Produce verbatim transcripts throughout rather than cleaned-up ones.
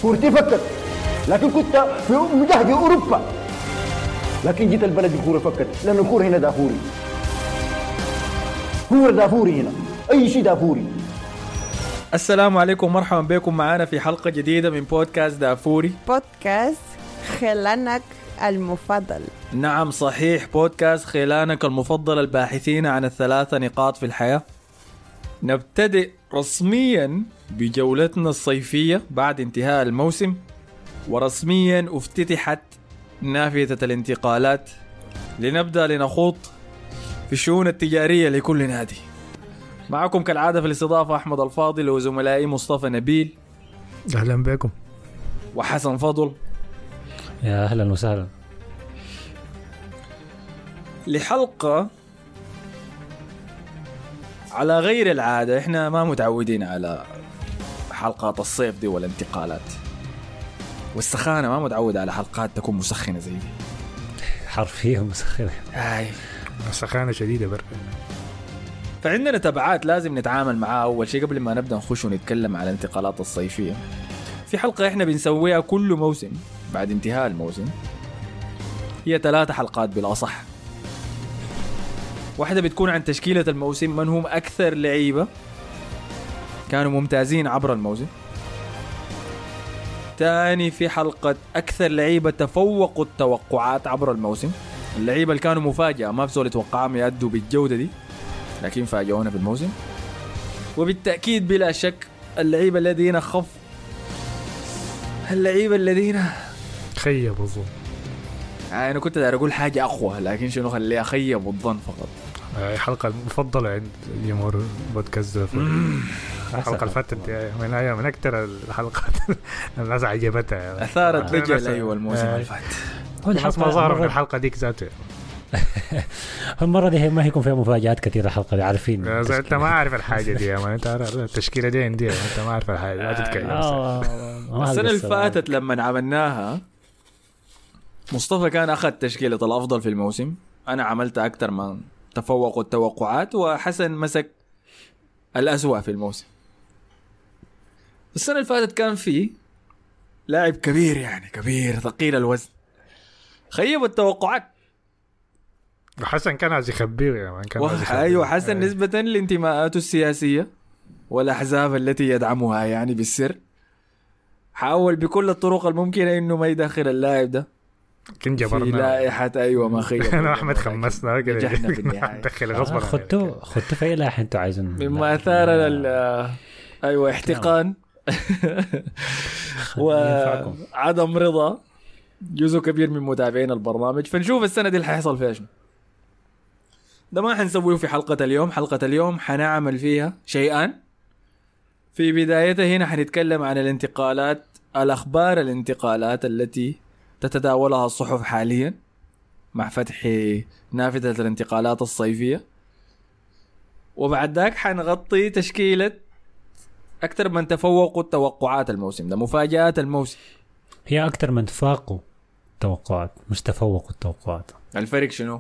كورتي فكت، لكن كنت في مجهد أوروبا، لكن جيت البلد الكورة فكت، لأن الكورة هنا دافوري، كورة دافوري هنا، أي شيء دافوري. السلام عليكم ومرحبا بكم معنا في حلقة جديدة من بودكاست دافوري، بودكاست خلانك المفضل. نعم صحيح، بودكاست خلانك المفضل، الباحثين عن الثلاثة نقاط في الحياة. نبتدئ رسميا بجولتنا الصيفية بعد انتهاء الموسم، ورسميا افتتحت نافذة الانتقالات لنبدأ لنخوض في الشؤون التجارية لكل نادي. معكم كالعادة في الاستضافة أحمد الفاضل وزملائي مصطفى نبيل. أهلا بكم. وحسن فضل. يا أهلا وسهلا. لحلقة على غير العادة، احنا ما متعودين على حلقات الصيف دي والانتقالات والسخانة، ما متعود على حلقات تكون مسخنة زي دي، حرفيا مسخنة. هاي سخانة شديدة بركة. فعندنا تبعات لازم نتعامل معها. أول شيء قبل ما نبدأ نخش ونتكلم على الانتقالات الصيفية، في حلقة احنا بنسويها كل موسم بعد انتهاء الموسم، هي ثلاثة حلقات بالأصح. واحدة بتكون عن تشكيلة الموسم، من هم أكثر لعيبة كانوا ممتازين عبر الموسم. تاني في حلقة أكثر لعيبة تفوقوا التوقعات عبر الموسم، اللعيبة اللي كانوا مفاجأة ما بسول توقعهم يأدوا بالجودة دي لكن فاجئونا في الموسم. وبالتأكيد بلا شك اللعيبة الذين خف اللعيبة الذين خيب الظن. أنا كنت داير أقول حاجة أقوى لكن شنو خليها خيب الظن فقط. الحلقة المفضلة عند جمهور بودكاست الحلقة الفاتت من أيام من أكثر الحلقات الناس عجبتها، أثارت رجل. أيوة الموسم اللي فات الناس ما ظهروا في الحلقة ديك ذاته. المرة دي ما هيكون فيها مفاجآت كثيرة الحلقة دي، عارفين أنت ما عارف الحاجة دي، ما أنت عارف التشكيلة دي عندي، أنت ما عارف الحاجة ما تتكلم. السنة اللي فاتت لما عملناها مصطفى كان أخذ تشكيلة الأفضل في الموسم، أنا عملت أكتر من تفوقوا التوقعات، وحسن مسك الأسوأ في الموسم. السنة اللي فاتت كان فيه لاعب كبير، يعني كبير ثقيل الوزن، خيب التوقعات. حسن كان عايز يخبيه يعني كان عايز يخبيه. أيوة حسن أيه. نسبة لانتماءاته السياسية والأحزاب التي يدعمها يعني بالسر، حاول بكل الطرق الممكنة إنه ما يدخل اللاعب ده كن جبرنا في لائحة. أيوة ما خيب. أنا أحمد خمسنا كده نجحنا في النهاية. دخل غصبا. خدتوا خدتوا في أي لائحة أنتوا عايزين مما أثار ال أيوة احتقان وعدم رضا جزء كبير من متابعين البرنامج. فنشوف السنة دي اللي حيحصل فيها شنو. ده ما حنسويه في حلقة اليوم. حلقة اليوم حنعمل فيها شيئان. في بدايته هنا حنتكلم عن الانتقالات، الأخبار الانتقالات التي تتداولها الصحف حاليا مع فتح نافذة الانتقالات الصيفية، وبعد ذاك حنغطي تشكيلة أكثر من تفوقوا التوقعات الموسم ده، مفاجآت الموسم. هي أكثر من تفاقوا التوقعات مش تفوقوا التوقعات. الفرق شنو؟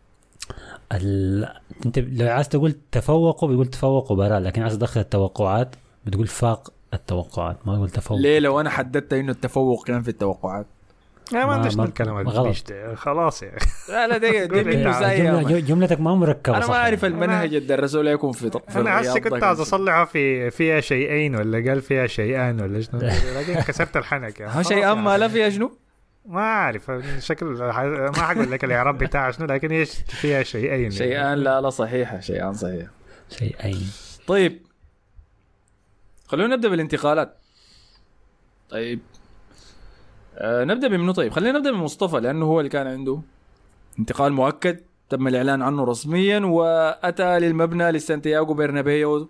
ال... انت لو عايز تقول تفوقوا بيقول تفوقوا برا، لكن عايز تدخل التوقعات بتقول فاق التوقعات، ما يقول تفوق. ليه لو انا حددت انه التفوق كان في التوقعات؟ لا ما عندش الكلام ده خلاص يا لا لا دي جملة جملتك ما مركبة. انا ما اعرف المنهج اللي درسوه لكم في في انا عسى كنت عايز اصلحها في فيها شيئين ولا قال فيها شيئان ولا شنو، لكن كسرت الحنك. ها شيئان ما لا فيها شنو ما أعرف شكل ما حقول لك الإعراب بتاع شنو، لكن هي فيها شيئين. شيئان لا لا صحيحة، شيئان صحيح شيئين. طيب خلونا نبدأ بالانتقالات. طيب آه نبدأ بمنو؟ طيب خلينا نبدأ بمصطفى لأنه هو اللي كان عنده انتقال مؤكد تم الإعلان عنه رسميا، وأتى للمبنى لسانتياغو برنابيو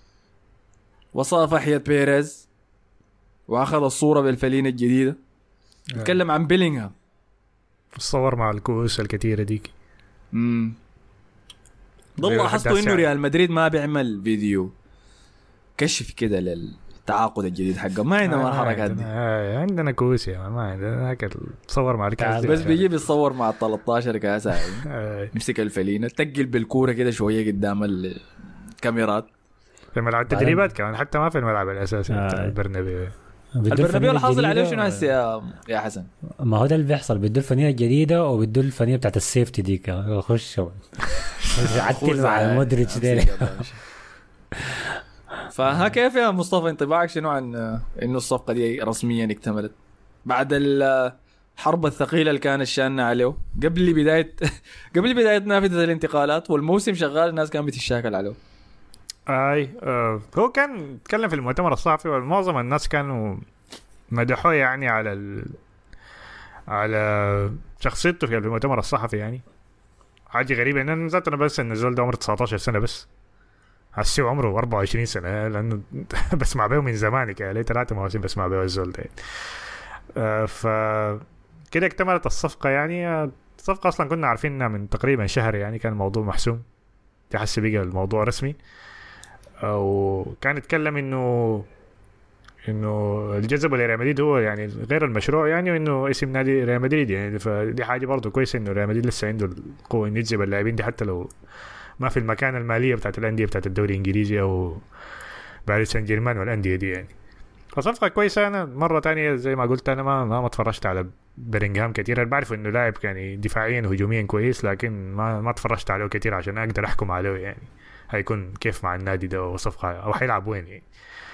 وصافح يد بيريز وأخذ الصورة بالفلين الجديدة. نتكلم عن بيلينغهام، الصور مع الكؤوس الكثيرة ديك. امم ضل لاحظتوا انه ريال مدريد ما بيعمل فيديو كشف كده للتعاقد الجديد حقه، ما عندنا الحركات دي. آه عندنا كؤوس يا ما عندنا هيك تصور مع الكاس بس بيجي بيصور مع ثلاثة عشر كاس يمسك الفلينة تقل بالكورة كده شوية قدام الكاميرات في ملعب التدريبات كمان، حتى ما في الملعب الأساسي البرنابيو. البرنابيو الحاصل عليه شنو هسه يا يا حسن؟ ما هو ده اللي بيحصل، بيدوا الفنيه الجديده وبيدوا الفنيه بتاعت السيفتي ديك. خش عدل مع المودريتش ده. فها كيف يا مصطفى انطباعك شنو عن انه الصفقه دي رسميا اكتملت بعد الحرب الثقيله اللي كان الشان عليه قبل بدايه قبل بدايه نافذه الانتقالات والموسم شغال الناس كانت بتشاكل عليه؟ اي آه هو كان تكلم في المؤتمر الصحفي ومعظم الناس كانوا مدحوه يعني على ال... على شخصيته في المؤتمر الصحفي. يعني حاجه غريبه ان انا ذات انا بس النزول ده عمره تسعة عشر سنه بس، هسيو عمره أربعة وعشرين سنه لانه بسمع بيه من زمان كده ثلاثه مواسم بسمع بيه الزول ده. آه ف كده اكتملت الصفقه. يعني الصفقه اصلا كنا عارفينها من تقريبا شهر، يعني كان الموضوع محسوم، تحس بقى الموضوع رسمي. وكان يتكلم انه انه الجذب لريال مدريد هو يعني غير المشروع يعني، وانه اسم نادي ريال مدريد يعني. فدي حاجه برضه كويسه انه ريال مدريد لسه عنده القوه انه يجذب اللاعبين دي حتى لو ما في المكان الماليه بتاعت الانديه بتاعت الدوري الانجليزي او باريس سان جيرمان والانديه دي يعني. فصفقه كويسه. انا مره تانية زي ما قلت انا ما ما اتفرجت على بيرينغهام كتير. انا بعرف انه لاعب يعني دفاعيا وهجوميا كويس، لكن ما ما اتفرجت عليه كتير عشان اقدر احكم عليه يعني هيكون كيف مع النادي ده وصفقه او حيلعب وين يعني.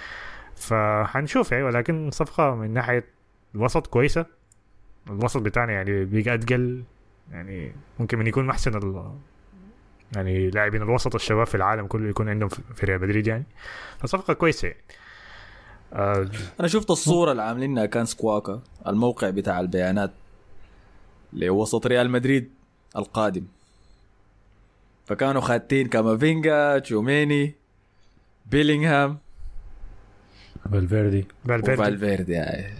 فحنشوف يعني. ولكن صفقه من ناحيه الوسط كويسه. الوسط بتاعنا يعني بيقى اتقل يعني، ممكن من يكون محسن ال يعني لاعبين الوسط الشباب في العالم كله يكون عندهم في ريال مدريد يعني. فصفقه كويسه يعني. أه انا شفت الصوره اللي عاملينها كان سكواكا الموقع بتاع البيانات لوسط ريال مدريد القادم، فكانوا خاتين كامافينجا، تشوميني، بيلينغهام، فالفيردي وفالفيردي يعني.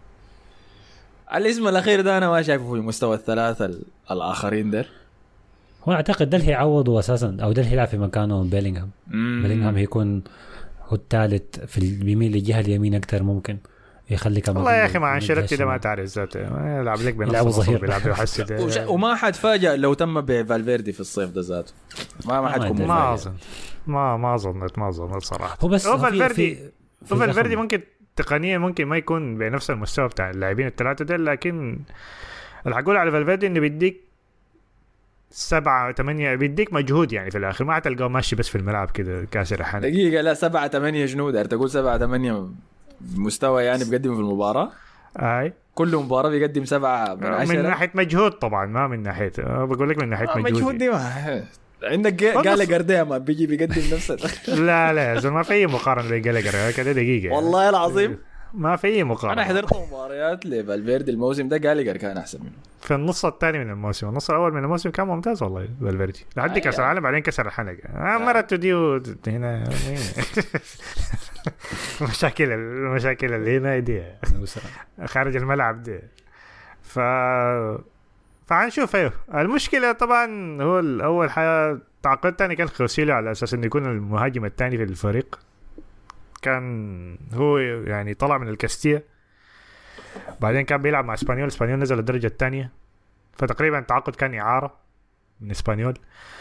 الاسم الاخير ده انا ما شايفه في مستوى الثلاثه الاخرين ده. هو اعتقد ده اللي هيعوضه اساسا، او ده اللي هيلعب في مكانه بيلينغهام. بيلينغهام هيكون هو الثالث في بيميل للجهه اليمين اكثر، ممكن يخلي كمان. والله يا اخي مع انشيلوتي ده ما تعرف ذاته يلعب لك بنص ظهير بيلعب يحسد. وما حد فاجأ لو تم بفالفيردي في الصيف ده ذاته. ما ما حدكم ما اظن ما ما ظنيت ما ظنيت صراحه. هو بس فالفيردي فالفيردي ممكن تقنيا ممكن ما يكون بنفس المستوى بتاع اللاعبين الثلاثه ده، لكن اللي حقول على فالفيردي انه بيديك سبعة ثمانية بيديك مجهود يعني في الآخر، ما هتلقاه ماشي بس في الملعب كده كاسر حالك. دقيقة لا سبعة ثمانية جنود أنت تقول سبعة ثمانية مستوى يعني بيقدم في المباراة. أي كل مباراة بيقدم سبعة من عشرة من ناحية مجهود طبعا، ما من ناحية بقول لك من ناحية مجهود. مجهود دي ما عندك جالجر ده ما بيجي بيقدم نفسه. لا لا زين ما في مقارنة بين جالجر كده دقيقة والله العظيم ما في مقارنة. أنا حضرت مباريات لفالفيردي الموسم ده جالجر كان أحسن منه في النص الثاني من الموسم. النص الأول من الموسم كان ممتاز والله فالفيردي لحد آه كأس العالم، بعدين كسر الحنك. آه مرت ديو هنا مشاكل المشاكل اللي هنا دي خارج الملعب دي. ف فعنشوف. ايوه المشكله طبعا هو الاول حاجه تعاقد ثاني كان خوسيلو على اساس انه يكون المهاجم الثاني في الفريق. كان هو يعني طلع من الكاستيا، بعدين كان بيلعب مع اسبانيول. اسبانيول نزل الدرجه الثانيه، فتقريبا التعاقد كان اعاره من اسبانيول.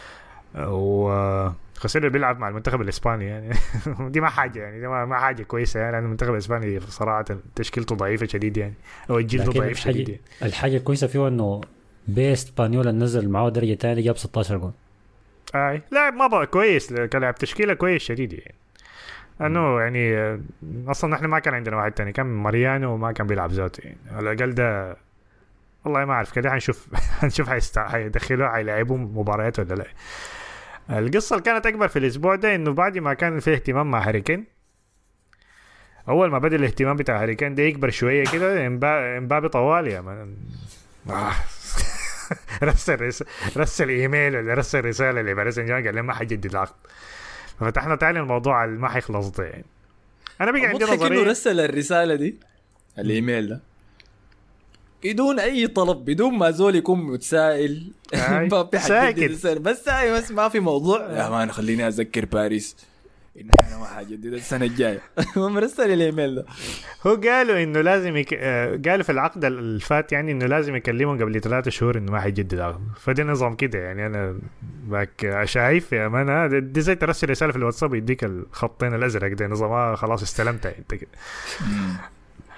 وخسر بيلعب مع المنتخب الاسباني يعني دي ما حاجه يعني دي ما حاجه كويسه يعني، لان المنتخب الاسباني صراحه تشكيلته ضعيفه شديد يعني، او الجلد ضعيف شديد يعني. الحاجه الكويسه فيه انه باسبانيول نزل معه درجه ثانيه جاب ستة عشر جول. اي لاعب ما بقى كويس، كان لاعب تشكيله كويس شديد يعني. انه يعني اصلا احنا ما كان عندنا واحد تاني، كان ماريانو وما كان بيلعب ذاته يعني. على الاقل ده والله ما اعرف كده هنشوف هنشوف هيدخلوه هيلعبوا مباريات ولا لا. القصه اللي كانت اكبر في الاسبوع ده انه بعد ما كان فيه اهتمام مع هاري كين، اول ما بدا الاهتمام بتاع هاري كين ده يكبر شويه كده، امبابي طوال يا مان آه. رسل رسل ايميل ولا رسل رساله لباريس سان جيرمان قال لهم ما حجدد العقد. ففتحنا تاني الموضوع ما حيخلص ده يعني. انا بقى عندي نظريه انه رسل الرساله دي الايميل ده بدون اي طلب، بدون ما زول يكون متسائل ساكت بس هاي بس ما في موضوع يا مان خليني اذكر باريس ان انا ما حاجدد السنه الجايه. هو مرسل الايميل ده. هو قالوا انه لازم يك... قالوا في العقد الفات يعني انه لازم يكلمهم قبل ثلاثة شهور انه ما حيجدد عقد. فده نظام كده يعني. انا باك شايف يا مان دي زي ترسل رساله في الواتساب يديك الخطين الازرق ده نظام خلاص استلمتها انت كده.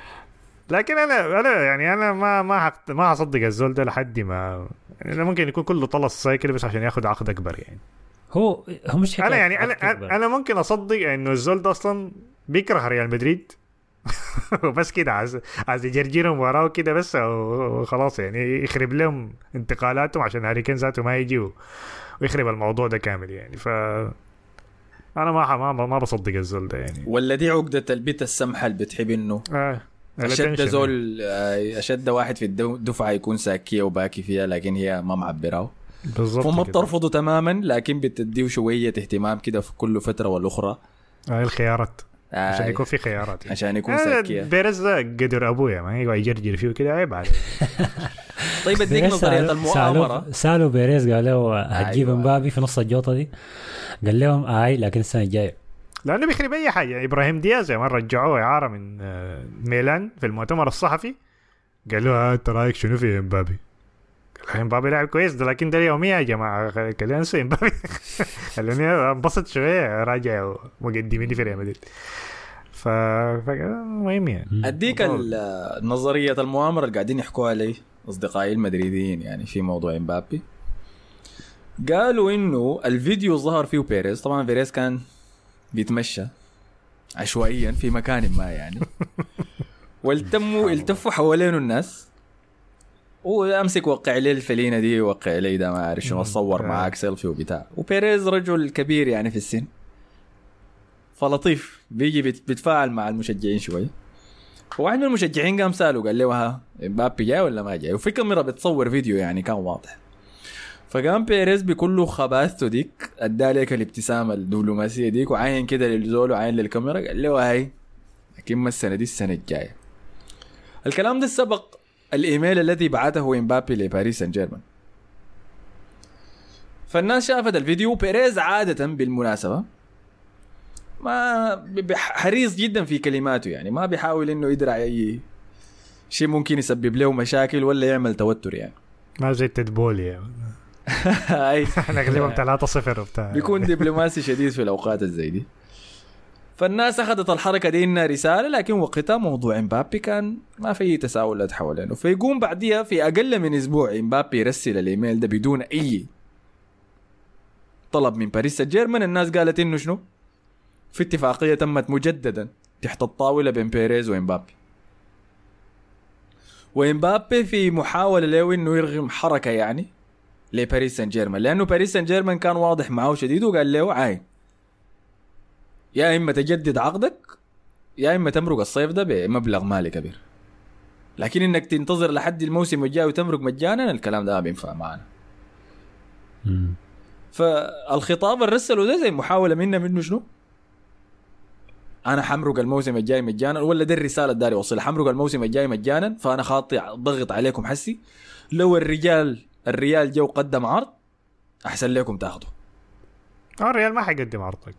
لكن انا انا يعني انا ما ما حق ما هصدق الزول ده لحد ما يعني ممكن يكون كله طلص سايكل بس عشان ياخذ عقد اكبر يعني. هو هو مش انا يعني انا انا ممكن اصدق انه الزول ده اصلا بيكره ريال مدريد وبس كده عايز عايز يجرجرهم وراه كده بس وخلاص يعني يخرب لهم انتقالاتهم عشان هاري كين ذاته ما يجي ويخرب الموضوع ده كامل يعني. ف انا ما ما ما بصدق الزول ده يعني. ولا دي عقدة البيت السمحة اللي بتحب انه آه. اشد زول اشد واحد في الدفعة يكون ساكية وباكي فيها لكن هي ما معبراه بالضبط. وما بترفضه تماما لكن بتديه شوية اهتمام كده في كل فترة والأخرى. آه الخيارات آه عشان يكون في خيارات يعني. عشان يكون آه ساكية. بيرز ده قدر أبويا ما يقعد يجرجر فيه كده عيب عليه. طيب اديك نظرية المؤامرة. سالوا بيريز قال له هتجيب أيوة. مبابي في نص الجوطة دي قال لهم آي لكن السنة الجاية لأنه بيخرب أي حاجة. إبراهيم دياز ما رجعوه إعارة من ميلان في المؤتمر الصحفي قال له أنت رأيك شنو في مبابي؟ قال مبابي لاعب كويس ده لكن ده يوميا يا جماعة كده نسوا مبابي. قال له انبسط شوية راجع مقدميني في ريال مدريد. ف مهم يعني. أديك النظرية المؤامرة اللي قاعدين يحكوا عليه أصدقائي المدريديين يعني في موضوع مبابي. قالوا إنه الفيديو ظهر فيه بيريز. طبعا بيريز كان بيتمشى عشوائيا في مكان ما يعني والتموا التفوا حوالينه الناس وامسك وقع لي الفلينه دي وقع لي ده ما اعرف شنو اتصور معاك سيلفي وبتاع. وبيريز رجل كبير يعني في السن فلطيف بيجي بيتفاعل مع المشجعين شوي. وواحد من المشجعين قام ساله قال له ها مبابي جاي ولا ما جاي وفي كاميرا بتصور فيديو يعني كان واضح. فقام بيريز بكل خباثته ديك ادالك الابتسامه الدبلوماسيه ديك وعين كده للزول وعين للكاميرا قال له هاي اكيد السنه دي السنه الجايه. الكلام ده سبق الايميل الذي بعته امبابي لباريس سان جيرمان. فالناس شافت الفيديو. بيريز عاده بالمناسبه ما حريص جدا في كلماته يعني ما بيحاول انه يدرع اي شيء ممكن يسبب له مشاكل ولا يعمل توتر يعني ما زي تدبولي يعني. اي نغلبهم ثلاثة صفر وبتاع. بيكون دبلوماسي شديد في الاوقات الزي دي. فالناس اخذت الحركه دي انها رساله لكن وقتها موضوع امبابي كان ما في تساؤلات حوالينه. فيقوم بعديها في اقل من اسبوع امبابي يرسل الايميل ده بدون اي طلب من باريس سان جيرمان. الناس قالت انه شنو في اتفاقيه تمت مجددا تحت الطاوله بين بيريز وامبابي. وامبابي في محاوله له انه يرغم حركه يعني لباريس سان جيرمان لانه باريس سان جيرمان كان واضح معه شديد وقال له عاي يا اما تجدد عقدك يا اما تمرق الصيف ده بمبلغ مالي كبير لكن انك تنتظر لحد الموسم الجاي وتمرق مجانا الكلام ده ما بينفع معنا. فالخطاب الرسله ده زي محاوله منا منه شنو انا حمرق الموسم الجاي مجانا ولا دي الرساله الداري وصل حمرق الموسم الجاي مجانا فانا خاطي ضغط عليكم حسي لو الرجال الريال جو قدم عرض احسن لكم تاخذوا. الريال ما حيقدم عرضك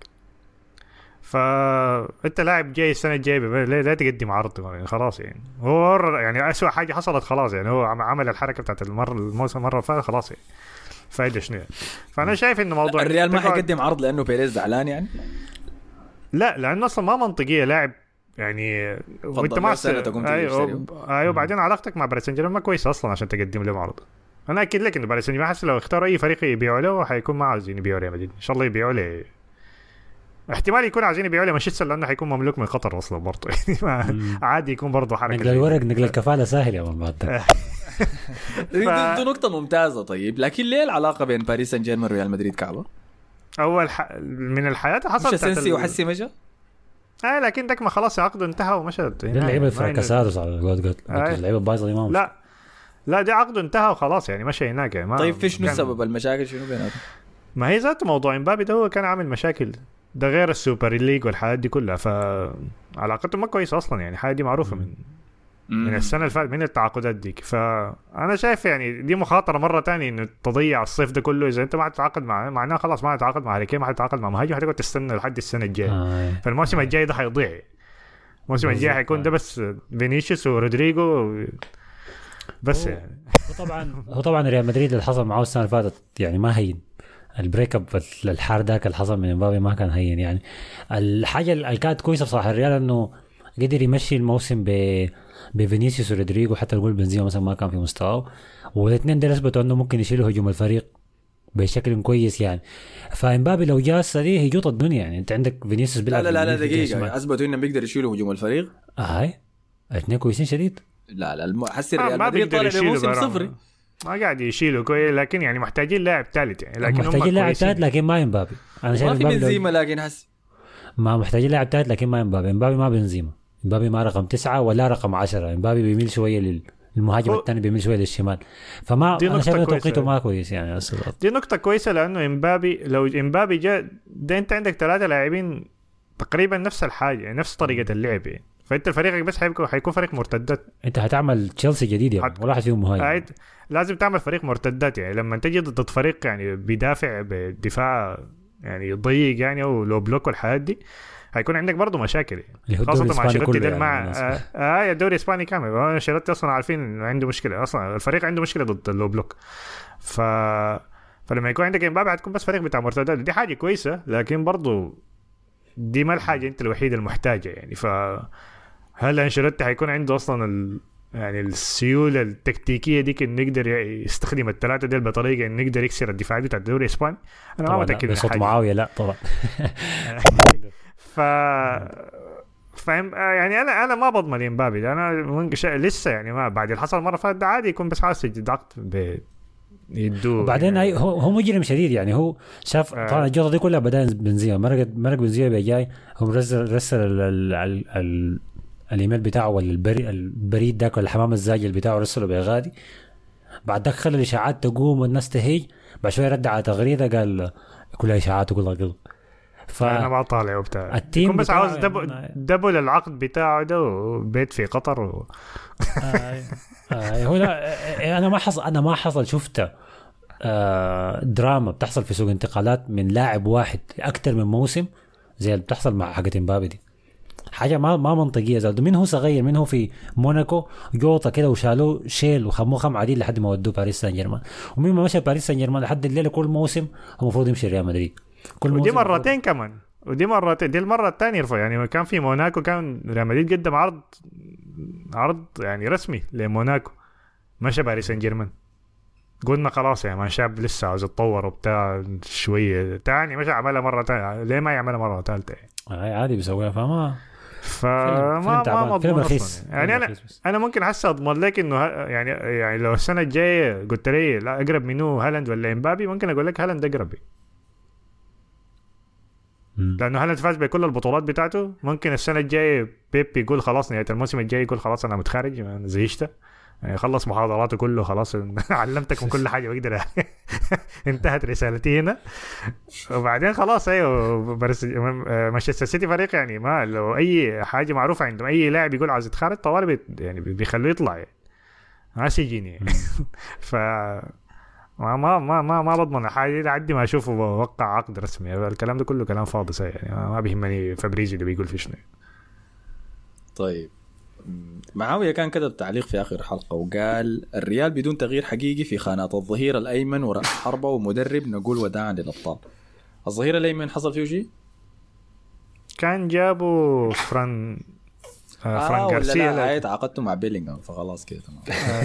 فانت لاعب جاي السنه الجايه لا, لا تقدم عرض يعني خلاص يعني هو يعني اسوء حاجه حصلت خلاص يعني هو عمل الحركه بتاعت المره الموسم مره فاتت خلاص يعني فايده شنو يعني. فانا شايف انه موضوع الريال ما حيقدم عرض لانه بيريز زعلان يعني لا لانه اصلا ما منطقيه لاعب يعني وانت مع ايوه ايوه بعدين علاقتك مع باريس سان جيرمان ما كويسه اصلا عشان تقدم له عرض. انا اكيد لك انه باريس سان جيرمان حاسس لو اختاروا اي فريق يبيعوا له حيكون ما عايزين يبيعوا له مدريد ان شاء الله يبيعوا له. احتمال يكون عايزين يبيعوا له مانشستر لانه حيكون مملوك من قطر اصلا برضه يعني عادي يكون برضه حركه نقل الورق نقل الكفاله سهل يا مان. دي نقطه ممتازه. طيب لكن ليه العلاقه بين باريس سان جيرمان وريال مدريد كعبه؟ اول ح... من الحياه حصلت مش سنسي وحسي مشى اه لكن داك ما خلاص عقده انتهى ومشت. اللعيبه فراكسات وصار اللعيبه بايظه ما لا لا دي عقده انتهى وخلاص يعني مشى هناك يعني. طيب في شنو السبب المشاكل شنو بيناتهم؟ ما هي ذات موضوع امبابي ده هو كان عامل مشاكل ده غير السوبر ليج والحاجات دي كلها فعلاقته ما كويسه اصلا يعني حاجه دي معروفه من من السنه اللي فاتت من التعاقدات ديك. فانا شايف يعني دي مخاطره مره تانية انه تضيع الصيف ده كله اذا انت ما هتتعاقد مع معناه خلاص ما هتتعاقد مع هاري كين ما هتتعاقد مع مهاجم هتقعد تستنى لحد السنه الجايه. آه. فالموسم الجاي ده هيضيع. الموسم الجاي هيكون ده بس فينيسيوس ورودريجو بس هو يعني. طبعا هو طبعا ريال مدريد اللي حصل معه السنه اللي فاتت يعني ما هين البريك اب الحار ذاك اللي حصل من امبابي ما كان هين يعني. الحاجه اللي كانت كويسه بصراحه الريال انه قدر يمشي الموسم ب بفينيسيوس ورودريجو، حتى نقول بنزيما مثلا ما كان في مستواه، والاثنين دول اثبتوا انه ممكن يشيلوا هجوم الفريق بشكل كويس يعني. فامبابي لو جاء السريع هيجوط الدنيا يعني. انت عندك فينيسيوس لا لا لا, لا دقيقه اثبتوا انهم بيقدروا يشيلوا هجوم الفريق. هاي الاثنين كويسين شديد. لا لا حسي ما, ريال ما مدريد بيقدر طالع بموسم يشيلوا صفري، ما قاعد يشيلوا كويس، لكن يعني محتاجين لاعب ثالث يعني. لكن محتاجين لاعب ثالث لكن ما امبابي. انا شايف ما في بنزيما لكن حس ما محتاجين لاعب ثالث لكن ما امبابي. امبابي ما بنزيما، امبابي ما رقم تسعة ولا رقم عشرة. امبابي بيميل شويه لل المهاجم الثاني بيميل شويه للشمال، فما انا شايف توقيته ما كويس يعني. دي نقطه كويسه لانه امبابي لو امبابي جاء ده انت عندك ثلاثه لاعبين تقريبا نفس الحاجه يعني نفس طريقه اللعب يعني. فانت فريقك بس حيكون حيكون فريق مرتدات. انت هتعمل تشيلسي جديد يعني ولا واحد فيهم مهاجم. لازم تعمل فريق مرتدات يعني. لما تجي ضد فريق يعني بيدافع بدفاع يعني ضيق يعني او لو بلوك والحياة دي هيكون عندك برضو مشاكل يعني. خاصة مع شيرتي ده مع اه, آه الدوري الاسباني كامل. شيرتي اصلا عارفين انه عنده مشكله، اصلا الفريق عنده مشكله ضد اللو بلوك. ف فلما يكون عندك امبابي هتكون بس فريق بتاع مرتدات، دي حاجه كويسه لكن برضو دي ما الحاجه انت الوحيده المحتاجه يعني. ف هل انشيلوتي هيكون عنده اصلا ال... يعني السيوله التكتيكيه دي انه يقدر يستخدم الثلاثه دي بطريقه انه يقدر يكسر الدفاع بتاع الدوري الاسباني؟ انا ما متاكد من صوت معاويه لا طبعا. ف فاهم يعني. انا انا ما بضمن امبابي، انا لسه يعني ما بعد اللي حصل مره فاتت ده عادي يكون بس حاسس ضغط ب يدوه. وبعدين يعني هو هو مجرم شديد يعني. هو شاف آه. طبعا الجوطه دي كلها بدأ بنزيما، مرق مرق بنزيما بيجاي هو رسل رسل ال ال ال ال الايميل بتاعه ولا البريد البريد داك ولا الحمام الزاجل بتاعه رسله بغادي. بعد ذاك خلى الاشاعات تقوم والناس تهيج، بعد شويه رد على تغريده قال كلها اشاعات وكلها قلب. فانا ما طالع وبتاع التيم بس عاوز دبل, دبل العقد بتاعه ده وبيت في قطر و... آه آه هو لا انا ما حصل انا ما حصل شفته آه دراما بتحصل في سوق انتقالات من لاعب واحد اكثر من موسم زي اللي بتحصل مع حاجه امبابي دي. حاجه ما ما منطقيه. زاد من هو صغير، من هو في موناكو جوطه كده وشالوه شيل وخموه خم عديل لحد ما ودوه باريس سان جيرمان، ومن ما مشى باريس سان جيرمان لحد الليله كل موسم هو المفروض يمشي ريال مدريد. كل ودي مرتين مفروض. كمان ودي مرتين. دي المره الثانيه يرفع يعني. كان في موناكو كان ريال مدريد قدم عرض عرض يعني رسمي لموناكو، مشى باريس سان جيرمان. قلنا خلاص يعني ما شاب لسه عاوز يتطور وبتاع شويه تاني، مش عملها مره ثانيه ليه ما يعملها مره ثالثه يعني عادي بيسويها. فما فما ما مضمون اصلا يعني. انا انا ممكن حاسس اضمن لك انه يعني يعني لو السنه الجايه قلت لي لا اقرب منه هالاند ولا امبابي ممكن اقول لك هالاند اقرب، لانه هالاند فاز بكل البطولات بتاعته. ممكن السنه الجايه بيب يقول خلاص نهايه الموسم الجاي يقول خلاص انا متخرج انا زيشته يعني خلص محاضراته كله خلاص علمتكم كل حاجه بقدر انتهت رسالتي هنا. وبعدين خلاص ايوه مانشستر سيتي فريق يعني ما لو اي حاجه معروفه عندهم اي لاعب يقول عايز يتخرج طوال يعني بيخلوه يطلع يعني ما سيجيني. ف ما ما ما ما, ما بضمن حاجه لحد ما اشوفه وقع عقد رسمي. الكلام ده كله كلام فاضي يعني ما بيهمني فابريزيو اللي بيقول في شنو. طيب معاوية كان كتب تعليق في آخر حلقة وقال الريال بدون تغيير حقيقي في خانات الظهير الأيمن ورأس حربة ومدرب نقول وداعا للأبطال. الظهير الأيمن حصل فيه شيء؟ كان جابوا فران آه فران غارسيا. لا لا عقدته مع بيلينغهام فخلاص كده تمام.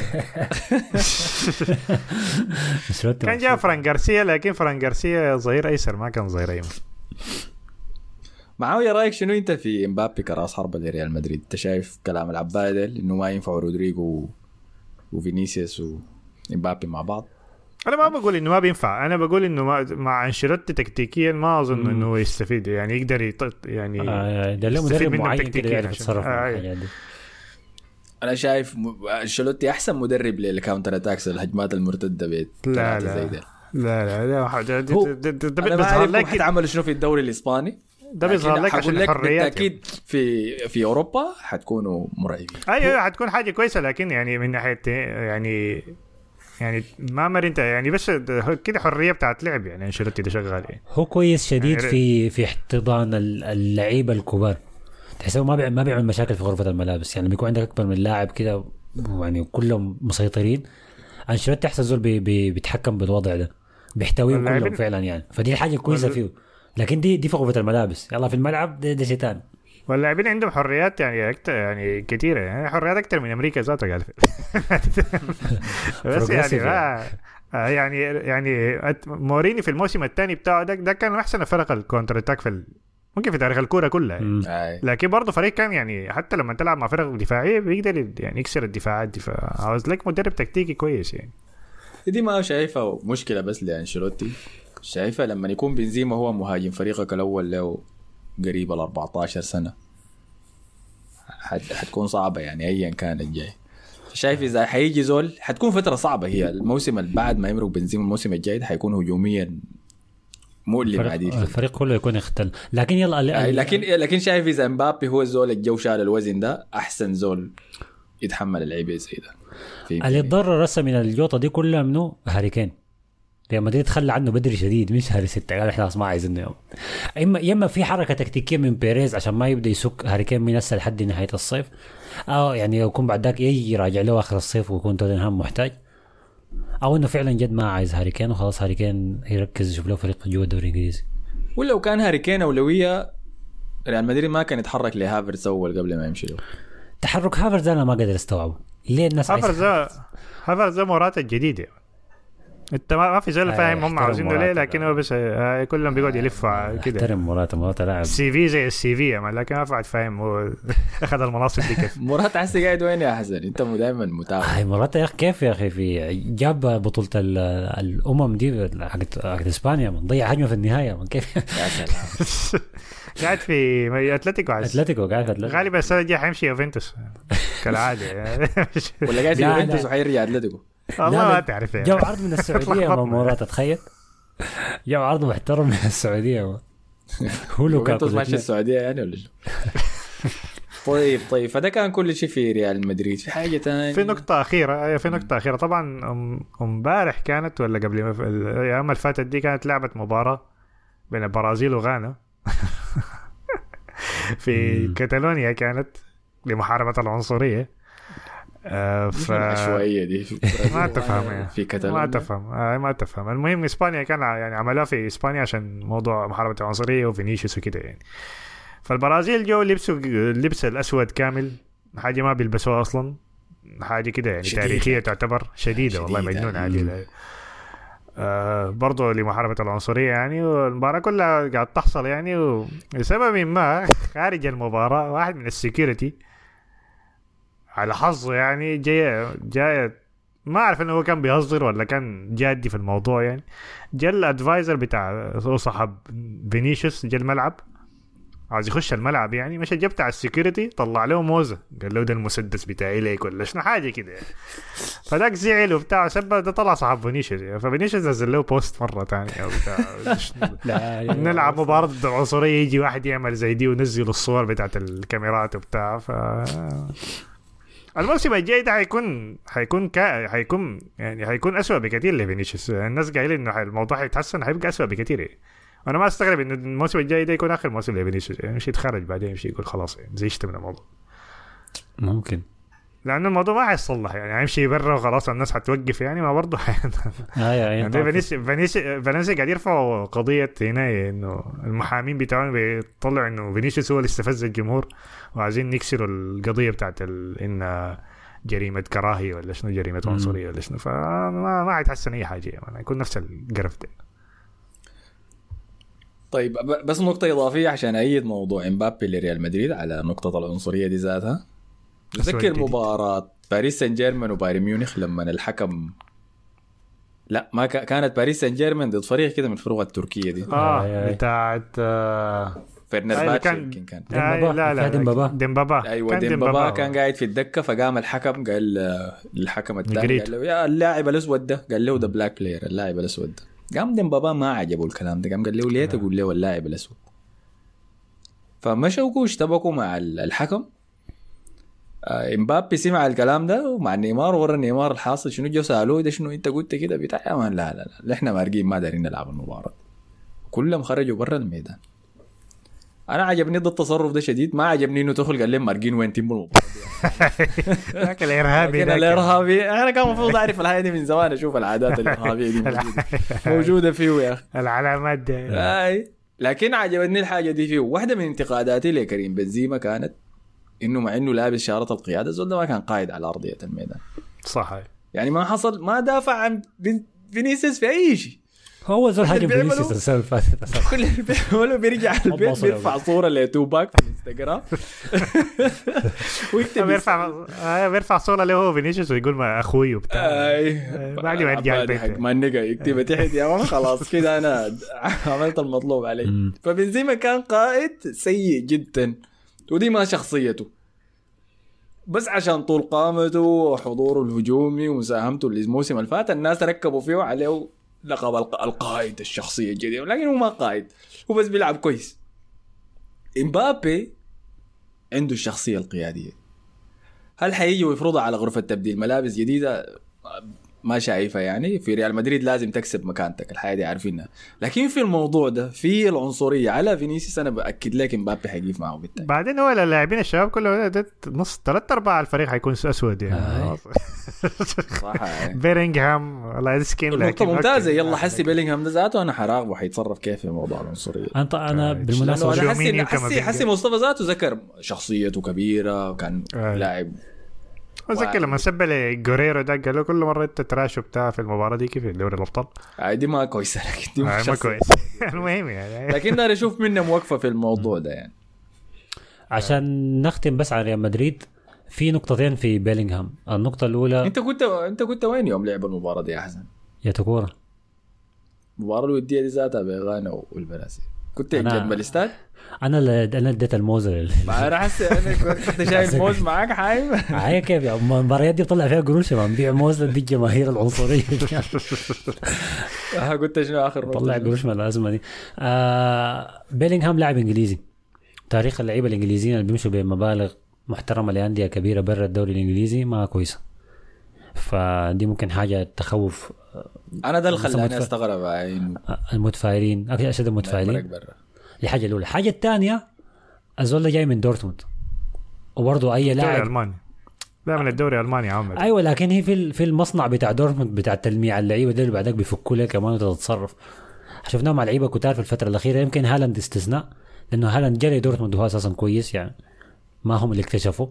كان جاب فران غارسيا لكن فران غارسيا ظهير أيسر ما كان ظهير أيمن. معاوية رأيك شنو انت في امبابي كراس حربة لريال مدريد؟ انت شايف كلام العبادل انه ما ينفع رودريجو وفينيسيوس وامبابي مع بعض؟ انا ما بقول انه ما بينفع، انا بقول انه مع انشيلوتي تكتيكيا ما اظن انه يستفيد يعني يقدر يط... يعني آه ده له مدرب معين كده يعرف يتصرف. آه انا شايف انشيلوتي احسن مدرب للكاونتر اتاكس الهجمات المرتده بيت لا لا لا لا لا ده ده بيظهر لك حد عمل شنو في الدوري الاسباني. ده بيظهر لك عشان الحريات اكيد في في اوروبا حتكونوا مرعبين. ايوه حتكون حاجه كويسه لكن يعني من ناحيه يعني يعني ما مر انت يعني بس كده حريه بتاعت لعب يعني انشيلوتي ده شغال يعني. هو كويس شديد يعني في في احتضان اللعيبه الكبار. تحسه ما بيعمل ما بيعمل مشاكل في غرفه الملابس يعني. بيكون عندك اكبر من لاعب كده يعني كلهم مسيطرين. انشيلوتي احسن زول بي بي بيتحكم بالوضع ده بيحتويهم كلهم فعلا يعني. فدي الحاجه كويسه فيه. لكن دي دي في غرفه الملابس. يلا في الملعب ده, ده شيطان. واللاعبين عندهم حريات يعني أكتر يعني كثيرة يعني حريات أكتر من أمريكا ذاتها قال بس يعني ما يعني يعني موريني في الموسم الثاني بتاعه ده, ده كان أحسن فرق الكونتر اتاك في ال... ممكن في تاريخ الكورة كلها يعني. لكن برضه فريق كان يعني حتى لما تلعب مع فرق دفاعية بيقدر يعني يكسر الدفاعات دي فعاوز لك مدرب تكتيكي كويس يعني. دي ما شايفة مشكلة بس لأنشيلوتي شايفة لما يكون بنزيما هو مهاجم فريقك الأول له قريب ال أربعة عشر سنة حتكون صعبة يعني أيا كان الجاي. شايف إذا حيجي زول حتكون فترة صعبة هي الموسم اللي بعد ما يمرق بنزيما الموسم الجاي حيكون هجوميا مؤلم عديد. الفريق كله يكون يختل لكن يلا آه لكن لكن شايف إذا مبابي هو الزول الجو شال الوزن ده أحسن زول يتحمل اللعيبة زي ده. اللي اتضرر رسم من الجوطة دي كلها منه هاري كين. ريال مدريد تخلى عنه بدري شديد مش هاري ستة قال احنا ما عايزينه يوم. اما يما في حركه تكتيكيه من بيريز عشان ما يبدا يسك هاري كين من هسه لحد نهايه الصيف او يعني يكون بعد ذاك يجي يراجع له اخر الصيف ويكون توتنهام محتاج او انه فعلا جد ما عايز هاري كين وخلاص هاري كين يركز يشوف له فريق جوا الدوري الانجليزي. ولو كان هاري كين اولويه ريال مدريد ما كان يتحرك لهافرتز اول قبل ما يمشي له. تحرك هافرتز انا ما قادر استوعبه ليه الناس هافرتز هافرتز موراتا الجديده انت ما في زول فاهم هم عاوزينه ليه لكن هو بس كلهم بيقعد يلفوا كده. احترم موراتا موراتا لاعب سي في زي السي في اما لكن ما فعد فاهم هو اخذ المناصب دي كيف. موراتا حسي قاعد وين يا حسن انت دائما متابع. هاي موراتا يا اخي كيف يا اخي في جاب بطوله الامم دي حقت حقت اسبانيا من ضيع هجمه في النهايه من كيف. يا سلام قاعد في اتلتيكو اتلتيكو قاعد في اتلتيكو غالبا السنه الجايه حيمشي يوفنتوس كالعاده يعني. ولا قاعد في يوفنتوس وحيرجع اتلتيكو. والله ما تعرف يعني. جاب عرض من السعوديه ما موراتا تتخيل جاب عرض محترم من السعوديه هو لو كان ماشي السعوديه يعني ولا شو. طيب طيب فده كان كل شيء في ريال مدريد. في حاجه ثانيه في نقطه اخيره في نقطه اخيره طبعا امبارح كانت ولا قبل ما الايام اللي فاتت دي كانت لعبه مباراه بين البرازيل وغانا في كاتالونيا كانت لمحاربه العنصريه. آه ف العشوائيه دي ما تفهم يعني. في كاتالونيا ما تفهم آه ما تفهم. المهم اسبانيا كان يعني عملوها في اسبانيا عشان موضوع محاربه العنصريه وفينيسيوس وكده يعني. فالبرازيل جو لبسوا اللبس الاسود كامل حاجه ما بيلبسوها اصلا حاجه كده يعني تاريخيه تعتبر شديده, شديدة والله مجنون عادي. آه برضو لمحاربة العنصرية يعني. والمباراة كلها قاعد تحصل يعني ولسبب ما خارج المباراة واحد من السيكوريتي على حظه يعني جاي جاي ما أعرف إنه هو كان بيهزر ولا كان جادي في الموضوع يعني. جاء الادفايزر بتاع صاحب فينيسيوس جاء الملعب عايز يخش الملعب يعني مش جاب بتاع السيكوريتي طلع له موزة قال له ده المسدس بتاعي ليك ولا شنو حاجة كده يعني. فداك زعل وبتاع سبب ده طلع صاحب فينيسيوس يعني. ففينيسيوس نزل له بوست مرة تانية أو بتاع نلعب مباراة ضد العنصرية يجي واحد يعمل زي دي ونزل الصور بتاعت الكاميرات وبتاع. ف الموسم الجاي ده هيكون هيكون كا هيكون يعني هيكون أسوأ بكثير لفينيسيوس. الناس قايلين إنه الموضوع هيتحسن هيبقى أسوأ بكثير يعني. أنا ما أستغرب إن الموسم الجاي ده يكون آخر موسم لفينيسيوس يعني. مش يتخرج بعدين يمشي يقول خلاص يعني زيشت من الموضوع ممكن لأن الموضوع ما هيصلح يعني هيمشي برا وخلاص الناس هتوقف يعني ما برضه يعني فينيسيوس فينيسيوس فينيسيوس قاعد يرفعوا قضية هنا إنه المحامين بتاعهم بيطلعوا إنه فينيسيوس هو اللي استفز الجمهور وعايزين نكسروا القضية بتاعت إن جريمة كراهية ولا شنو جريمة عنصرية ولا شنو. فما ما هيتحسن أي حاجة يعني يكون نفس القرف ده. طيب بس نقطة إضافية عشان أيد موضوع إمبابي لريال مدريد على نقطة العنصرية دي ذاتها. تذكر مباراة باريس سان جيرمان وبايرن ميونخ لما الحكم لا ما ك... كانت باريس سان جيرمان ضد فريق كده من الفروع التركية دي اه بتاعت آه فرنرباتش يمكن كان آه لا لا ديمبابا ديمبابا ايوه ديمبابا كان قاعد في الدكة فقام الحكم قال للحكم الثاني قال له يا اللاعب الأسود ده قال له ده بلاك بلاير اللاعب الأسود ده. قام ديمبابا ما عجبه الكلام ده قام قال له ليه تقول له اللاعب الأسود. فمشوا واشتبكوا مع الحكم. امبابي سمع الكلام ده ومع نيمار ورا نيمار الحاصل شنو جو سألوه ده شنو انت قلت كده بتاع يا مان لا لا لا احنا مارقين ما دارين نلعب المباراة. كلهم خرجوا برا الميدان. انا عجبني ده التصرف ده شديد. ما عجبني انه تدخل قال لهم مارقين وين تيم المباراة ذاك الارهابي ذاك الارهابي انا كان المفروض اعرف الحاجه دي من زمان اشوف العادات الارهابيه دي موجوده موجوده فيه يا اخي العلامات دي اي لكن عجبتني الحاجه دي فيه. واحده من انتقاداتي لكريم بنزيما كانت انه مع انه لابس شارة القياده الزول ده ما كان قائد على ارضيه الميدان. صح يعني ما حصل ما دافع عن فينيسيوس في اي شيء. هو زول حاجه فينيسيوس السنه اللي فاتت كل اللي بيعمله بيرجع البيت بيرفع صوره لتوباك في الانستغرام ويكتب بيرفع بيرفع صوره له هو فينيسيوس ويقول ما اخوي وبتاع. بعد ما يرجع البيت ما نقى يكتب تحت يا مان خلاص كده انا عملت المطلوب علي. فبنزيما كان قائد سيء جدا ودي ما شخصيته، بس عشان طول قامته وحضوره الهجومي ومساهمته الموسم اللي فات الناس ركبوا فيه عليه لقب القائد الشخصية الجديدة، لكن هو ما قائد، هو بس بيلعب كويس. إمبابي عنده الشخصية القيادية، هل حييجي ويفرضها على غرفة تبديل ملابس جديدة؟ ما شايفة. يعني في ريال مدريد لازم تكسب مكانتك، الحياة دي عارفينها. لكن في الموضوع ده في العنصرية على فينيسيوس أنا بأكد لك إمبابي حيجيف معه بالتالي. بعدين هو اللاعبين الشباب كله نص ثلاث أرباع الفريق حيكون أسود يعني. آه. صح. بيرينغهام والله سكين لكن ممتازة. يلا حسي بيلينغهام ده ذاته أنا حراقبه حيتصرف كيف في موضوع العنصرية. أنت أنا بالمناسبة حسي حسي حسي مصطفى ذاته ذكر شخصيته كبيرة وكان آه. لاعب. وذكر لما سبل جوريرو ده قال له كل مرة انت تراشو بتاع في المباراة دي كيف دوري الأبطال. دي ما كويسة لكن دي ما كويس. المهم يعني لكن داري اشوف منه موقفة في الموضوع ده يعني. عشان نختم بس على ريال مدريد في نقطتين في بيلينغهام. النقطة الأولى انت كنت انت كنت وين يوم لعب المباراة دي يا حسن؟ يا تكورة المباراة الودية دي ذاتها بغانا والبرازيل. كنت جنب الاستاد؟ انا اللي انا اديت الموز ما انا حاسس انا كنت شايف موز معاك حايم. هاي كيف يا المباريات دي بطلع فيها قروش ما نبيع موز لدي الجماهير العنصريه. ها قلت شنو اخر نقطه طلع قروش من الازمه دي. آه بيلينغهام لاعب انجليزي، تاريخ اللعيبه الانجليزيين اللي بيمشوا بمبالغ محترمه لانديه كبيره برا الدوري الانجليزي ما كويسه، فدي ممكن حاجه تخوف. انا ده اللي خلاني استغرب عين المتفائلين اشد المتفائلين. دي حاجه الاولى. الحاجه الثانيه الزول جاي من دورتموند وبرضه اي لاعب الماني لا من الدوري الالماني عامه. ايوه لكن هي في في المصنع بتاع دورتموند بتاع تلميع اللعيبه ده اللي بعدك بيفكوا لك كمان وتتصرف. شفناه مع لعيبه كتار في الفتره الاخيره، يمكن هالاند استثناء لانه هالاند جري دورتموند وهو اساسا كويس يعني ما هم اللي اكتشفوا.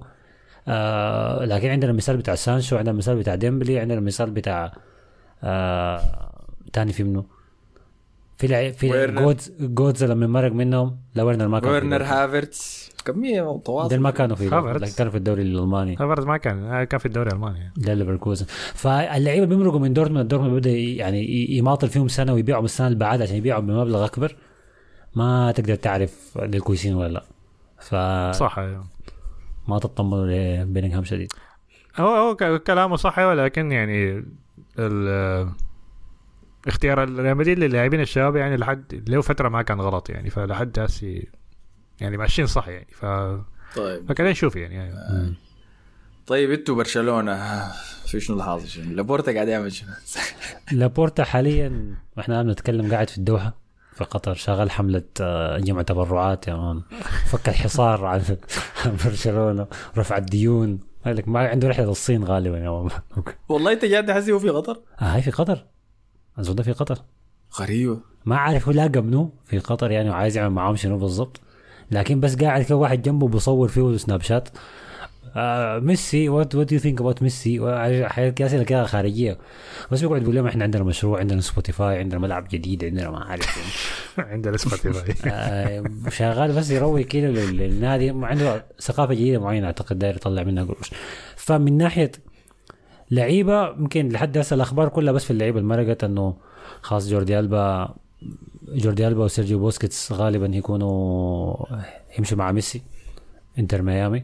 آه لكن عندنا المثال بتاع سانشو، عندنا المثال بتاع ديمبلي، عندنا المثال بتاع آه تاني في منه في لعيب في جودز جودز لما مرق منهم لورنر ما كان ورنر هافرتس كمية متواصلة ده ما كانوا في كانوا في الدوري الألماني. هافرتس ما كان كان في الدوري الألماني ده ليفركوزن. فاللعيبة بيمرقوا من دورتموند دورتموند بده يعني يماطل فيهم سنة ويبيعوا السنة اللي بعدها عشان يبيعوا بمبلغ أكبر، ما تقدر تعرف للكويسين ولا لا. ف صح ما تطمنوا لبيلينغهام شديد. هو هو كلامه صح ولكن يعني ال اختيار ريال مدريد للاعبين الشباب يعني لحد له فتره ما كان غلط يعني، فلحد هسي يعني ماشيين صح يعني. ف طيب فكده نشوف يعني, يعني. آه. طيب انتوا برشلونه في شنو الحاصل؟ شنو لابورتا قاعد يعمل شنو؟ لابورتا حاليا واحنا بنتكلم قاعد في الدوحه في قطر شغال حمله جمع تبرعات يا مان، فك الحصار على برشلونه، رفع الديون. قالك ما عنده رحله للصين غالبا يا مان. والله انت جاد حسي هو في قطر؟ اه هاي في قطر الزود في قطر. غريبة ما عارف هو لاقى منه في قطر يعني وعايز يعمل معهم شنو بالضبط، لكن بس قاعد كده واحد جنبه بيصور فيه سناب شات. آه ميسي وات وات يو ثينك اباوت ميسي حياة كاسية كده خارجية، بس بيقعد يقول لهم احنا عندنا مشروع، عندنا سبوتيفاي، عندنا ملعب جديد، عندنا ما عارف عندنا سبوتيفاي. آه شغال بس يروي كده للنادي، عنده ثقافة جديدة معينة اعتقد داير يطلع منها قروش. فمن ناحية لعيبة ممكن لحد هسه الأخبار كلها بس في اللعيبة المرقت أنه خاص جوردي ألبا جوردي ألبا وسيرجيو بوسكيتس غالبا يكونوا يمشوا مع ميسي انتر ميامي.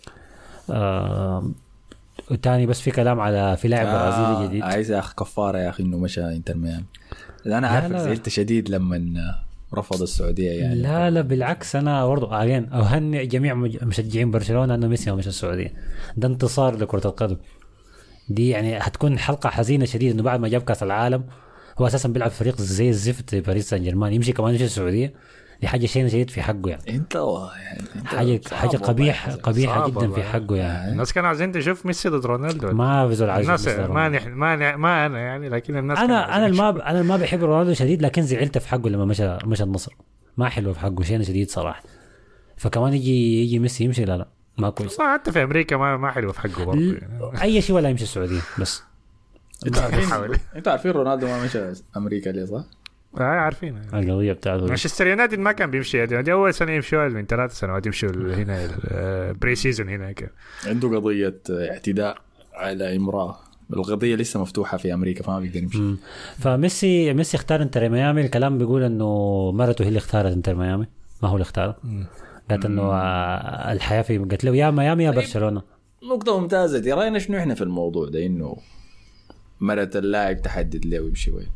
آه والتاني بس في كلام على في لاعب برازيلي آه جديد عايز أخ كفارة يا أخي إنه مشى انتر ميامي. أنا عارف زعلت شديد لما رفض السعودية يعني. لا لا بالعكس أنا برضو أغين أهنئ جميع مشجعين برشلونة أنه ميسي ومش السعودية. ده انتصار لكرة القدم دي يعني. هتكون حلقة حزينة شديد انه بعد ما جاب كاس العالم هو اساسا بيلعب فريق زي الزفت باريس سان جيرمان يمشي كمان يمشي السعودية. دي حاجة شيء شديد في حقه يعني. انت يعني انت حاجة حاجة قبيحة قبيحة جدا في حقه يعني. الناس كانوا عايزين تشوف ميسي ضد رونالدو. ما بزول عايز الناس ما نح... ما ن... ما انا يعني لكن الناس انا انا ما ب... انا ما بحب رونالدو شديد لكن زعلت في حقه لما مشى مشى النصر ما حلوه في حقه شيء شديد صراحه. فكمان يجي يجي ميسي يمشي لا لا ما كويس. صح حتى في امريكا ما ما حلوه في حقه برضه يعني. اي شيء ولا يمشي السعوديه بس. انتوا عارفين انتوا عارفين رونالدو ما مشى امريكا ليه صح؟ اه عارفين القضيه بتاعته مانشستر يونايتد ما كان بيمشي دي اول سنه يمشوا من ثلاث سنوات يمشوا هنا بري سيزون هناك. عنده قضيه اعتداء على امراه، القضيه لسه مفتوحه في امريكا فما بيقدر يمشي. فميسي ميسي اختار انتر ميامي. الكلام بيقول انه مرته هي اللي اختارت انتر ميامي ما هو اللي اختاره. قالت انه الحياه في قالت له يا ميامي يا برشلونه. نقطه ممتازه دي. راينا شنو احنا في الموضوع ده انه مرة اللاعب تحدد له ويمشي وين؟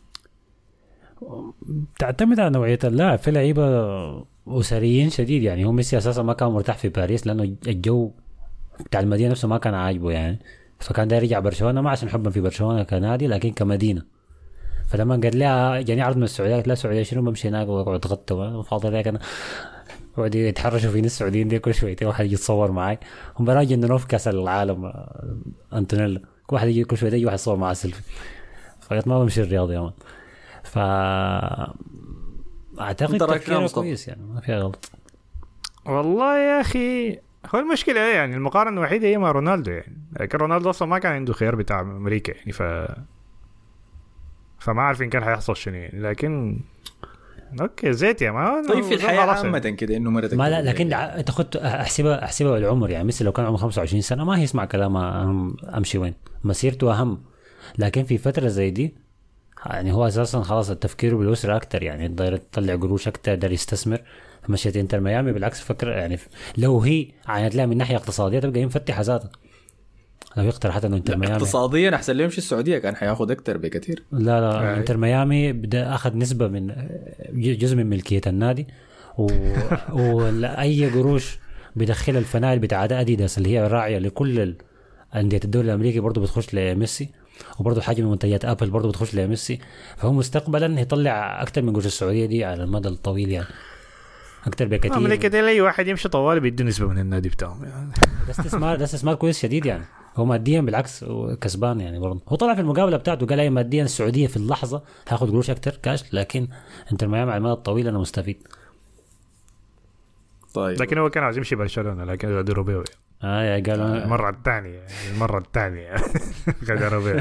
تعتمد على نوعيه اللاعب. في لعيبه اسريين شديد يعني. هو ميسي اساسا ما كان مرتاح في باريس لانه الجو بتاع المدينه نفسه ما كان عاجبه يعني. فكان داير يرجع برشلونه ما عشان حبا في برشلونه كنادي لكن كمدينه. فلما قال لها جاني عرض من السعوديه قالت لا السعوديه شنو بمشي هناك واقعد اتغطى فاضل لك انا وقعد يتحرشوا فيني السعوديين دي كل شويه واحد يجي يتصور معي. هم براجع انه في كاس العالم انتونيلا كل واحد يجي كل شويه يجي واحد يصور معه سيلفي. فقلت ما بمشي الرياضه يا مان. ف اعتقد تفكيره كويس يعني ما فيها غلط. والله يا اخي هو المشكله يعني المقارنه الوحيده هي مع رونالدو يعني. لكن رونالدو اصلا ما كان عنده خيار بتاع امريكا يعني. ف فما عارفين كان هيحصل شنو يعني. لكن اوكي زيت يا ما طيب في الحياه عامه كده انه مرتك ما لا لكن انت خدت احسبها احسبها العمر يعني. مثل لو كان عمره خمسة وعشرين سنه ما هيسمع كلام امشي وين مسيرته اهم. لكن في فتره زي دي يعني هو اساسا خلاص التفكير بالاسره اكتر يعني. داير يطلع قروش اكتر داير يستثمر. مشيت انتر ميامي بالعكس فكر يعني لو هي عينت لها من ناحيه اقتصاديه تبقى ينفتح ذاته. لو يقترح حتى انه انتر ميامي اقتصاديا احسن له يمشي السعوديه كان حياخد اكتر بكثير. لا لا آه. انتر ميامي بدا اخذ نسبه من جزء من ملكيه النادي و... واي قروش بدخل الفنادق بتاع اديداس اللي هي راعيه لكل انديه الدوري الامريكي برضه بتخش لميسي. وبرضه حاجه من منتجات ابل برضه بتخش لميسي. فهو مستقبلا يطلع اكتر من قروش السعوديه دي على المدى الطويل يعني اكتر بكثير. امريكا دي اي واحد يمشي طوال بيدي نسبه من النادي بتاعهم يعني. ده استثمار ده استثمار كويس شديد يعني. هو ماديا بالعكس كسبان يعني برضه. هو طلع في المقابله بتاعته قال اي ماديا السعوديه في اللحظه هاخد قروش اكتر كاش لكن انت الميامي على المدى الطويل انا مستفيد. طيب لكن هو كان عايز يمشي برشلونه لكن غادر روبيو اه يا قالوا المره الثانيه المره الثانيه غادر روبيو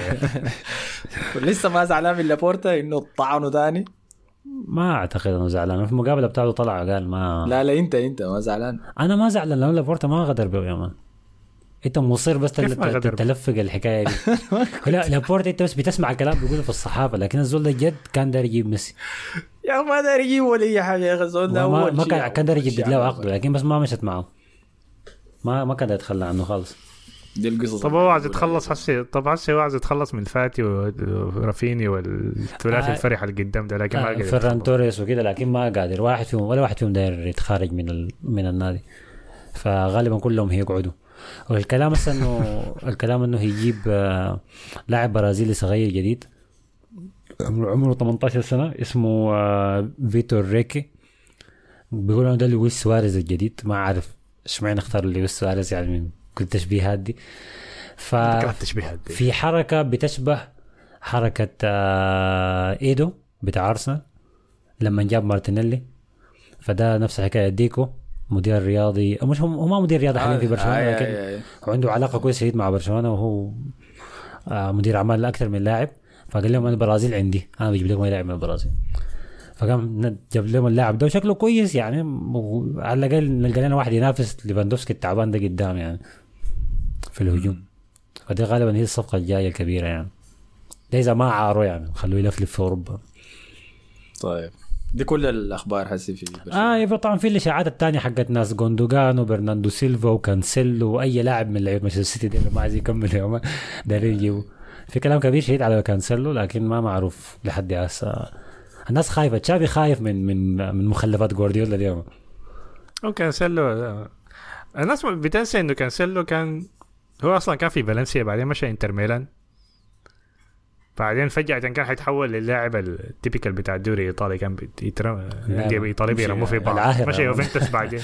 لسه ما زعلان من لابورتا انه طعنه ثاني. ما اعتقد انه زعلان. في المقابله بتاعته طلع قال ما لا لا انت انت ما زعلان. انا ما زعلان لانه لابورتا ما غدر بيه يا مان. انت مصير بس تلفق الحكايه دي. لا لابورتا انت بس بتسمع الكلام بيقوله في الصحافه لكن الزول ده جد كان داير يجيب ميسي يا ما داير يجيب ولا اي حاجه يا اخي. الزول ده ما, ما كان كان داير يجدد له عقده لكن بس ما مشت معه. ما ما كان يتخلى عنه خالص. دي القصه. طب هو عايز يتخلص حسي. طب حسي هو عايز يتخلص من فاتي ورافيني والثلاثي آه الفرح اللي قدام ده لكن آه ما قادر. فران توريس وكده لكن ما قادر. واحد فيهم ولا واحد فيهم داير يتخارج من ال... من النادي. فغالبا كلهم هيقعدوا. والكلام بس انه الكلام انه هيجيب آه لاعب برازيلي صغير جديد عمره ثمانية عشر سنه اسمه آه فيتور ريكي. بيقولوا انه ده لويس سواريز الجديد. ما عارف ايش معنى اختار لويس سواريز يعني من كل التشبيهات دي. ف في حركه بتشبه حركه آه ايدو بتاع ارسنال لما جاب مارتينيلي. فده نفس الحكايه. ديكو مدير رياضي مش هم هو ما مدير رياضي حاليا في برشلونه آه لكن آه آه آه. عنده علاقه كويسه شديد مع برشلونه وهو آه مدير اعمال اكثر من لاعب. فقال لهم انا البرازيل عندي انا بجيب لكم لاعب من البرازيل. فقام جاب لهم اللاعب ده وشكله كويس يعني. على الاقل نلقى لنا واحد ينافس ليفاندوفسكي التعبان ده قدام يعني في الهجوم. فدي غالبا هي الصفقه الجايه الكبيره يعني. ده اذا ما عاروا يعني خلوه يلفلف في اوروبا. طيب دي كل الاخبار حسي في برشلونه. اه طبعا في الاشاعات الثانيه حقت ناس غوندوغان وبرناندو سيلفا وكانسيلو واي لاعب من لعيبه مانشستر سيتي دي ما عايز يكمل يوم داري يجيبوا. في كلام كبير شديد على كانسيلو لكن ما معروف لحد هسه. الناس خايفه. تشافي خايف من من من مخلفات جوارديولا اليوم. او كانسيلو الناس بتنسى انه كانسيلو كان هو اصلا كان في فالنسيا بعدين مشى انتر ميلان بعدين فجأة كان حيتحول للاعب التيبيكال بتاع الدوري الإيطالي. كان بيترمى نادي إيطالي بيرموه في بعض. مشى يوفنتوس بعدين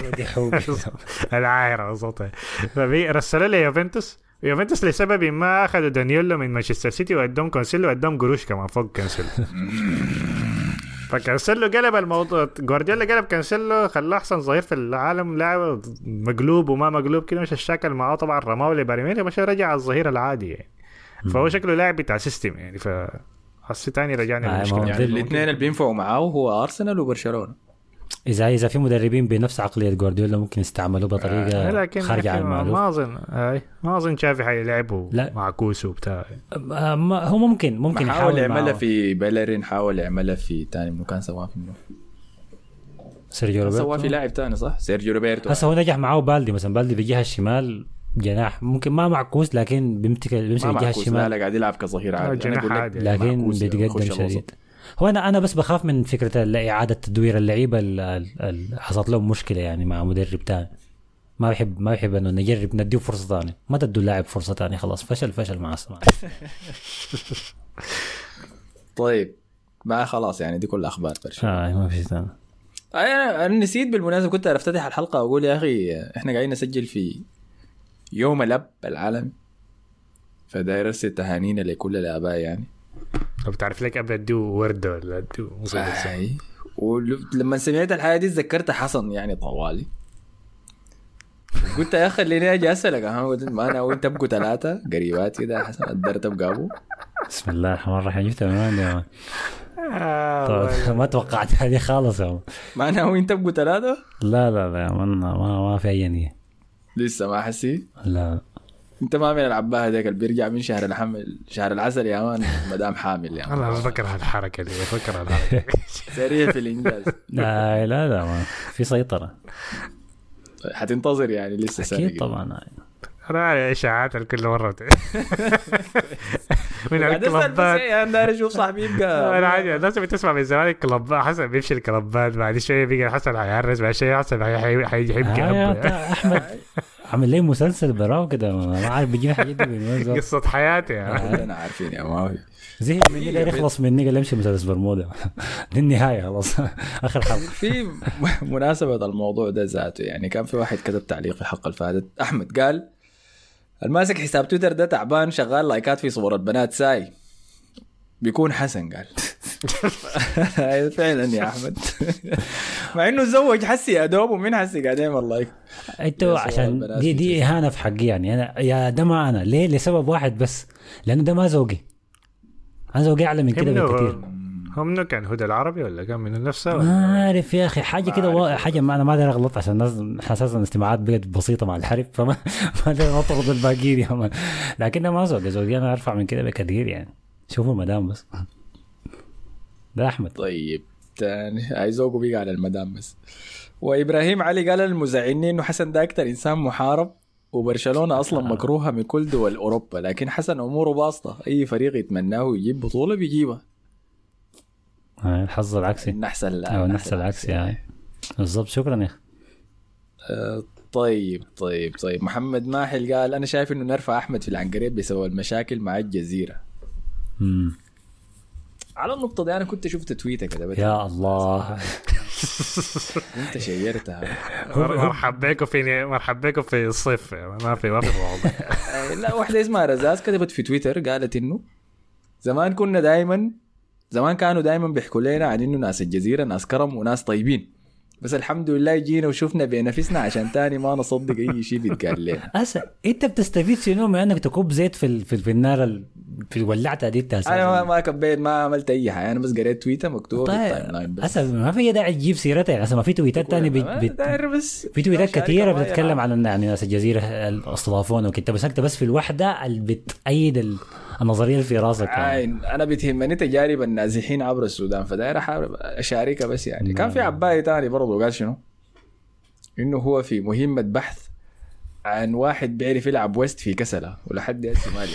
العاهرة وصوتها. فرسلوا لي يوفنتوس. يوفنتوس لسبب ما أخذوا دانييلو من مانشستر سيتي وقدم كانسيلو وقدم قروش كمان فوق كانسيلو. فكانسلو قلب الموضوع، جوارديولا قلب كانسلو خلاه احسن ظهير في العالم، لاعب مقلوب وما مقلوب كده مش الشكل معاه طبعا، رماه لباريمير مش رجع الظهير العادي يعني. فهو شكله لاعب بتاع سيستم يعني، ف حسيت تاني رجعني آه، المشكله يعني الاثنين اللي بينفعوا معاه هو ارسنال وبرشلونه. اذا اذا في مدربين بنفس عقليه جوارديولا ممكن يستعملوه بطريقه لكن خارجه عن المألوف. ما اظن اي ما اظن شافي حيلعبوا مع كوسو بتاع. آه، ما- هو ممكن ممكن حاول يحاول يعملها معه. في بيلرين، حاول يعملها في تاني منو كان سواه في منو سيرجيو سواه في روبرتو لاعب تاني صح، سيرجيو روبرتو. هسه هو نجح معاه بالدي مثلا، بالدي بالجهه الشمال جناح ممكن ما معكوس لكن بيمسك بيمسك ما الجهه معكوس، لا الشمال، لا قاعد يلعب كظهير عادي. جناح أنا أقول لك عادي. لكن معكوس بيتقدم يخش الوسط. شديد. هو انا انا بس بخاف من فكره ال- اعاده تدوير اللعيبه اللي حصلت لهم مشكله يعني مع مدرب تاني. ما بحب ما بحب انه نجرب نديه فرصه ثانيه، ما تدوا اللاعب فرصه ثانيه، خلاص فشل فشل مع السلامه. طيب ما خلاص يعني دي كل اخبار برشلونه. اه ما في ثاني. انا انا نسيت بالمناسبه، كنت افتتح الحلقه واقول يا اخي احنا قاعدين نسجل في يوم الاب العالمي، فداير ارسل تهانينا لكل الاباء يعني. طب تعرف لك ابدا اديه ورده ولا اديه مسدس؟ اي ولما سمعت الحاجه دي تذكرت حسن يعني طوالي، قلت يا اخي خليني اجي اسالك ما انا وانت تبقوا ثلاثه قريبات كده حسن قدرت ابقى ابو. بسم الله الرحمن الرحيم. جبتها من وين يا مان؟ آه طيب ما توقعت هذه خالص يا مان. ما انا وانت تبقوا ثلاثه. لا لا لا ما ما, ما في اي نيه لسه ما حسي. لا انت ما من العباه هذاك اللي بيرجع من شهر الحمل شهر العسل يا مان مدام حامل يا مان. انا بفكر هالحركه دي بفكر هالحركه سريع في الانجاز. لا لا لا ما في سيطره حتنتظر يعني لسه سنه اكيد طبعا. انا اشاعات الكل مره من قاعد اسال بس الكلوبات. يعني داير اشوف صاحبي يبقى انا عادي الناس بتسمع من زمان الكلوبات، حسن بيمشي الكلوبات بعد شويه بيجي حسن حيعرس بعد شويه حسن حيجي يبكي آه اب احمد عامل لي مسلسل براو كده ما عارف بيجيب حاجات دي من وين. قصه حياتي يعني. انا عارفين يا ماوي زهق مني قال يخلص مني قال امشي مسلسل برمودا للنهايه خلاص اخر حلقه. في مناسبة الموضوع ده ذاته يعني كان في واحد كتب تعليق في الحلقة الفاتت، أحمد قال الماسك حساب تويتر ده تعبان شغال لايكات في صور البنات ساي بيكون حسن. قال فعلا يا أحمد مع إنه زوج حسي يا دوب ومين حسي قاعد يعمل لايك. انتوا عشان دي دي اهانه في حقي يعني انا يا ده ما انا ليه لسبب واحد بس، لانه ده ما ذوقي، انا ذوقي اعلى من كده بكثير. هم منو كان هدى العربي ولا كان من نفسه؟ ما عارف يا اخي حاجه كده و... حاجه ما انا ما ادري اغلط عشان الناس حساسا الاستماعات بقت بسيطه مع الحرف فما ما ادري اطرد الباقيين يا مان، لكن ما ذوقي ذوقي انا ارفع من كده بكثير يعني. شوفوا المدام بس ده احمد. طيب تاني عايزوكوا بيجي على المدام بس. وابراهيم علي قال المزعلين انه حسن ده اكتر انسان محارب وبرشلونه اصلا مكروهه من كل دول اوروبا، لكن حسن اموره باسطه، اي فريق يتمناه يجيب بطوله بيجيبها. الحظ العكسي النحس او النحس العكسي يعني بالضبط. شكرا يا اخي. أه طيب طيب طيب محمد ماحل قال انا شايف انه نرفع احمد في العنقريب بسبب المشاكل مع الجزيره. امم على النقطه دي انا كنت شفت تويته كده يا الله انت شيرتها. مرحبا بكم في مرحبا بكم في الصيف ما في ما في موضوع. لا واحده اسمها رزاز كتبت في تويتر قالت انه زمان كنا دائما زمان كانوا دائما بيحكوا لنا عن انه ناس الجزيره ناس كرم وناس طيبين، بس الحمد لله جينا وشفنا بنفسنا عشان تاني ما نصدق اي شيء بيتقال لنا. أسا انت بتستفيد شنو من انك تكب زيت في ال... في, في النار ال... في ولعتها دي التاسع. انا ما ما كبيت ما عملت اي حاجه، انا بس قريت تويته مكتوبه طيب. في التايم لاين بس. أسا ما في داعي تجيب سيرتها يعني. ما في تويتات تاني بت... بت... بس في تويتات كثيره بتتكلم عن يعني ناس الجزيره استضافونا وكنت بس انت بس في الوحده اللي بتأيد ال... النظريه اللي في راسك يعني. انا بتهمني تجارب النازحين عبر السودان فداير احاول اشاركها بس يعني. كان في عباية تاني برضو قال شنو انه هو في مهمه بحث عن واحد بيعرف يلعب ويست في كسلة ولحد هسه مالي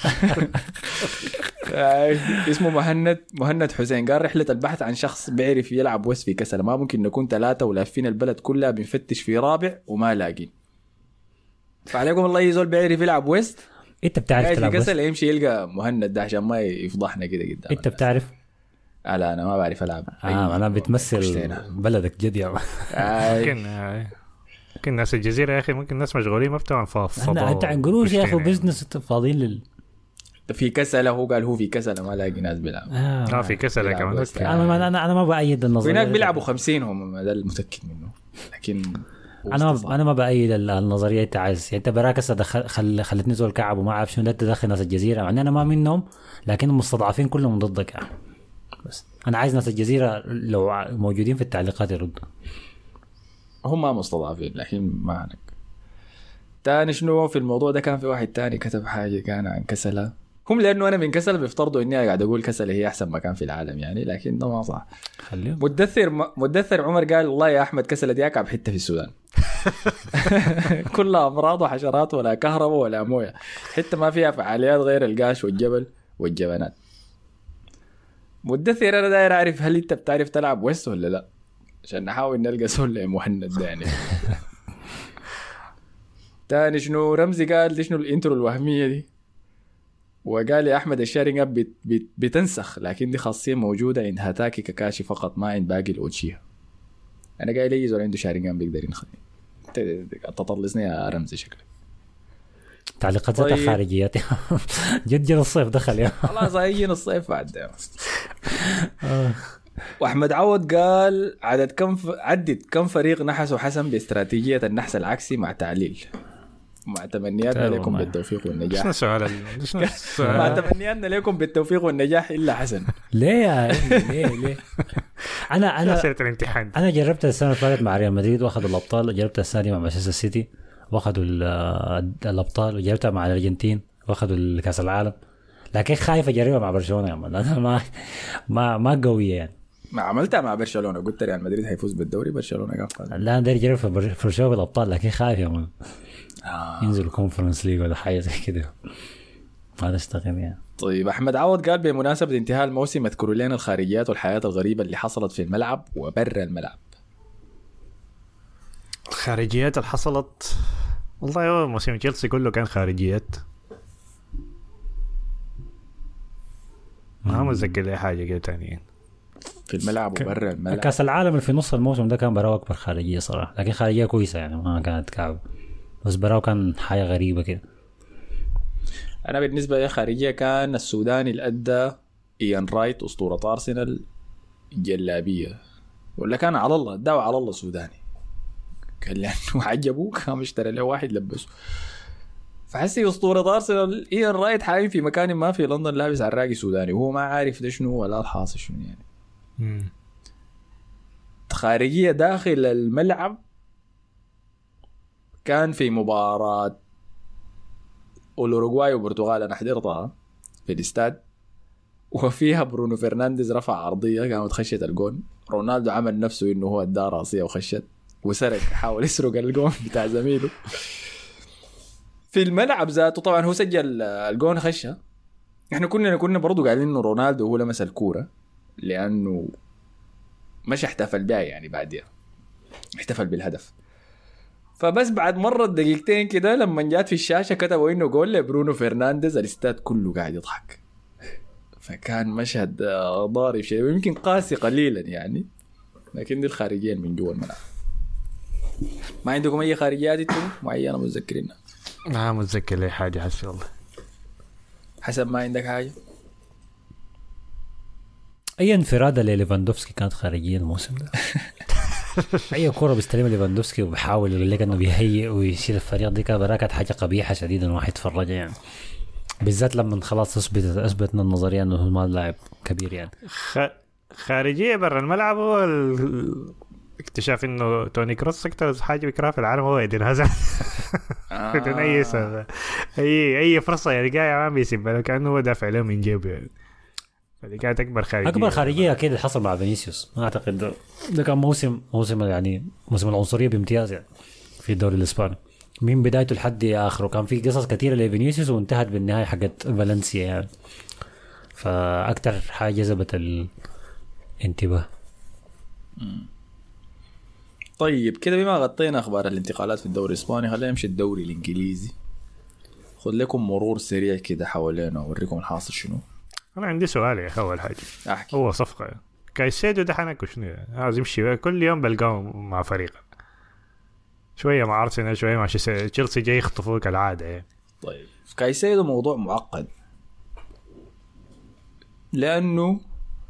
اسمه مهند مهند حسين. قال رحله البحث عن شخص بيعرف يلعب ويست في كسلة، ما ممكن نكون ثلاثه ولافين البلد كلها بنفتش في رابع وما لاقين. فعليكم الله يزول بيعرف يلعب ويست انت بتعرف تلعب ويست يمشي يلقى مهند ده عشان ما يفضحنا كده قدام. انت بتعرف؟ لا انا ما بعرف العب. اه انا بتمثل بلدك جد يا ممكن ممكن ناس الجزيره يا اخي ممكن ناس مشغولين ما بتوعن فاضيين. انت عن قروش يا اخي وبزنس فاضيين لل في كسله، هو قال هو في كسله ما لاقي ناس بيلعب. آه. اه في كسله كمان. انا انا انا ما بايد النظريه. في ناس بيلعبوا خمسين هم، ده المتاكد منه. لكن انا ما انا ما بايد النظريه. انت عايز انت براك هسه دخل خل... خلتني زول كعب وما اعرف شنو، لا تدخل ناس الجزيره يعني انا ما منهم، لكن المستضعفين كلهم ضدك يعني. بس انا عايز ناس الجزيره لو موجودين في التعليقات يردوا. هم ما مستضعفين لكن ما عنك. تاني شنو في الموضوع ده؟ كان في واحد تاني كتب حاجه كان عن كسله هم، لانه انا من كسله بيفترضوا اني قاعد اقول كسله هي احسن مكان في العالم يعني، لكن ده ما صح. خليهم. مدثر مدثر عمر قال والله يا احمد كسله دي اكعب حته في السودان. كلها امراض وحشرات ولا كهرباء ولا مويه، حته ما فيها فعاليات غير القاش والجبل والجبنات. مدثر انا داير اعرف هل انت بتعرف تلعب ويس ولا لا، عشان نحاول نلقى سله مهند ده يعني. تاني شنو رمزي قال دي شنو الانترو الوهميه دي، وقال يا احمد الشيرنج اب بت بت بتنسخ، لكن دي خاصيه موجوده عند هاتاكي كاكاشي فقط، ما عند باقي الاوتشيها. انا قايل يجي زول عنده شيرنج اب بيقدر ينخلي. تطلسني يا رمزي شكلك. تعليقات ذات طيب. خارجيات. جد جد الصيف دخل يا خلاص هيجينا الصيف بعد. واحمد عوض قال عدد كم ف... عدد كم فريق نحسوا حسن باستراتيجيه النحس العكسي مع تعليل. مع تمنياتنا لكم بالتوفيق والنجاح. شنو السؤال؟ شنو مع تمنياتنا لكم بالتوفيق والنجاح الا حسن. ليه يا ليه ليه انا انا سيره الامتحان. انا جربت السنه اللي فاتت مع ريال مدريد واخذوا الابطال، وجربت السنه دي مع مانشستر سيتي واخذوا الابطال، وجربتها مع الارجنتين واخذوا الكاس العالم، لكن خايف اجربها مع برشلونه يا مان. انا ما ما ما قويه يعني. ما عملتها مع برشلونه، قلت ريال مدريد هيفوز بالدوري، برشلونه قال لا انا داير اجرب في برشلونه بالابطال، لكن خايف يا مان. آه. ينزلوا كونفرنس ليج ولا حاجه زي كده، ما اشتغل يعني. طيب احمد عوض قال بمناسبه انتهاء الموسم اذكروا لنا الخارجيات والحياه الغريبه اللي حصلت في الملعب وبرا الملعب. الخارجيات اللي حصلت والله هو موسم تشيلسي كله كان خارجيات، ما متذكر لي حاجه كده تانية في الملعب وبرا الملعب. كاس العالم اللي في نص الموسم ده كان براو اكبر خارجيه صراحه، لكن خارجيه كويسه يعني ما كانت كعب، بس براو كان حاجه غريبه كده. انا بالنسبه لي خارجيه كان السوداني اللي ادى ايان رايت اسطوره ارسنال جلابيه، ولا كان على الله اداه على الله سوداني، كان لانه عجبوه كان اشترى له واحد لبسه. فحسي اسطوره ارسنال ايان رايت حايم في مكان ما في لندن لابس عراقي سوداني وهو ما عارف ده شنو ولا الحاصل شنو يعني. مم. خارجيه داخل الملعب كان في مباراه الأوروغواي وبرتغال أنا حضرتها في الاستاد، وفيها برونو فرنانديز رفع عرضية قامت خشت الجون، رونالدو عمل نفسه إنه هو ادى راسية وخشت وسرق، حاول يسرق الجون بتاع زميله في الملعب ذاته. طبعا هو سجل الجون خشة، احنا كنا كنا برضو قاعدين إنه رونالدو هو لمس الكورة لأنه مش احتفل بها يعني، بعدين احتفل بالهدف. فبس بعد مرة دقيقتين كده لما جات في الشاشة كتبوا إنه جول لبرونو فرنانديز، الاستاد كله قاعد يضحك. فكان مشهد ضارب شيء، ويمكن قاسي قليلا يعني، لكن دي الخارجية من جوا الملعب. ما عندكم أي خارجيات انتم معينة متذكرينها؟ ما متذكر لي حاجة حسي والله. حسب ما عندك حاجة. اي انفرادة لليفاندوفسكي كانت خارجية الموسم ده. اي كرة بيستلمها ليفاندوفسكي وبيحاول يقول لك انه بيهيئ ويشيل الفريق دي، كانت حاجة قبيحة شديدا الواحد يتفرج يعني، بالذات لما خلاص اثبت اثبتنا النظرية انه هو ما لاعب كبير يعني. خ... خارجية برا الملعب هو ال... اكتشاف انه توني كروس اكتر حاجة بيكرهها في العالم هو ايدين هازارد. بدون اي سبب، اي اي فرصة يعني قاعد ما بيسيبها، كأنه هو دافع له من جيبه يعني. فدي كانت اكبر خارجية. اكبر خارجية اكيد اللي حصل مع فينيسيوس، ما اعتقد ده, ده كان موسم موسم يعني موسم العنصرية بامتياز يعني في الدوري الاسباني من بدايته لحد اخره. كان في قصص كثيرة لفينيسيوس وانتهت بالنهاية حقت فالنسيا يعني، فاكتر حاجة جذبت الانتباه. طيب كده بما غطينا اخبار الانتقالات في الدوري الاسباني، خلينا نمشي الدوري الانجليزي. خذ لكم مرور سريع كده حوالينا اوريكم الحاصل شنو. انا عندي سؤال يا اخي. اول حاجه احكي. هو صفقه كايسيدو ده حنك شنو عاوز يمشي كل يوم بلقاه مع فريق، شويه مع ارسنال شويه مع تشيلسي، جاي يخطفوه كالعاده يعني. طيب كايسيدو موضوع معقد لانه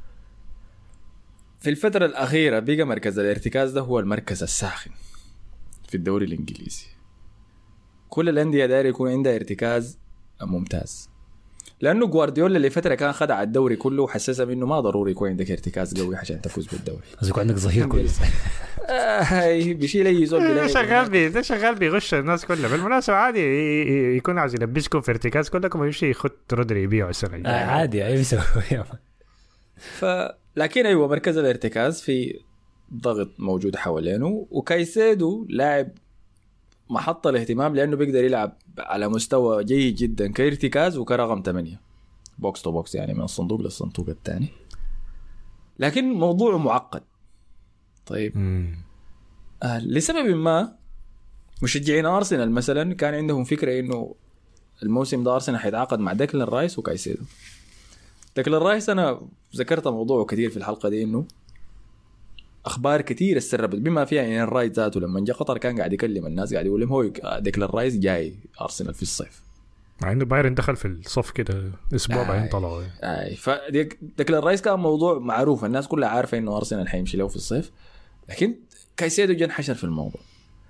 في الفتره الاخيره بقى مركز الارتكاز ده هو المركز الساخن في الدوري الانجليزي. كل الانديه داير يكون عندها ارتكاز ممتاز، لانه جوارديولا اللي فتره كان خدع الدوري كله وحسسها انه ما ضروري يكون عندك ارتكاز قوي عشان تفوز بالدوري. بس يكون عندك ظهير كويس. هاي بيشيل اي زول ده شغال بي ده شغال بيغش الناس كلها. بالمناسبه عادي يكون عايز يلبسكم في ارتكاز كلكم ويمشي يخد رودري يبيعه السنه الجايه. آه عادي اي بيسوي. ف لكن ايوه مركز الارتكاز في ضغط موجود حوالينه، وكايسيدو لاعب محط الاهتمام لانه بيقدر يلعب على مستوى جيد جدا كارتكاز وكرقم ثمانية بوكس تو بوكس، يعني من الصندوق للصندوق الثاني، لكن موضوعه معقد. طيب آه لسبب ما مشجعين ارسنال مثلا كان عندهم فكره انه الموسم ده ارسنال حيتعاقد مع ديكلان رايس وكايسيدو. ديكلان رايس انا ذكرت موضوعه كثير في الحلقه دي، انه اخبار كثير استربت بما فيها ان الرايت ذاته لما جاء قطر كان قاعد يكلم الناس قاعد يقول لهم هو ديكلان رايس جاي ارسنال في الصيف، مع انه بايرن دخل في الصف كده اسبوع بعدين طلعوا. اي فديكلان رايس كان موضوع معروف، الناس كلها عارفه انه ارسنال حيمشي له في الصيف، لكن كايسيدو جن حشر في الموضوع.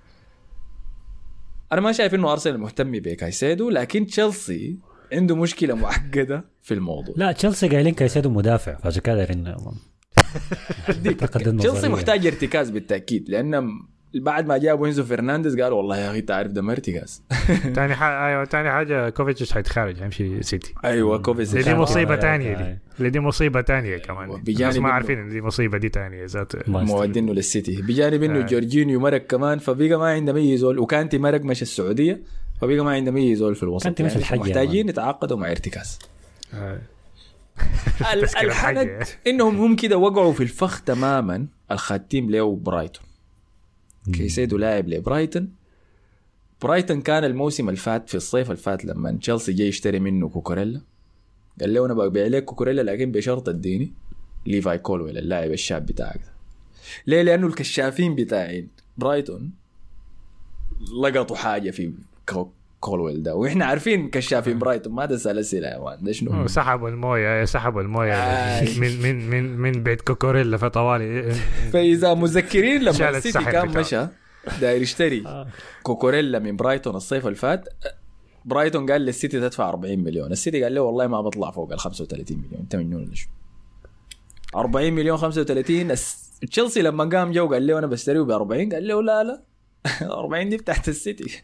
انا ما شايف انه ارسنال مهتم بكايسيدو، لكن تشيلسي عنده مشكله معقده في الموضوع. لا تشيلسي قايلين كايسيدو مدافع فعشان كده انه تشيلسي محتاج ارتكاز بالتاكيد، لان بعد ما جابوا انزو فرنانديز قالوا والله يا اخي تعرف ده ارتكاز. ثاني حاجه ايوه ثاني حاجه كوفيتش حيتخارج هيمشي سيتي. ايوه كوفيتش دي مصيبه ثانيه، دي دي مصيبه ثانيه كمان، بس ما عارفين ان دي مصيبه دي ثانيه ذات مودينه للسيتي. بجانب انه جورجينيو مرق كمان، فبقى ما عنده اي زول، وكانتي مرق مش السعوديه، فبقى ما عنده اي زول في الوسط، يعني محتاجين يتعاقدوا مع ارتكاز. الحنك انهم هم كده وقعوا في الفخ تماما الخاتيم له برايتون. كايسيدو لاعب لبرايتون. برايتون كان الموسم الفات في الصيف الفات لما تشيلسي جاي يشتري منه كوكوريلا قال له انا ببيع لك كوكوريلا لكن بشرط اديني ليفاي كولويل اللاعب الشاب بتاعك. ليه؟ لانه الكشافين بتاعين برايتون لقطوا حاجه في كولويل ده، واحنا عارفين كشافين برايتون ما تسال اسئله يا مان ده شنو. سحبوا المويه سحبوا المويه آه. من من من من بيت كوكوريلا فطوالي. فاذا مذكرين لما السيتي كان مشى داير يشتري كوكوريلا من برايتون الصيف الفات، برايتون قال للسيتي تدفع أربعين مليون، السيتي قال له والله ما بطلع فوق ال خمسة وثلاثين مليون. انت مجنون ولا شو؟ أربعين مليون خمسة وثلاثين. تشيلسي لما قام جو قال له انا بشتريه ب أربعين، قال له لا لا أربعين دي بتاعت السيتي.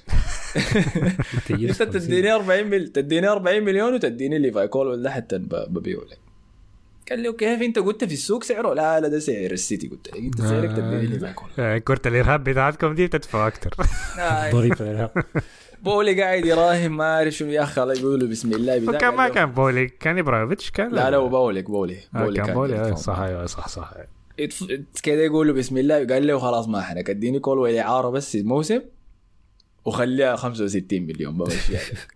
انت تديني أربعين مل... تديني أربعين مليون وتديني ليفاي كولويل ده حتى ببيعه لك. قال لي كيف انت قلت في السوق سعره؟ لا لا ده سعر السيتي. قلت لك انت سعرك تديني ليفاي كولويل. كرة الارهاب بتاعتكم دي تدفع اكتر. ضريبه الارهاب. بولي قاعد يراهن ما اعرف شنو يا اخي، الله يقولوا بسم الله بتاع. كان ما كان بولي، كان ابراهيموفيتش كان. لا لا بولي بولي بولي كان بولي صح ايوه صح صح كده يقولوا بسم الله. قال له خلاص ما احنا اديني كولويل اعاره بس موسم وخليها خمسة وستين مليون بمشي عليك.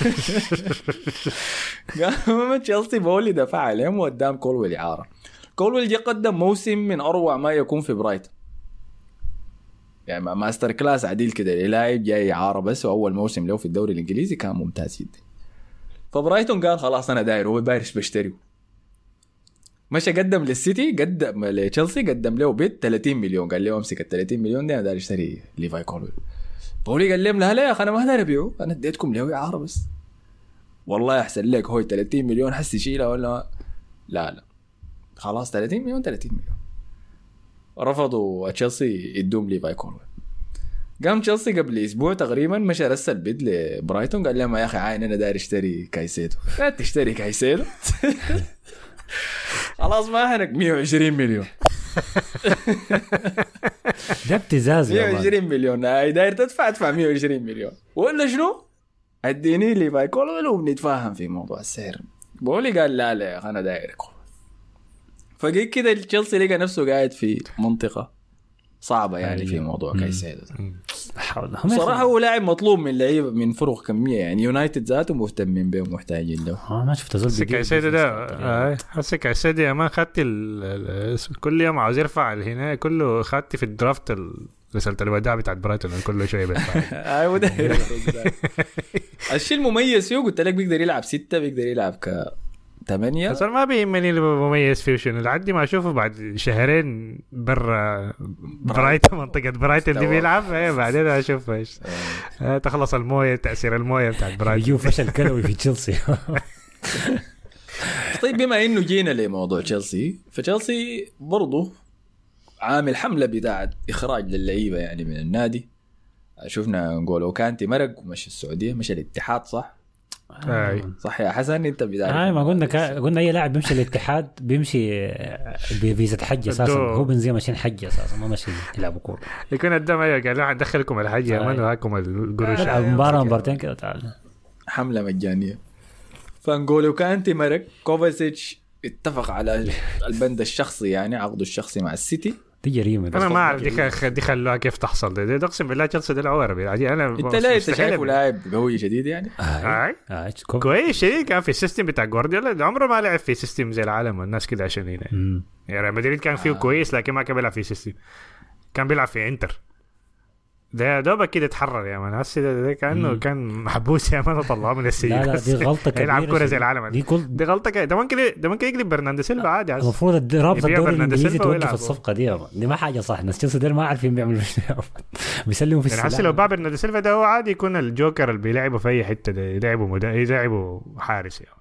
قام تشيلسي بولي دفع عليهم وقدام كولويل اعاره. كولويل جا قدم موسم من اروع ما يكون في برايتون، يعني ماستر كلاس عديل كده للاعب جاي اعاره بس، واول موسم له في الدوري الانجليزي كان ممتاز جدا. فبرايتون قال خلاص انا داير، هو بايرش بشتريه. مشى قدم للسيتي، قدم لتشيلسي قدم له بيت ثلاثين مليون، قال له امسك ال ثلاثين مليون دي انا داير اشتري ليفاي كولويل. بولي قال لهم لا لا يا اخي انا ما داير ابيعه، انا اديتكم له اعاره بس، والله احسن لك هو ثلاثين مليون حس يشيلها ولا لا لا خلاص ثلاثين مليون ثلاثين مليون. رفضوا تشيلسي يدوم ليفاي كولويل. قام تشيلسي قبل اسبوع تقريبا مشى رسل بيد لبرايتون قال لهم يا اخي عاين انا داير اشتري كايسيدو. لا تشتري كايسيدو خلاص ما هنك مية وعشرين مليون. ده ابتزاز مية وعشرين مليون هاي داير تدفع ادفع مية وعشرين مليون ولا شنو؟ اديني لي باي كولويل وبنتفاهم في موضوع السعر. بولي قال لا لا انا داير كولويل. فجيت كده تشيلسي لقى نفسه قاعد في منطقه صعبه يعني في موضوع كايسيدو. صراحه هو لاعب مطلوب من لعيبه من فرق كميه، يعني يونايتد ذاته مهتمين به ومحتاجين له. اه ما شفت زول كايسيدو ده اه حسي كايسيدو ما خدت كل يوم عاوز يرفع هنا كله خدت في الدرافت رسالة الوداع بتاعت برايتون كله شويه بس. ايوه ده الشيء المميز فيه، قلت لك بيقدر يلعب ستة، بيقدر يلعب ك ثمانية. بس ما بيهمني المميز فيه شنو لحد ما اشوفه بعد شهرين برا برايت منطقه برايت اللي بيلعب بعدين اشوف ايش تخلص المويه تاثير المويه بتاعت برايت يجوا فشل كلوي في تشيلسي. طيب بما انه جينا لموضوع تشيلسي فتشيلسي برضو عامل حمله بتاعت اخراج للعيبه يعني من النادي. شفنا نقولوا كانتي مرق ومشي السعوديه مشي الاتحاد صح؟ اي صح يا حسن انت بتعرف. آه ما قلنا كا... قلنا اي لاعب بيمشي الاتحاد بيمشي بفيزا حج اساسا. هو بنزيما ماشيين حج اساسا ما ماشي يلعبوا كوره. يكون الدم ايوه قال له ندخلكم الحج يا مان وهاكم القروش مباراه مبارتين كده تعال حمله مجانيه. فنقولوا كانتي مرق كوفاسيتش اتفق على البند الشخصي يعني عقده الشخصي مع السيتي. دي جريمه. انا ما اعرف دي خ... دي خلوها كيف تحصل دي, دي اقسم بالله تشيلسي ده العوار يعني انا انت لا انت شايفه لاعب قوي شديد يعني آه. آه. كويس شديد كان في السيستم بتاع جوارديولا عمره ما لعب في سيستم زي العالم والناس كده عشان هنا يعني, يعني مدريد كان فيه آه. كويس لكن ما كان بيلعب في سيستم كان بيلعب في انتر ده دوبك كده اتحرر يا مان هسه ده, ده كانه مم. كان محبوس يا مان طلعه من السجن. لا لا دي غلطه كبيره يلعب كره زي العالم دي, كل... دي غلطه ك... ده ممكن ده ممكن يقلب برناردو سيلفا عادي. المفروض رابطه الدوري الانجليزي توقف الصفقه دي دي ما حاجه صح. ناس تشيلسي دول ما عارفين بيعملوا شنو بيسلموا في السلاح. يعني لو باع برناردو سيلفا ده هو عادي يكون الجوكر اللي بيلعبوا في اي حته ده يلعبوا مدا... يلعبوا حارس يعني.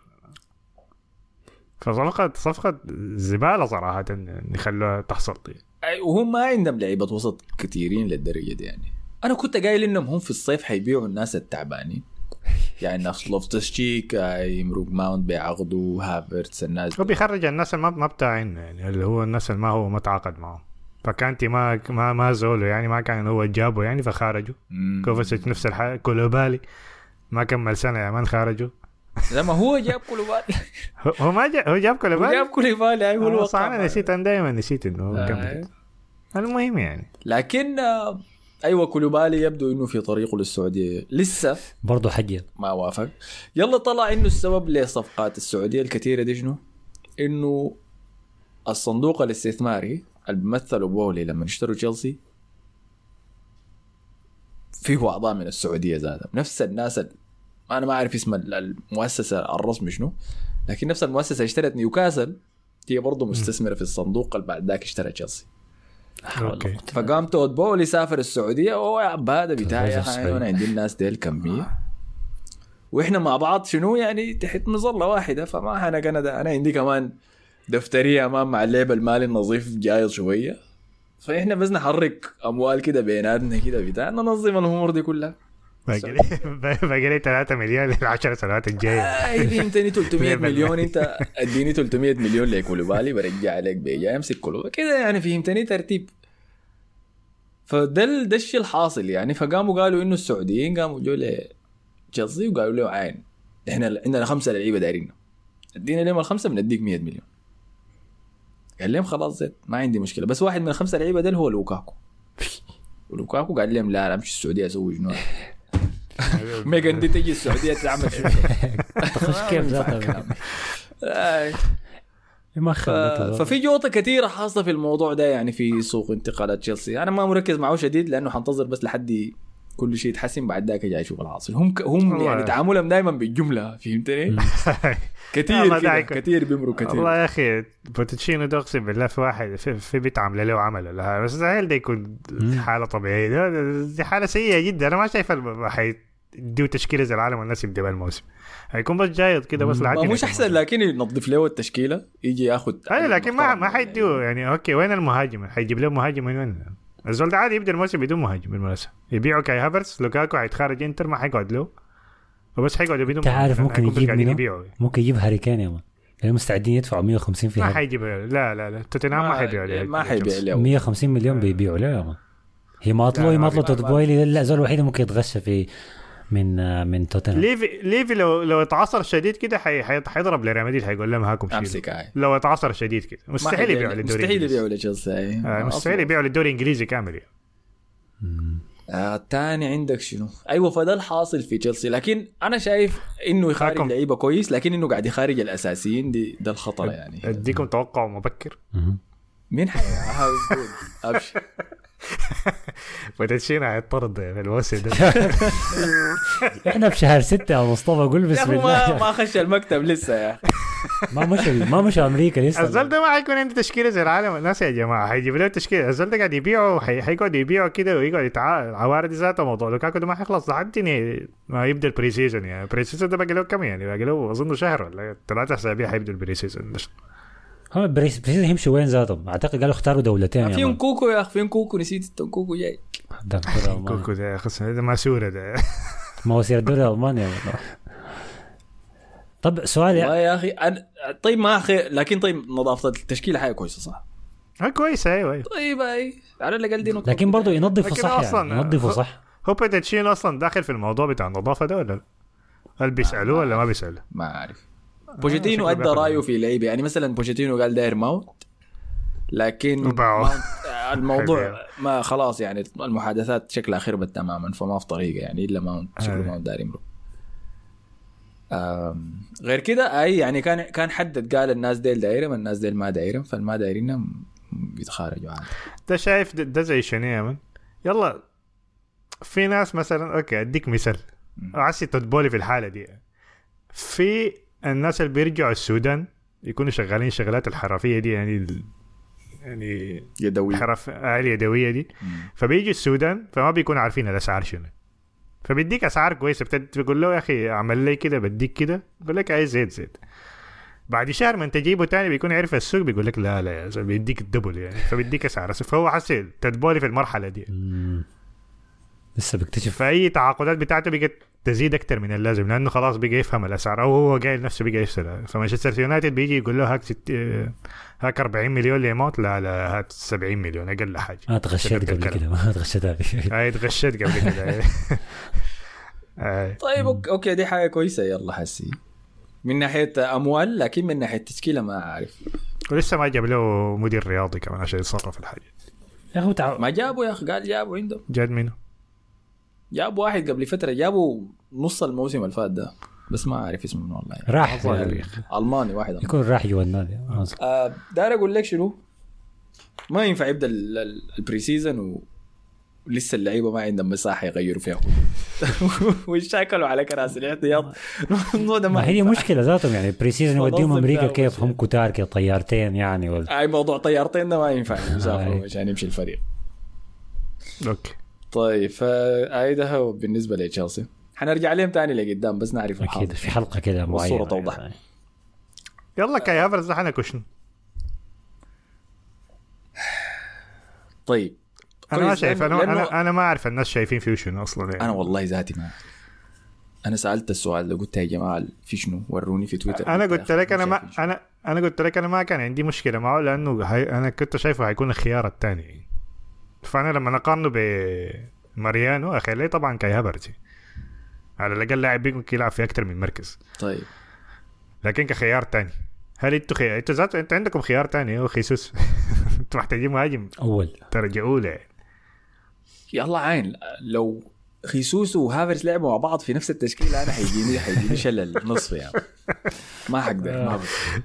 فصفقه صفقه زباله صراحه نخلوها تحصل دي. وهم ما عندهم لعيبه وسط كثيرين للدرجه دي يعني. انا كنت قايل انهم هم في الصيف حيبيعوا الناس التعبانين يعني نفس لوفتس تشيك يمرق ماونت بيعقدوا هافرتس الناس هو بيخرج الناس اللي ما بتاعين يعني اللي هو الناس اللي ما هو متعاقد معهم. فكانتي ما ما ما زولو يعني ما كان هو جابه يعني فخارجوا. كوفاسيتش نفس الحاجه كولوبالي ما كمل سنه يا مان خارجوا. لما هو جاب كولوبالي هو ما جاب هو جاب كولوبالي جاب كولوبالي هو الوقت انا نسيت انا دائما نسيت انه كمل. المهم يعني لكن ايوه كولوبالي يبدو انه في طريقه للسعوديه لسه برضه حجه ما وافق. يلا طلع انه السبب لصفقات السعوديه الكثيره دي شنو؟ انه الصندوق الاستثماري اللي بيمثلوا بولي لما اشتروا تشيلسي فيه اعضاء من السعوديه ذاتهم نفس الناس ال... انا ما اعرف اسم المؤسسه الرسمي شنو لكن نفس المؤسسه اشترت نيوكاسل هي برضه مستثمره في الصندوق اللي بعد ذاك اشترى تشيلسي. أوكي. فقام تود بولي سافر السعودية وهو يا عب هذا بتاعي يا أخي أنا عندي الناس ديل كمية وإحنا مع بعض شنو يعني تحت مظلة واحدة فما أنا كندا أنا عندي كمان دفترية أمام مع اللعب المالي النظيف جايز شوية فإحنا بس نحرك أموال كده بيناتنا كده بتاع ننظم الأمور دي كلها. باقي لي ثلاثة مليون للعشر سنوات الجاية. أي فهمتني ثلاثمية مليون أنت أديني ثلاثمية مليون لكولوبالي برجع عليك بيجا يمسك كولوبالي كده يعني فهمتني ترتيب. فده ده الشيء الحاصل يعني. فقاموا قالوا إنه السعوديين قاموا جو لتشيلسي وقالوا له عين إحنا عندنا خمسة لعيبة دايرين ادينا لهم الخمسة بنديك مية مليون. قال لهم خلاص زين ما عندي مشكلة بس واحد من الخمسة لعيبة ده هو لوكاكو. ولوكاكو قال لهم لا أمشي السعودية أسوي شنو ميغان دي تجي السعودية تعمل شو تخش كيف ذاتها ما خلت. ففي جوطة كثيرة حاصلة في الموضوع ده يعني في سوق انتقالات تشيلسي. أنا ما مركز معه شديد لأنه حنتظر بس لحد كل شيء يتحسن بعد ذاك جاي أشوف الحاصل. هم هم يعني تعاملهم دائما بالجملة فهمتني كثير كده كثير بيمروا كثير. والله يا أخي بوتشينو ده أقسم بالله في واحد في, في بيت عامله له عمل لها بس هل ده يكون حالة طبيعية؟ دي حالة سيئة جدا. أنا ما شايف ديو تشكيلة زي العالم والناس يبدأ بالموسم هيكون بس جايد كده بس لحد مش أحسن لكن ينظف له التشكيلة يجي ياخد أي لكن ما ما حيديو يعني أوكي وين المهاجم حيجيب له مهاجم من وين؟ الزول ده عادي يبدأ الموسم بدون مهاجم بالمناسبة يبيعوا كاي هافرتس لوكاكو هيتخارج انتر ما حيقعد له وبس حيقعد بدون تعرف ممكن يجيب منه ممكن يجيب هاري كين يا مان يعني مستعدين يدفعوا مية وخمسين في ما حيجيب لا لا لا توتنهام ما حيبيع ما حيبيع له مية وخمسين مليون بيبيعوا له يا مان. هي ماطلو ماطلو تطبويلي لا زول الوحيد ممكن يتغشى في من من توتنهام. ليفي ليفي لو لو اتعصر شديد كده حي حيضرب لريال مدريد حيقول لهم هاكم شيء لو اتعصر شديد كده مستحيل يبيعوا للدوري مستحيل يبيعوا لتشيلسي آه مستحيل يبيعوا للدوري الانجليزي كامل يعني. الثاني آه عندك شنو ايوه فده الحاصل في تشيلسي لكن انا شايف انه يخارج لعيبه كويس لكن انه قاعد يخارج الاساسيين دي ده الخطر يعني. اديكم توقع مبكر مين حيقول ابشر فتشينا هيطرد في الموسم ده. احنا في شهر ستة يا مصطفى قول بسم الله ما ما خش المكتب لسه يا ما مش ما مش امريكا لسه. الزول ده ما حيكون عنده تشكيله زي العالم الناس يا جماعه، حيجيب له تشكيله. الزول ده قاعد يبيعه، حيقعد يبيعه كده ويقعد يتعا العوارض ذاته. موضوع لوكاكو ده ما حيخلص لحد ما يبدا البري سيزون. يعني البري سيزون ده باقي له كم؟ يعني باقي له اظن شهر ولا ثلاثة اسابيع حيبدا البري سيزون. هم البري سيزون يمشوا وين ذاتهم؟ اعتقد قالوا اختاروا دولتين. فيهم كوكو يا اخي، فيهم كوكو، نسيت التنكوكو جاي. ده كوكو ده خص هذا ما سوره ده. ما هو سير دوري المانيا. طب سؤال يا, يا اخي أنا طيب ما اخي، لكن طيب نظافه التشكيله حاجه كويسه صح؟ ها كويسه ايوه. طيب اي على الاقل دي نقطه، لكن برضه ينظفوا صح يعني. ينظفوا صح. هو بيتشين اصلا داخل في الموضوع بتاع النظافه ده ولا هل بيسالوه ولا ما بيسالوه؟ ما اعرف. بوجيتينو ادى رايه في لعيبه، يعني مثلا بوجيتينو قال داير ماونت، لكن ماونت الموضوع ما خلاص يعني المحادثات شكلها خربت تماما، فما في طريقه يعني الا ماونت شكله ماونت داير يمرق. غير كده اي يعني كان كان حدد قال الناس ديل دايرهم الناس ديل ما دايرهم، فالما دايرين بيتخارجوا عادي. انت شايف ده زي شنو يا من؟ يلا في ناس مثلا اوكي اديك مثال عسي تطبولي في الحاله دي. في الناس اللي بيرجعوا السودان يكونوا شغالين شغلات الحرفيه دي يعني ال... يعني يدويه الحرف عاليه يدويه دي مم. فبيجي السودان فما بيكونوا عارفين الاسعار شنو، فبيديك اسعار كويسه بتقول له يا اخي اعمل لي كده بديك كده بيقول لك عايز زيت زيت. بعد شهر ما انت تجيبه تاني بيكون عارف السوق بيقول لك لا لا يا زلمه بيديك الدبل يعني، فبيديك اسعار. فهو حسي تدبولي في المرحله دي مم. لسه بيكتشف. فاي تعاقدات بتاعته بقت تزيد اكتر من اللازم لانه خلاص بقى يفهم الاسعار او هو قايل نفسه بقى يشتري. فمانشستر يونايتد بيجي يقول له هاك ست... هاك أربعين مليون ليموت، لا لا هات سبعين مليون اقل حاجه. ما تغشيت قبل كده ما تغشيت هاي تغشيت قبل كده. طيب اوكي دي حاجه كويسه يلا حسي من ناحيه اموال، لكن من ناحيه تشكيله ما اعرف. ولسه ما جاب له مدير رياضي كمان عشان يتصرف الحاجه يا اخي تعب. ما جابوا يا اخي، قال جابوا عنده. جاد منه جابوا واحد قبل فتره، جابوا نص الموسم اللي فات ده بس ما اعرف اسمه والله يعني. راح الماني واحد ألماني. يكون راح جوا النادي. آه داير اقول لك شنو، ما ينفع يبدا البري سيزون و لسه اللعيبه ما عندهم مساحه يغيروا فيها ويشاكلوا على كراسي الاحتياط. ما هي مشكله ذاتهم يعني بري سيزون يوديهم امريكا كيف هم كتار كده طيارتين يعني ولا اي موضوع طيارتين ده ما ينفع يسافروا عشان يمشي الفريق. اوكي طيب فاي ده هو بالنسبه لتشيلسي. حنرجع لهم تاني لقدام بس نعرف اكيد في حلقه كده معينه الصوره توضح يعني. يلا كاي هافرتز احنا كشن. طيب انا ما شايف انا انا, أنا ما اعرف الناس شايفين فيه شنو اصلا يعني. انا والله ذاتي ما انا سالت السؤال ده قلت يا جماعه في شنو وروني في تويتر. انا قلت لك انا ما انا انا قلت لك انا ما كان عندي مشكله معه لانه هي انا كنت شايفه هيكون الخيار الثاني. فانا لما نقارنه بماريانو اخي لي طبعا كاي هافرتز على الاقل لاعب بيكون يلعب في اكثر من مركز. طيب لكن كخيار تاني هل انتوا خيار انتوا ذات انت عندكم خيار تاني هو خيسوس. انتوا محتاجين مهاجم اول ترجعوا له. يلا عين لو خيسوس وهافرز لعبوا مع بعض في نفس التشكيله انا حيجيني حيجيني شلل نصف يعني ما حقدر ما بس.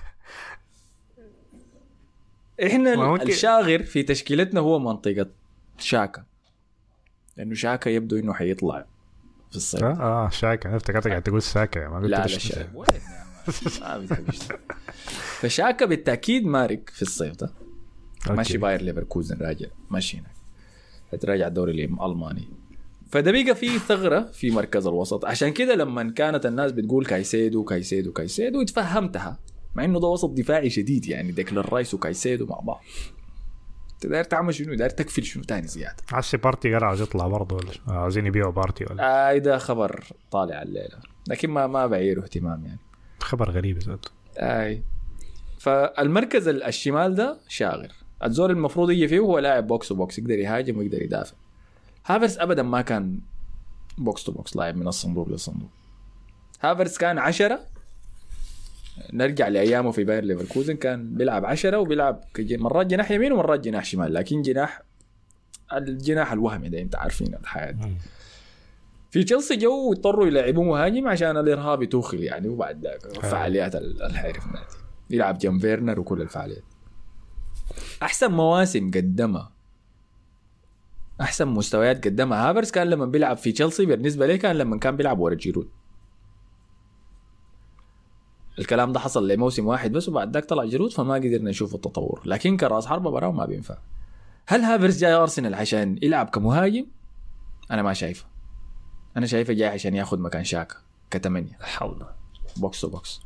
احنا الشاغر في تشكيلتنا هو منطقه شاكا لانه شاكا يبدو انه حيطلع في الصيف. اه اه شاكا انا افتكرت قاعد تقول ساكا ما قلت لا لا شاكا ما بتحبش. فشاكا بالتاكيد مارك في الصيف ده ماشي باير ليفركوزن راجع ماشي هناك هتراجع الدوري الالماني. فده بيقى فيه ثغره في مركز الوسط. عشان كده لما كانت الناس بتقول كايسيدو كايسيدو كايسيدو اتفهمتها مع انه ده وسط دفاعي شديد يعني ديكلان رايس وكايسيدو مع بعض. تقدر تعمل شنو داير تكفل شنو تاني زياده. عسى بارتي قال عاوز يطلع برضه ولا عاوزين يبيعوا بارتي ولا اي ده خبر طالع الليله لكن ما ما بعيره اهتمام يعني خبر غريب ذاته. اي فالمركز الشمال ده شاغر. الزول المفروض يجي فيه هو لاعب بوكس وبوكس يقدر يهاجم ويقدر يدافع. هافرز ابدا ما كان بوكس تو بوكس لاعب من الصندوق للصندوق. هافرز كان عشرة نرجع لايامه في باير ليفركوزن كان بيلعب عشرة وبيلعب مرات جناح يمين ومرات جناح شمال لكن جناح الجناح الوهمي ده انت عارفين الحياة دي. في تشيلسي جو اضطروا يلعبوا مهاجم عشان الارهاب يتوخل يعني وبعد فعاليات الحيرة في النادي يلعب جنب فيرنر وكل الفعاليات. احسن مواسم قدمها احسن مستويات قدمها هافرز كان لما بيلعب في تشيلسي بالنسبه لي كان لما كان بيلعب ورا جيرود الكلام ده حصل لموسم واحد بس وبعد ذاك طلع جرود فما قدرنا نشوف التطور. لكن كراس حربة براو ما بينفع. هل هافرز جاي أرسنال عشان يلعب كمهاجم؟ أنا ما شايفه. أنا شايفه جاي عشان ياخد مكان شاكا كتمانية حول بوكس بوكس.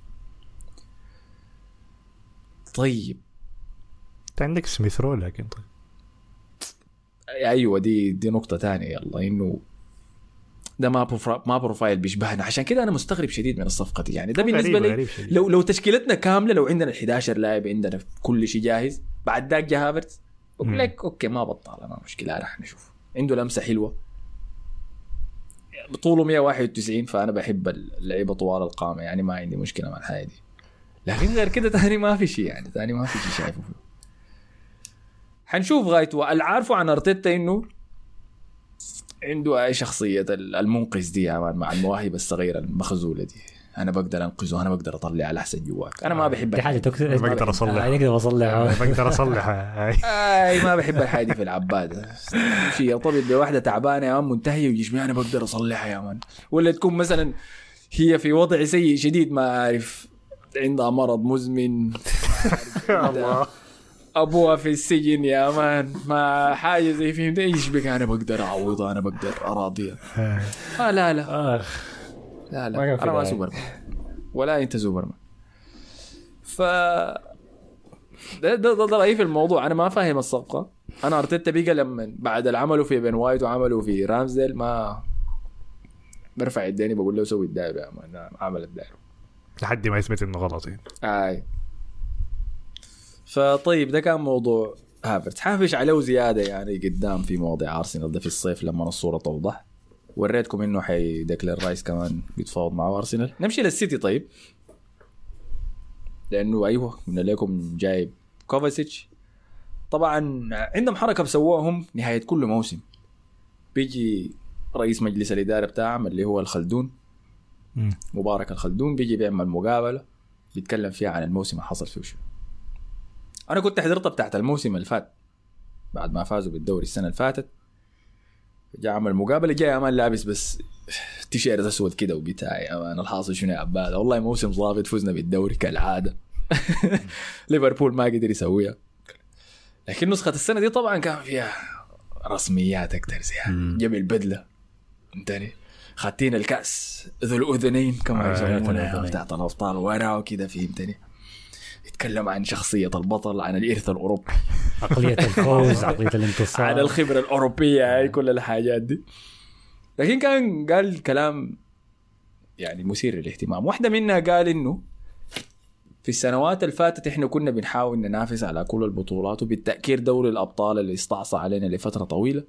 طيب عندك سميث رو لكن طيب ايوه دي دي نقطه تانية يلا انه ده ما بروفا... ما بروفايل بيشبهنا. عشان كده انا مستغرب شديد من الصفقه دي. يعني ده بالنسبه لي لو لو تشكيلتنا كامله لو عندنا الحداشر لاعب عندنا كل شيء جاهز بعد ذاك جا هافرتز بقول لك اوكي ما بطل ما مشكله رح نشوف. عنده لمسه حلوه طوله مية وواحد وتسعين فانا بحب اللعيبه طوال القامه يعني ما عندي مشكله مع الحاجه دي. لكن غير كده تاني ما في شيء يعني تاني ما في شيء شايفه فيه. حنشوف غايته. العارفه عن ارتيتا انه عنده اي شخصيه المنقذ دي يعني مع المواهب الصغيره المخزوله دي. انا بقدر انقذه انا بقدر اطلع على احسن جواك. انا ما بحب دي حاجه تكسر بقدر اصلح اقدر اصلح بقدر اصلح اي ما بحب الحاجه دي في العباد. شيء يرتبط بواحده تعبانه يا مان منتهيه ويجي انا بقدر اصلحها يا مان. ولا تكون مثلا هي في وضع سيء شديد ما اعرف عندها مرض مزمن الله ابوها في السجن يا مان ما حاجه زي فهمت ايش بك انا بقدر اعوضها انا بقدر اراضيها. آه لا لا آه. لا لا انا ما سوبرمان ولا انت سوبرمان. ف ده ده ده رأيي في الموضوع. انا ما فاهم الصفقه. انا ارتيتا بيجا لما بعد العمله في بين وايت وعمله في رامزديل ما برفع يديني بقول له سوي الدائره يا مان عمل الدائره لحد ما يثبت انه غلط يعني. اي فطيب ده كان موضوع هافرتز. حافش عليه زياده يعني قدام في مواضيع ارسنال ده في الصيف لما الصوره توضح. وريتكم انه حي ديكلر رايس كمان بيتفاوض مع ارسنال. نمشي للسيتي طيب لانه ايوه من لكم جايب كوفاسيتش. طبعا عندهم حركه بسووهم نهايه كل موسم بيجي رئيس مجلس الاداره بتاعهم اللي هو الخلدون مبارك الخلدون بيجي بيعمل مقابله بيتكلم فيها عن الموسم اللي حصل فيه وشو. انا كنت حضرتها بتاعت الموسم اللي فات بعد ما فازوا بالدوري السنه اللي فاتت. جاء عمل مقابله جاي امان لابس بس تيشيرت اسود كده وبتاعي امان الحاصل شنو يا عباد والله موسم ضابط فزنا بالدوري كالعاده. ليفربول ما قدر يسويها. لكن نسخه السنه دي طبعا كان فيها رسميات اكثر زي جاب البدله انتني خاتين الكاس ذو الاذنين كما يسمونها بتاعت الابطال ورا وكده فهمتني. يتكلم عن شخصية البطل عن الإرث الأوروبي عقلية الفوز عقلية الانتصار عن الخبرة الأوروبية هاي كل الحاجات دي. لكن كان قال كلام يعني مثير للاهتمام. واحدة منها قال إنه في السنوات اللي فاتت إحنا كنا بنحاول ننافس على كل البطولات وبالتأكيد دوري الأبطال اللي استعصى علينا لفترة طويلة.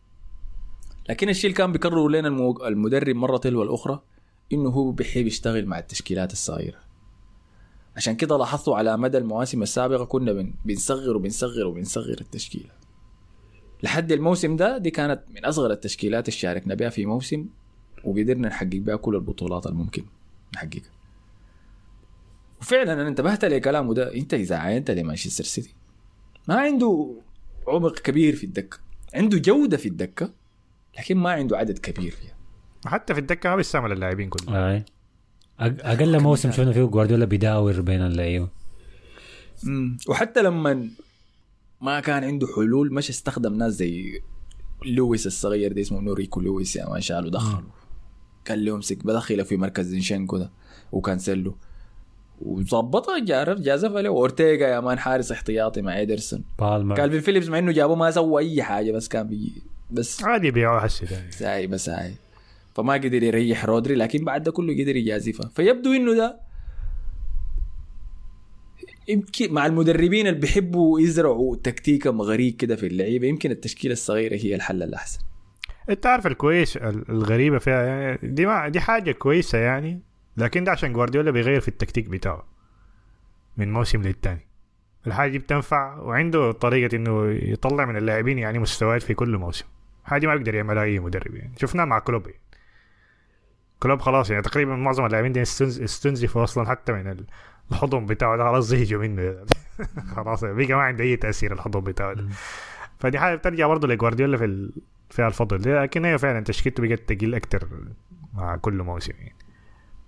لكن الشيء اللي كان بيكرره لنا المدرب مرة تلو الأخرى إنه هو بيحب يشتغل مع التشكيلات الصغيرة. عشان كده لاحظتوا على مدى المواسم السابقة كنا بنصغر وبنصغر وبنصغر التشكيلة لحد الموسم ده. دي كانت من أصغر التشكيلات اللي شاركنا بها في موسم وقدرنا نحقق بها كل البطولات الممكن نحققها. وفعلا أنا انتبهت لكلامه ده. انت إذا عينت لمانشستر سيتي ما عنده عمق كبير في الدكة. عنده جودة في الدكة لكن ما عنده عدد كبير فيها. حتى في الدكة ما بيستعمل اللاعبين كلهم. آه. اقل موسم شفنا فيه جوارديولا بيداور بين اللعيبه. وحتى لما ما كان عنده حلول مش استخدم ناس زي لويس الصغير ده اسمه نوريكو لويس يا ما شاء الله دخله كان له يمسك بدخله في مركز زينشينكو ده وكانسيلو وظبطها جارف جازف له. اورتيغا يا مان حارس احتياطي مع إيدرسون. كالفين فيليبس مع انه جابوه ما سوى اي حاجه بس كان بيجي بس عادي بيعوا حسي ثاني ساي بس هاي فما قدر يريح رودري. لكن بعد ده كله قدر يجازفه. فيبدو انه ده يمكن مع المدربين اللي بيحبوا يزرعوا تكتيكه مغريق كده في اللعيبه يمكن التشكيله الصغيره هي الحل الاحسن. انت عارف الكويس الغريبه فيها يعني دي ما دي حاجه كويسه يعني. لكن ده عشان جوارديولا بيغير في التكتيك بتاعه من موسم للتاني. الحاجه دي بتنفع وعنده طريقه انه يطلع من اللاعبين يعني مستويات في كل موسم. حاجه ما بيقدر يعملها اي مدرب يعني. شفناه مع كلوب يعني. كلوب خلاص يعني تقريبا معظم اللاعبين دي استنزفوا اصلا حتى من الحضن بتاعه ده خلاص زهجوا منه خلاص بيجي ما عنده اي تاثير الحضن بتاعه ده. فدي حاجه بترجع برضه لجوارديولا في ال... فيها الفضل. لكن هي فعلا تشكيلته بقت تقيل اكتر مع كل موسم يعني.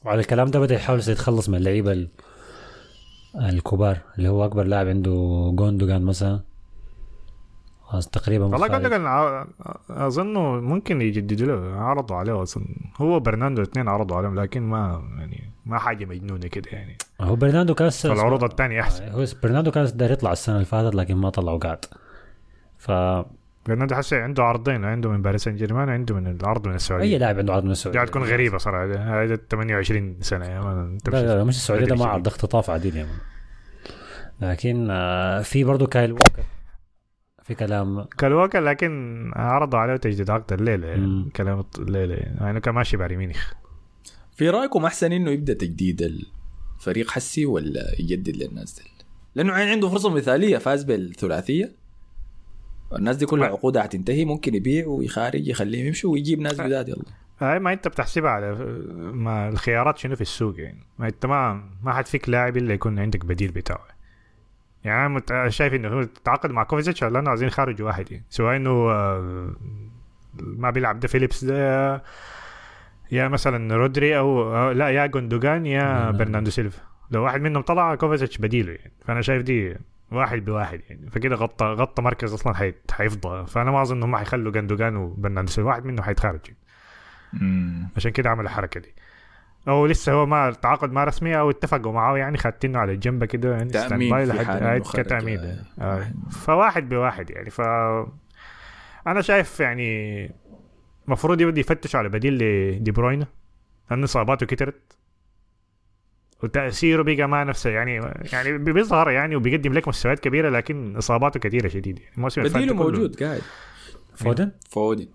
وعلى الكلام ده بدأ يحاول يتخلص من اللعيبة ال- الكبار اللي هو أكبر لاعب عنده جوندوغان مثلا خلاص تقريبا والله مخالف. كان ع- اظنه ممكن يجددوا له، عرضوا عليه اظن هو برناندو الاثنين عرضوا عليهم، لكن ما يعني ما حاجه مجنونه كده يعني. هو برناندو كان السنة- فالعروض الثانيه احسن. هو برناندو كان داير يطلع السنة اللي فاتت لكن ما طلع وقعد. ف برناندو حسي عنده عرضين، عنده من باريس سان جيرمان وعنده من العرض من السعوديه. أي لاعب عنده عرض من السعودية دي تكون غريبه صراحه، هذا ثمانية وعشرين سنه يا مان. لا لا, لا مش السعودية ده ما عرض اختطاف عديد يعني. لكن آه، في برضو كايل ووكر في كلام كالواكا، لكن عرضوا عليه تجديد عقد الليله يعني. مم. كلام الليله يعني كان ماشي بايرن ميونخ. في رايكم احسن انه يبدا تجديد الفريق حسي ولا يجدد للناس دي؟ لانه عين عنده فرصه مثاليه، فاز بالثلاثيه، الناس دي كلها عقودها هتنتهي، ممكن يبيع ويخارج يخليهم يمشوا ويجيب ناس جداد. يلا هاي ما انت بتحسبها على ما الخيارات شنو في السوق يعني. ما انت ما ما حتفيك لاعب الا يكون عندك بديل بتاعه يعني. انا مت... شايف انه هو تعاقد مع كوفيتش لانه عايزين خارج واحد يعني. سواء انه آه، ما بيلعب ده فيليبس ده، يا مثلا رودري او أو لا يا جوندوغان يا برناندو سيلفا، لو واحد منهم طلع كوفيتش بديله يعني. فانا شايف دي واحد بواحد يعني، فكده غطى غطى مركز اصلا حي... حيفضى. فانا ما اظن انهم حيخلوا جوندوغان وبرناندو سيلفا، واحد منهم حيتخارج يعني. عشان كده عمل الحركه دي. او لسه هو ما تعاقد ما رسمي او اتفقوا معاه يعني، خدتينه على الجنب كده يعني تأمين في حال إنه خرج. كتأمين آه. فواحد بواحد يعني. ف انا شايف يعني مفروض يبدي يفتش على بديل لدي بروين، لأن إصاباته كترت وتأثيره بقى ما نفسه يعني. يعني بيظهر يعني وبيقدم لك مستويات كبيرة، لكن إصاباته كثيرة شديدة يعني. بديله موجود قاعد فودن فودن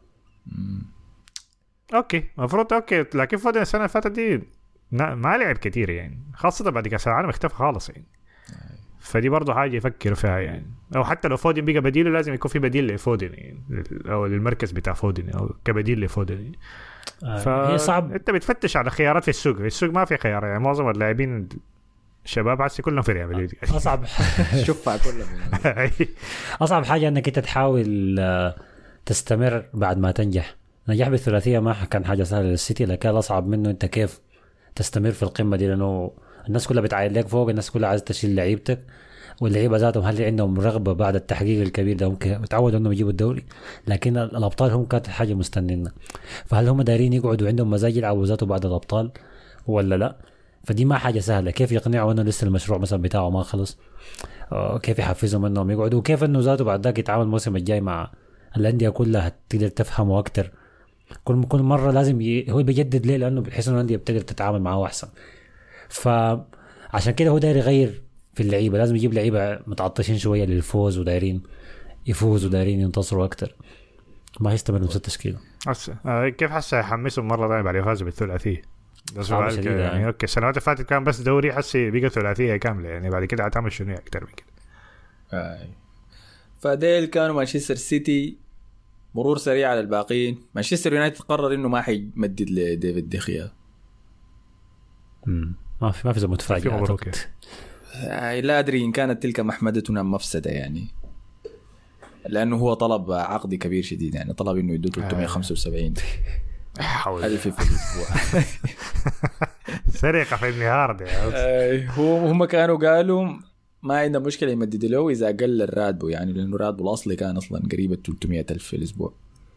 اوكي مفروض اوكي، لكن فودن السنه اللي فاتت دي ما لعب كتير يعني، خاصه بعد كاس العالم اختفى خالص يعني. فدي برضه حاجه يفكر فيها يعني. او حتى لو فودن بقى بديله لازم يكون في بديل لفودن يعني، او للمركز بتاع فودن او كبديل لفودن يعني. آه هي صعب. انت بتفتش على خيارات في السوق، في السوق ما في خيار يعني. معظم اللاعبين الشباب عسى كلهم في ريال مدريد. اصعب شوفها كلهم. اصعب حاجه انك انت تحاول تستمر بعد ما تنجح. نجاح بالثلاثيه ما كان حاجه سهله للسيتي، لكن الاصعب منه انت كيف تستمر في القمه دي، لانه الناس كلها بتعاين لك فوق، الناس كلها عايزه تشيل لعيبتك، واللعيبه ذاتهم هل عندهم رغبه بعد التحقيق الكبير ده، ممكن متعودوا انهم يجيبوا الدوري، لكن الابطال هم كانت حاجه مستنينا. فهل هم دايرين يقعدوا عندهم مزاج يلعبوا ذاته بعد الابطال ولا لا؟ فدي ما حاجه سهله. كيف يقنعوا انه لسه المشروع مثلا بتاعه ما خلص، كيف يحفزهم انهم يقعدوا، وكيف انه ذاته بعد ذاك يتعامل الموسم الجاي مع الانديه كلها تقدر تفهمه اكتر. كل كل مره لازم ي... هو بيجدد ليه، لانه بحيث انه الانديه بتقدر تتعامل معاه احسن. فعشان كده هو داير يغير في اللعيبه، لازم يجيب لعيبه متعطشين شويه للفوز ودايرين يفوزوا ودايرين ينتصروا اكتر، ما يستمر نفس التشكيله. آه كيف حسه يحمسهم مره ثانيه بعد يفوز بالثلاثيه؟ ده سؤال يعني, يعني اوكي السنوات اللي فاتت كان بس دوري، حسي بقى ثلاثيه كامله يعني. بعد كده هتعمل شنو اكتر من كده؟ آه. فديل كانوا مانشستر سيتي. مرور سريع على الباقيين. مانشستر يونايتد قرر انه ما حيمدد لديفيد ديخيا. امم ما في ما في زي متفاجئ. آه لا ادري ان كانت تلك محمدتنا مفسده يعني، لانه هو طلب عقد كبير شديد يعني، طلب انه يدو ثلاثمية وخمسة وسبعين ألف في الاسبوع. سرقه في النهار ده. هو هم كانوا قالوا ما عندنا مشكله يمدد له اذا قل الراتب يعني، لانه راتبه الاصلي كان اصلا قريب ثلاثمية ألف في الاسبوع.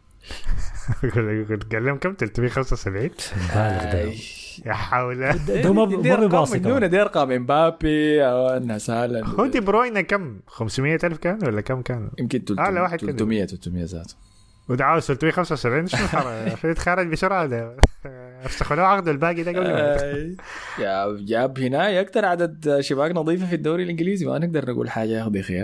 قال لهم كم ثلاثمية وخمسة وسبعين؟ يا حول. ده ما بيباصي كمان دي ارقام امبابي او الناس هالاند. هو دي بروين كم خمسمية ألف كان ولا كم كان؟ يمكن ثلاثمية ثلاثمية ذاته. وده عاوز ثلاثمية وخمسة وسبعين شنو الحركه؟ في يتخرج بسرعه ده. استخدموا عقد الباقي ده قبل. يا جاب هنا اكثر عدد شباك نظيفه في الدوري الانجليزي، ما نقدر نقول حاجه يا اخي.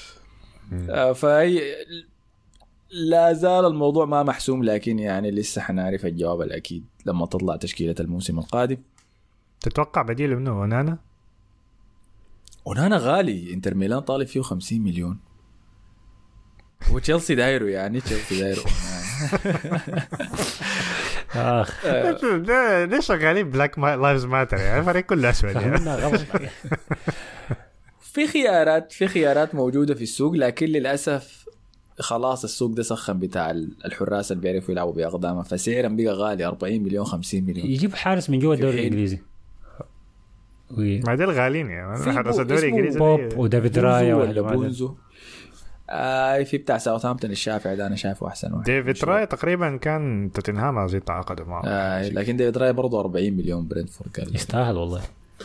فهي لا زال الموضوع ما محسوم، لكن يعني لسه حنعرف الجواب الأكيد لما تطلع تشكيلة الموسم القادم. تتوقع بديل منه ونانا؟ ونانا غالي، انتر ميلان طالب فيه خمسين مليون، وتشيلسي دايرو يعني تشيلسي دايرو. اخ ده ليش شغالين بلاك لايفز ماتر يعني، فريق كله اسود يعني. في خيارات في خيارات موجودة في السوق، لكن للأسف خلاص السوق ده سخن بتاع الحراس اللي بيعرفوا يلعبوا بأقدامه، فسعرهم بقى غالي أربعين مليون خمسين مليون. يجيب حارس من جوا الدوري الانجليزي ما ده الغالين يعني حراس الدوري الانجليزي بوب وديفيد رايا ولا بونزو. آه في بتاع ساوثهامبتون الشافعي ده انا شايفه احسن واحد. ديفيد راي تقريبا كان توتنهام زي تعاقدوا معه. آه لكن ديفيد راي برضه أربعين مليون برينتفورد قال يستاهل والله.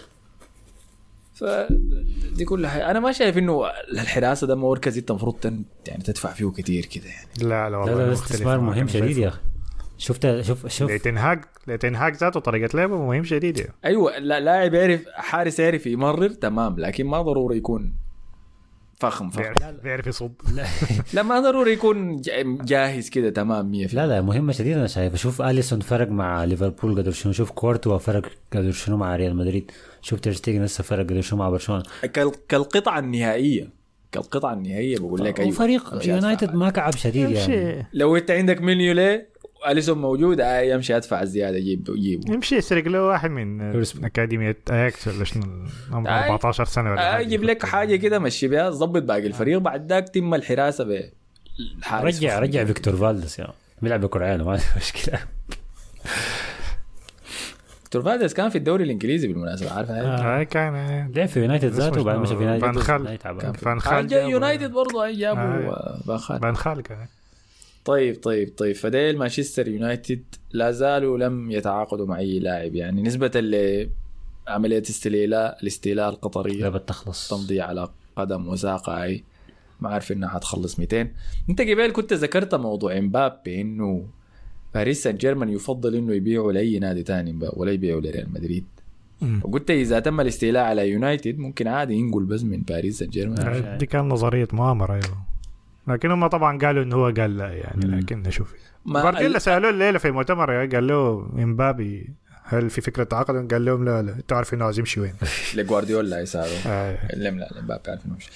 فدي كل حاجه انا ما شايف انه الحراسه ده مركز انت المفروض يعني تدفع فيه كتير كده يعني. لا لا والله لا لا استثمار مهم شديد يا اخي. شفت شوف شوف لتنهاج لتنهاج ذاته طريقه لعبه مهم شديد يعني. ايوه لا لاعب يعرف حارس يعرف يمرر تمام لكن ما ضروري يكون فخم فخم بيعرف يصد. لا ما ضروري يكون جاهز كده تمام مية في لا لا مهمه شديده. انا شايف شوف اليسون فرق مع ليفربول قدر شنو، شوف كورتوا فرق قدر شنو مع ريال مدريد، شوف تير شتيجن لسه فرق قدر شنو مع برشلونه. كالقطعه النهائيه كالقطعه النهائيه بقول لك. ايوه فريق يونايتد ما كعب شديد يعني. لو انت عندك مليولي أليسون موجود آه يمشي أدفع الزيادة يجيب يجيب يمشي يسرق له واحد من أكاديمية أياكس ولا شنو عمره أربعتاشر سنة ولا آه يجيب لك حاجة كده مشي بها ضبط باقي الفريق بعد ذاك تم الحراسة بالحارس. رجع رجع فيكتور فالدس يا بيلعب بكرعانه ما في مشكلة. فيكتور فالدس كان في الدوري الإنجليزي بالمناسبة عارفة آه كان لعب في يونايتد ذاته وبعد مشى في يونايتد. فانخال فانخال يونايتد برضه جابوا فانخال فانخال كان. طيب طيب طيب فديل مانشستر يونايتد لا زالوا لم يتعاقدوا مع أي لاعب يعني نسبة لعملية استيلاء الاستيلاء القطرية لا بتخلص تمضي على قدم وساق أي ما عارف إنها حتخلص مئتين. أنت قبل كنت ذكرت موضوع إمبابي إنه باريس سان جيرمان يفضل إنه يبيعوا لأي نادي تاني ولا يبيعوا لريال مدريد. وقلت إذا تم الاستيلاء على يونايتد ممكن عادي ينقل بس من باريس سان جيرمان. دي كان نظرية مؤامرة أيوه. لكن هم طبعا قالوا انه هو قال لا يعني. لكن نشوف جوارديولا سالوه الليله في المؤتمر قال له امبابي هل في فكره تعاقد؟ قال لهم لا لا انتوا عارفين انه عايز يمشي وين. لجوارديولا يساله لم لا امبابي عارف انه مش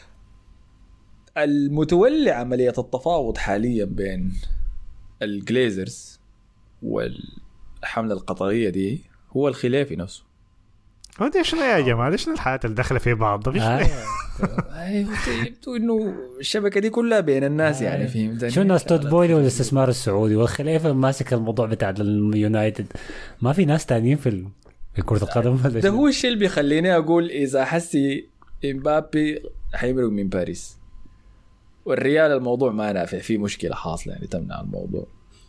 المتولي عمليه التفاوض حاليا بين الجليزرز والحمله القطريه دي هو الخلافي نفسه. هو ده شنو يا جماعه؟ ليش الحياه اللي داخله في بعض ده؟ ايوه يبدو انه الشبكه دي كلها بين الناس يعني فهمت شو الناس توت بويلي والاستثمار السعودي والخليفه ماسك الموضوع بتاع اليونايتد. ما في ناس تانيين في كرة القدم. ده هو الشيء اللي بيخليني اقول اذا حسي امبابي حيمرق من باريس والريال الموضوع ما نافع فيه مشكله حاصله يعني تمنع الموضوع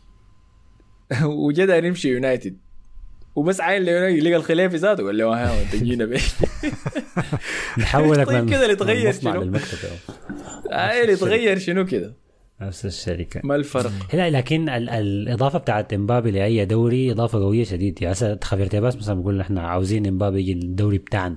وجدا نمشي يونايتد وبس عاين ليونايتد يلقى الخلافي ذاته ولا ها انت جينا بيه نحولك طيب كده اللي تغير شنو المكتب اي اللي تغير شنو كده نفس الشركه ما الفرق. لا لكن ال- الاضافه بتاعت امبابي لاي دوري اضافه قويه شديد يعني. هسه خبير بس مثلا بقول احنا عاوزين امبابي يجي الدوري بتاعنا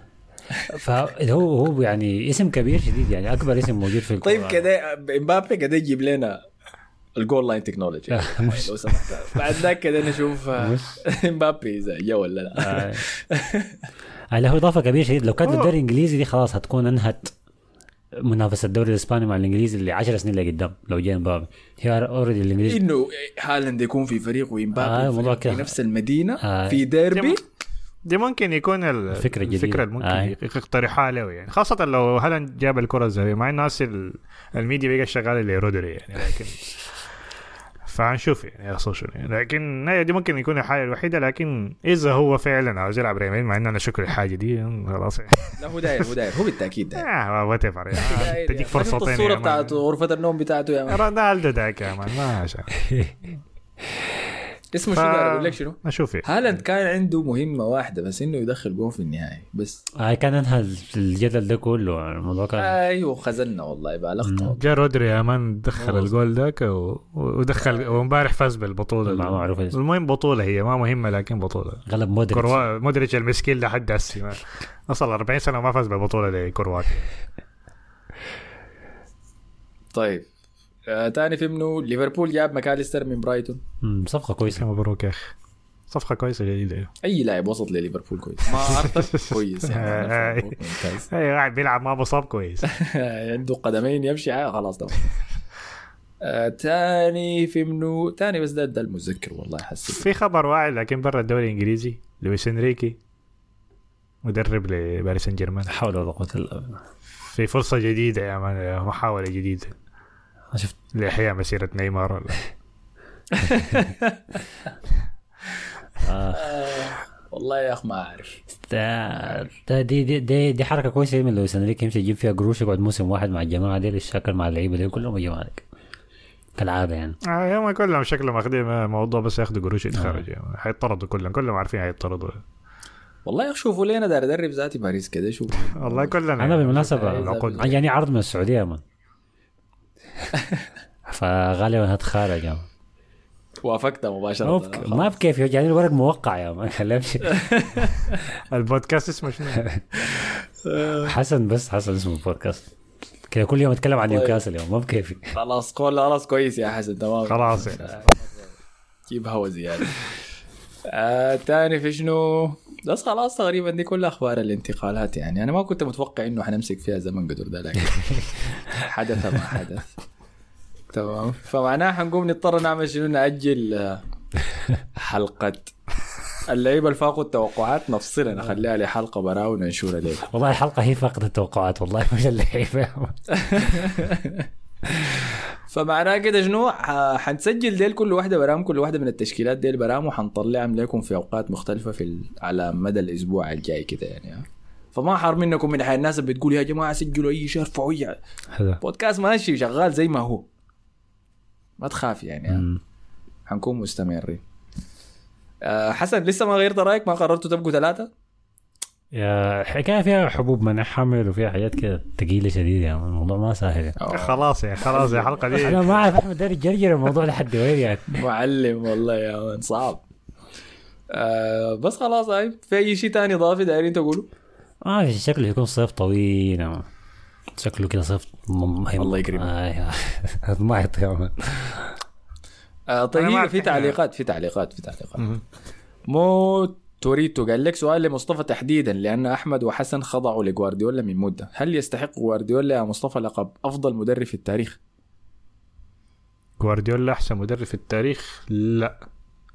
فهو هو يعني اسم كبير شديد يعني اكبر اسم موجود في الكوره. طيب كده امبابي كده يجيب لنا الجول لاين تكنولوجي لو سمحت بعد ذاك كده نشوف امبابي اذا جا ولا لا. له اضافه كبيره شديد. لو كانت الدوري الانجليزي دي خلاص هتكون انهت منافسه الدوري الاسباني مع الانجليزي اللي عشر سنين لقدام لو جاء امبابي. هي اوريدي الانجليزي انه هالاند يكون في فريق وامبابي آه في نفس المدينه آه في ديربي دي ممكن يكون الفكره الفكره اللي ممكن آه. يقترحها له يعني خاصه لو هالاند جاب الكره الذهبيه مع الناس الميديا بقى شغاله اللي رودري يعني. لكن فهنشوف يعني يا صوشن يعني. لكن دي ممكن يكون الحاجة الوحيدة. لكن إذا هو فعلا عاوز يلعب ريال مع إن أنا شكر الحاجة دي خلاص يعني. لا هو داير هو داير هو بالتأكيد داير. آه واتفر يعني تجيك فرصتين. الصورة بتاعته غرفة النوم بتاعته يا مان. رونالدو داك يا مان ما عشان. اسمه شو ده أقول لك شنو؟ أشوف. هالاند كان عنده مهمة واحدة بس إنه يدخل جون في النهاية بس. آه كان انها الجدل ده كله الموضوع كان. أيوه خزلنا والله بالغت. جا رودري يا مان دخل الجول ذاك ودخل ومبارح فاز بالبطولة. ما معروف. المهم بطولة هي ما مهمة لكن بطولة. غلب مودريتش. مودريتش المسكين لحد هسه أصل أربعين سنة ما فاز بالبطولة لكرواتيا. طيب. آه تاني في منه ليفربول جاب ماكاليستر من برايتون. امم صفقه كويسه. مبروك يا اخي صفقه كويسه جديده. اي لاعب وسط لليفربول كويس ما عرفت كويس يعني ممتاز. اي واحد بيلعب ما بصاب كويس عنده قدمين يمشي خلاص تمام. آه تاني في منه تاني بس ده, ده المذكر والله حسيت في خبر واحد لكن برا الدوري الانجليزي لويس انريكي مدرب لباريس سان جيرمان. حول ولا قوه الا بالله. في فرصه جديده يا مان محاوله جديده شفت لإحياء مسيرة نيمار ولا والله يا اخ ما اعرف. ده دي دي دي, دي حركه كويسه من لويس انريكي يمشي يجيب فيها قروش يقعد موسم واحد مع الجماعه دي الشاكر مع اللعيبه دي كلهم يجوا معك كالعاده يعني. اه يوم كلهم شكلهم واخدين موضوع بس ياخذوا قروش يتخرجوا يعني. حيطردوا كلهم كلهم عارفين حيطردوا. والله يا اخي شوفوا لينا دار ادرب ذاتي باريس كده شوف. والله كلنا انا بالمناسبه يعني عرض من السعوديه من فغالبا هتخارج يعني. وافقت مباشره ما بكيف يعني الورق موقع يا ما كلمش. البودكاست اسمه شنو؟ حسن بس حسن اسمه البودكاست كده كل يوم اتكلم عن نيوكاسل اليوم ما بكيفي. خلاص قول خلاص كويس يا حسن تمام خلاص جيب هوا زياده. آه تاني في شنو بس خلاص تقريبا دي كل اخبار الانتقالات يعني. انا ما كنت متوقع انه حنمسك فيها زمن قدر ده لكن حدث ما حدث تمام. فمعناها حنقوم نضطر نعمل شنو نأجل حلقة اللعيبة الفاقوا التوقعات نفصلها نخليها لحلقة براء وننشرها ليه. والله الحلقة هي فاقت التوقعات والله مش اللعيبة. فمعناها كده شنو حنسجل ديل كل واحدة برام كل واحدة من التشكيلات ديل برام وحنطلعهم لكم في أوقات مختلفة في ال... على مدى الأسبوع الجاي كده يعني. فما حار منكم من حي الناس بتقول يا جماعة سجلوا أي شيء ارفعوا بودكاست ماشي شغال زي ما هو ما تخاف يعني. حنكون مستمرين. أه حسن لسه ما غيرت رأيك ما قررتوا تبقوا ثلاثة؟ يا حكاية فيها حبوب منع حمل وفيها حاجات كده تقيلة شديدة يعني الموضوع ما سهل. خلاص يا خلاص يا حلقة دي أنا ما أعرف أحمد داري جرجر الموضوع لحد وين يعني. معلم والله يا مان صعب. أه بس خلاص هاي في أي شيء تاني إضافي دايرين تقولوا؟ آه شكله يكون صيف طويل يعني. شكله كده صيف مهم. الله يكرمك. آه ما يطيع. آه طيب في تعليقات في تعليقات في تعليقات مو توريتو قال لك سؤال لمصطفى تحديدا لأن أحمد وحسن خضعوا لغوارديولا من مدة. هل يستحق غوارديولا يا مصطفى لقب أفضل مدرب في التاريخ؟ غوارديولا أحسن مدرب في التاريخ؟ لا.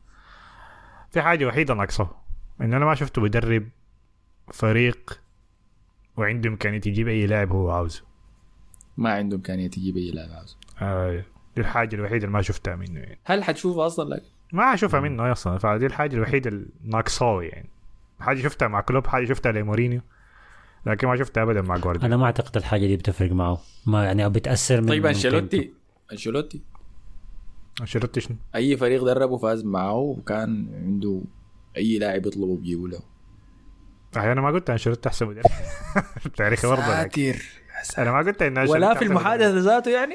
في حاجة وحيدة ناقصة إن أنا ما شفته بدرب فريق وعنده إمكانية يجيب أي لاعب هو عاوزه. ما عنده إمكانية يجيب أي لاعب عاوزه. آه دي الحاجة الوحيدة اللي ما شفتها منه يعني. هل حتشوفها أصلا لك؟ ما أشوفها منه أصلا. فدي الحاجة الوحيدة الناقصة يعني. حاجة شفتها مع كلوب حاجة شفتها لمورينيو لكن ما شفتها أبدا مع غوارديولا. أنا ما أعتقد الحاجة دي بتفرق معه ما يعني أو بتأثر من. طيب أنشيلوتي أنشيلوتي أنشيلوتي شنو؟ أي فريق دربه فاز معه وكان عنده أي لاعب يطلبه بيجيبه له. أنا ما قلت أنشيلوتي أحسن مدرب التاريخ برضه. ساتر. أنا ما قلت إن ولا في المحادثة ذاته يعني.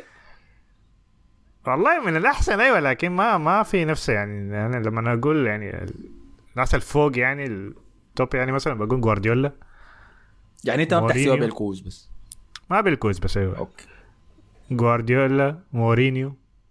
والله من الأحسن أيوة لكن ما ما في نفسه يعني. أنا لما أقول يعني الناس الفوق يعني التوب يعني مثلا بقول غوارديولا يعني أنت ما بتحسبها بالكوز بس. ما بالكوز بس أيوة. أوكي. غوارديولا مورينيو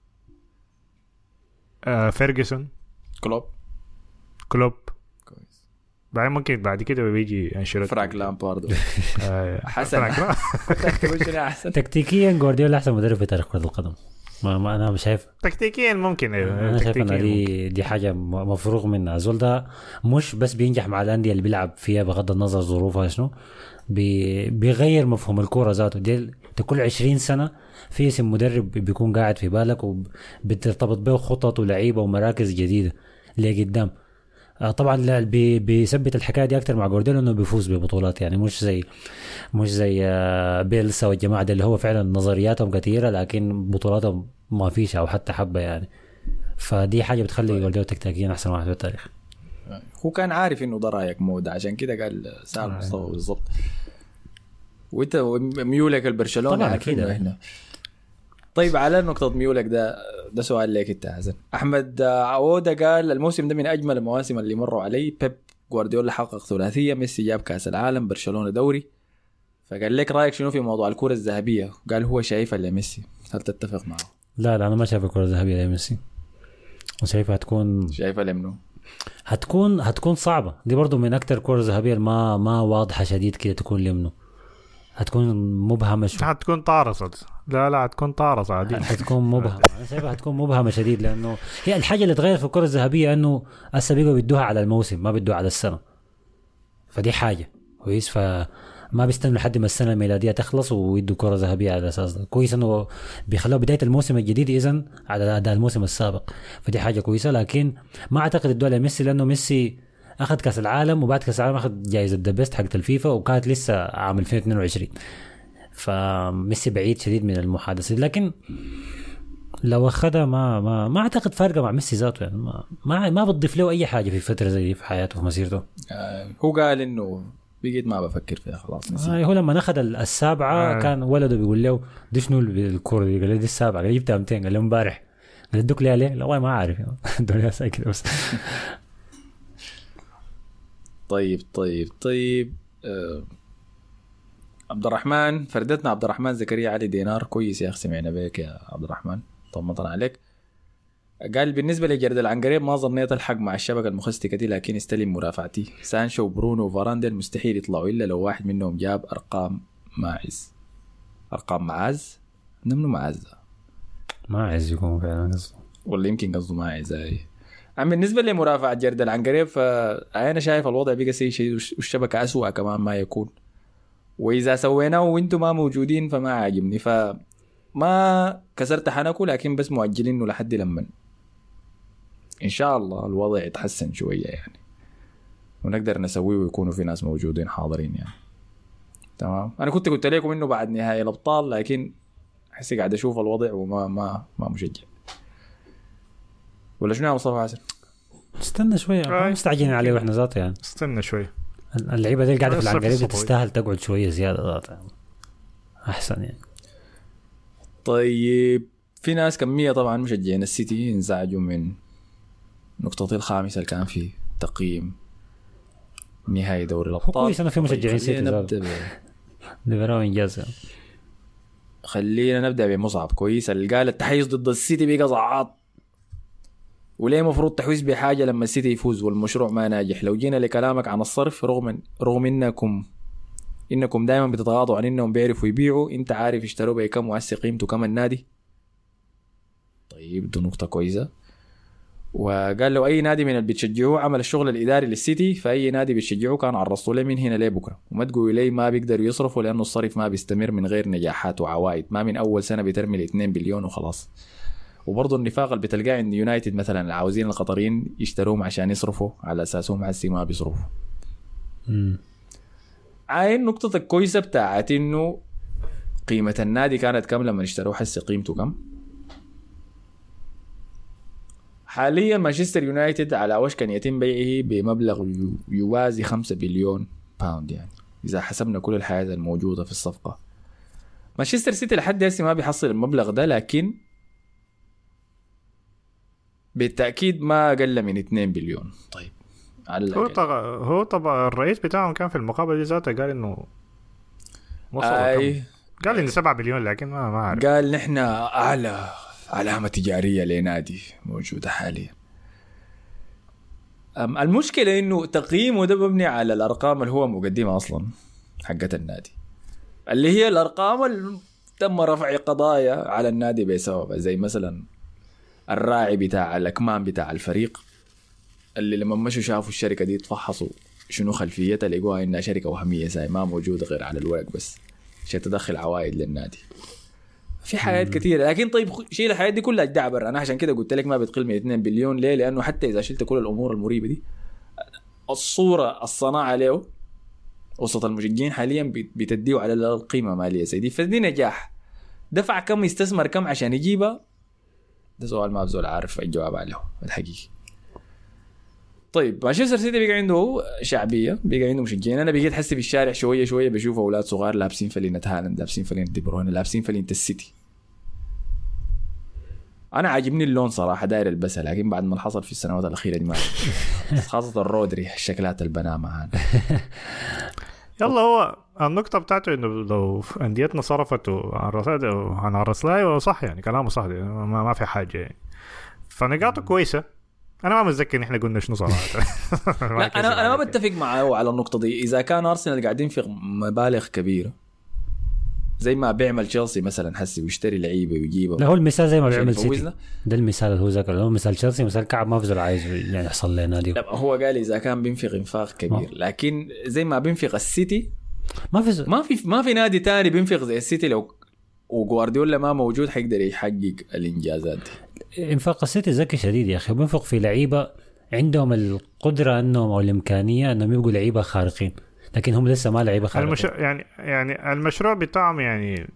آه، فيرجسون كلوب كلوب كويس. بعدين ممكن بعد كده بيجي أنشيلوتي فرانك لامبارد. آه حسن أحسن. تكتيكيا غوارديولا أحسن مدرب في تاريخ كرة القدم. ما, ما أنا مش شايف تكتيكيا ممكن أيوة. أنا شايف أن دي دي حاجة مفروغ منها. زول ده مش بس بينجح مع الأندية اللي بيلعب فيها بغض النظر ظروفها شنو بي بيغير مفهوم الكورة ذاته. دي كل عشرين سنة في اسم مدرب بيكون قاعد في بالك وبترتبط به خطط ولعيبة ومراكز جديدة لقدام. طبعا بي بيثبت الحكايه دي اكتر مع غوارديولا انه بيفوز ببطولات يعني مش زي مش زي بيلسا والجماعه دي اللي هو فعلا نظرياتهم كثيره لكن بطولاتهم ما فيش او حتى حبه يعني. فدي حاجه بتخلي غوارديولا تكتيكيا احسن واحد في التاريخ. هو كان عارف انه ده رايك مود عشان كده قال سال مصطفى بالضبط. وانت ميولك البرشلونه طبعا كده هنا. طيب على نقطة ميولك ده ده سؤال لك انت حسن. أحمد عودة قال الموسم ده من أجمل المواسم اللي مروا علي. بيب غوارديولا حقق ثلاثية ميسي جاب كأس العالم برشلونة دوري. فقال لك رأيك شنو في موضوع الكرة الذهبية؟ قال هو شايفها لميسي. هل تتفق معه؟ لا لا أنا ما شايف الكرة الذهبية لميسي وشايفها هتكون شايفها لمنو هتكون هتكون صعبة. دي برضو من أكتر كرة ذهبية ما ما واضحة شديد كده تكون لمنو. هتكون مبهمة شو هتكون طارصت. لا لا هتكون طارصة عادي. هتكون مبهمة. أنا شايفها هتكون مبهمة شديد لأنه هي الحاجة اللي تغير في الكرة الذهبية إنه هسه بيجوا بيدوها على الموسم ما بيدوها على السنة. فدي حاجة كويس. ف ما بيستنوا لحد ما السنه الميلاديه تخلص ويدوا كره ذهبيه على اساس ده. كويس انه بيخلوا بدايه الموسم الجديد اذا على اداء الموسم السابق، فدي حاجه كويسه. لكن ما اعتقد ادوا لميسي لانه ميسي اخذ كاس العالم وبعد كاس العالم اخذ جائزه ذا بيست حقت الفيفا وكانت لسه عام ألفين واثنين وعشرين، فميسي بعيد شديد من المحادثه. لكن لو اخذها ما ما ما اعتقد فارقه مع ميسي ذاته يعني، ما ما, ما بتضيف له اي حاجه في فتره زي دي في حياته في مسيرته. آه هو قال انه بقيت ما بفكر فيها خلاص نسيت. آه هو لما اخذ السابعه آه. كان ولده بيقول له دي شنو الكوره دي؟ قال له دي السابعه. قال جبتها مئتين. قال له امبارح. قال ادوك ليه ليه؟ لا والله ما عارف الدنيا ساكته بس. طيب طيب طيب آه. عبد الرحمن فردتنا عبد الرحمن زكريا علي دينار كويس يا اخي سمعنا بك يا عبد الرحمن طمطنا عليك. قال بالنسبة لجرد العنقريب ما ظنيت الحق مع الشبكة المخستكة دي لكن استلم مرافعتي. سانشو وبرونو وفارانديل مستحيل يطلعوا إلا لو واحد منهم جاب أرقام ماعز. أرقام معاز نمنو معاز ماعز يكون فعلا قصده ولا يمكن قصده ماعز هاي. عم بالنسبة لمرافعة جرد العنقريب فأنا شايف الوضع بقى سيء شيء والشبكة أسوأ كمان ما يكون، وإذا سويناه وإنتم ما موجودين فما عاجبني. فما كسرت حنكو لكن بس مؤجلينه لحد لمن إن شاء الله الوضع يتحسن شوية يعني ونقدر نسويه ويكونوا في ناس موجودين حاضرين يعني. تمام. أنا كنت قلت لكم إنه بعد نهاية الأبطال لكن حسي قاعد أشوف الوضع وما ما ما مشجع. ولا شنو يا مصطفى عسل؟ استنى شوية ما مستعجلين عليه وإحنا ذاته يعني. استنى شوية. اللعيبة دي قاعدة في العنقريب دي تستاهل تقعد شوية زيادة ذاته يعني. أحسن يعني. طيب في ناس كمية طبعا مشجعين السيتي انزعجوا من نقطة الخامسة اللي كان في تقييم نهاية دوري الأبطال. كويس أنا في مشجعين سيتي نبدأ نبراو إنجاز. خلينا نبدأ بمصعب. كويس اللي قال التحيز ضد السيتي بقى زعاط وليه مفروض تحويز بحاجة لما السيتي يفوز والمشروع ما ناجح. لو جينا لكلامك عن الصرف رغم رغم إنكم إنكم دائما بتتغاضوا عن إنهم بيعرفوا يبيعوا، أنت عارف اشتروا بكم وعسي قيمته كم النادي. طيب دي نقطة كويسة. وقال لو أي نادي من اللي بتشجعوه عمل الشغل الإداري للسيتي فأي نادي بتشجعوه كان عرضوا له من هنا ليه بكرة، وما تقولوا لي ما بيقدروا يصرفوا لأنه الصرف ما بيستمر من غير نجاحات وعوائد، ما من أول سنة بترمي اثنين بليون وخلاص. وبرضه النفاق اللي بتلقاه عند يونايتد مثلا عاوزين القطريين يشتروهم عشان يصرفوا على أساسهم عسي ما بيصرفوا. امم عين نقطة الكويسة بتاعت إنه قيمة النادي كانت كم لما اشتروه حسي قيمته كم. حاليا مانشستر يونايتد على وشك أن يتم بيعه بمبلغ يوازي خمسة بليون باوند يعني إذا حسبنا كل الحاجات الموجودة في الصفقة. مانشستر سيتي لحد هسه ما بيحصل المبلغ ده لكن بالتأكيد ما أقل من اثنين بليون. طيب هو طبعا هو طبعا الرئيس بتاعهم كان في المقابلة دي ذاته قال إنه وصل أي... قال إنه سبعة بليون لكن ما ما أعرف. قال نحن أعلى علامة تجارية لنادي موجودة حاليا. المشكلة إنه تقييمه ده مبني على الأرقام اللي هو مقدمها أصلا حقت النادي اللي هي الأرقام اللي تم رفع قضايا على النادي بسببها، زي مثلا الراعي بتاع الأكمام بتاع الفريق اللي لما مشوا شافوا الشركة دي تفحصوا شنو خلفيتها لقوها إنها شركة وهمية زي ما موجودة غير على الورق بس عشان تدخل عوائد للنادي. في حاجات كثيرة لكن طيب شيل الحاجات دي كلها اجدع برا. أنا عشان كده قلت لك ما بتقل من اثنين بليون. ليه؟ لأنه حتى إذا شلت كل الأمور المريبة دي الصورة الصناعة له وسط المشجعين حاليا بتديه على القيمة مالية سيدي. فدي نجاح. دفع كم يستثمر كم عشان يجيبها ده سؤال ما بزول عارف الجواب عليه الحقيقي. طيب مانشستر سيتي بقى عنده شعبية بقى عنده مشجعين. أنا بقيت حسي في الشارع شوية شوية بشوف أولاد صغار لابسين فلينة هالاند لابسين فلينة دي بروين لابسين فلينة السيتي. أنا عاجبني اللون صراحة داير البسها لكن بعد ما حصل في السنوات الأخيرة دي ما خاصة الرودري الشكلات البنامة هذا. يلا هو النقطة بتاعته إنه لو أنديتنا صرفت وهنعرس لها صح يعني كلامه صح ما, ما في حاجة يعني. فنقاطه كويسة. أنا ما متذكر إحنا قلنا شنو صراحة. لا أنا أنا ما بتفق معه على النقطة دي. إذا كان أرسنال قاعدين في مبالغ كبيرة زي ما بيعمل تشيلسي مثلا حسي ويشتري لعيبة ويجيبه. لا هو المثال زي ما بيعمل سيتي ده المثال اللي هو ذكر هو مثال تشيلسي مثال كعب ما بزول عايز يعني يحصل لنا دي. لا هو قال إذا كان بينفق إنفاق كبير لكن زي ما بينفق السيتي ما في ما في ما في نادي تاني بينفق زي السيتي لو وغوارديولا ما موجود حيقدر يحقق الانجازات دي. انفاق السيتي ذكي شديد يا اخي، بينفق في لعيبه عندهم القدره انهم او الامكانيه انهم يبقوا لعيبه خارقين، لكن هم لسه ما لعيبه خارقين. المش... يعني يعني المشروع بتاعهم يعني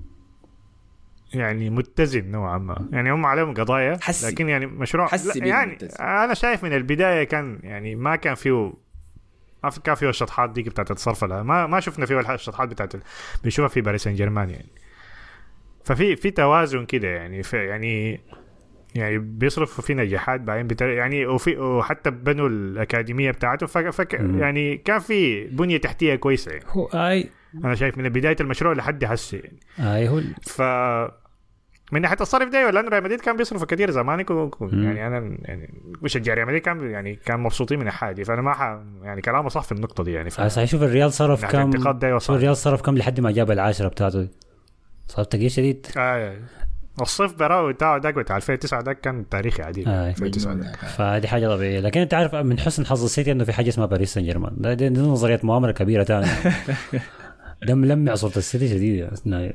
يعني متزن نوعا ما، يعني هم عليهم قضايا حسي. لكن يعني مشروع حسي يعني متزن. انا شايف من البدايه كان يعني ما كان فيه ما في كان فيه الشطحات دي بتاعت الصرف لها، ما ما شفنا فيه الشطحات بتاعت بنشوفها في باريس سان جيرمان يعني. ففي في توازن كده يعني في يعني يعني بيصرفوا في نجاحات بعدين بتر... يعني وفي وحتى بنوا الأكاديمية بتاعته فك... فك... يعني كان في بنية تحتية كويسة يعني. هو اي أنا شايف من بداية المشروع لحد هسه يعني. اي هو ف من ناحية الصرف ده ولا ريال مدريد كان بيصرفوا كتير زمان يعني أنا يعني مشجع ريال مدريد كان يعني كان مبسوطين من الحاجة، فأنا ما ح... يعني كلامه صح في النقطة دي يعني. ف... صحيح. شوف الريال صرف كم، شوف الريال صرف كم لحد ما جاب العاشرة بتاعته، صرف تقيل شديد. آه الصيف براوي بتاعه داك بتاع ألفين وتسعة داك كان تاريخي عديد. آه. فهذه حاجة طبيعية، لكن انت عارف من حسن حظ السيتي انه في حاجة اسمها باريس سان جيرمان، ده دي نظرية مؤامرة كبيرة تانية. ده ملمع صورة السيتي شديدة.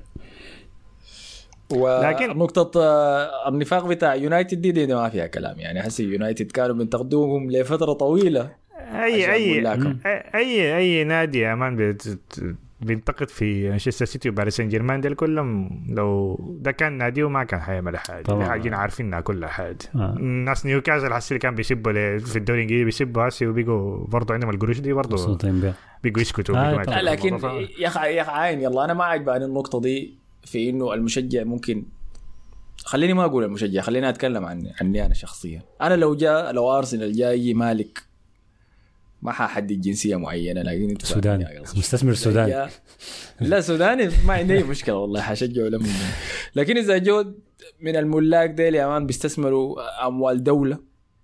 ولكن نقطة النفاق بتاع يونايتد دي, دي, دي ما فيها كلام يعني. هسي يونايتد كانوا بنتقدوهم لفترة طويلة. أي أي أي أي نادي يا مان بت بينتقد في مانشستر سيتي وباريس سان جيرمان دول كلهم، لو ده كان نادي وما كان حيعمل حاجه، حاجين عارفينها كل حاجه. آه. الناس نيوكاسل حسي اللي كان بيسبوا في الدوري الانجليزي بيسبوا هسي وبيجوا برضه عندهم القروش دي برضه بيجوا يسكتوا. آه لا لكن يا اخي يا اخي عين يلا انا ما عجباني النقطه دي في انه المشجع ممكن، خليني ما اقول المشجع، خليني اتكلم عن عني انا شخصيا. انا لو جاء لو ارسنال جاي مالك ما ححدد جنسية معينة، لكن انت سوداني مستثمر سوداني. لا سوداني ما عندي مشكلة والله حشجعه لهم، لكن إذا جو من الملاك ديل يا مان بيستثمروا أموال دولة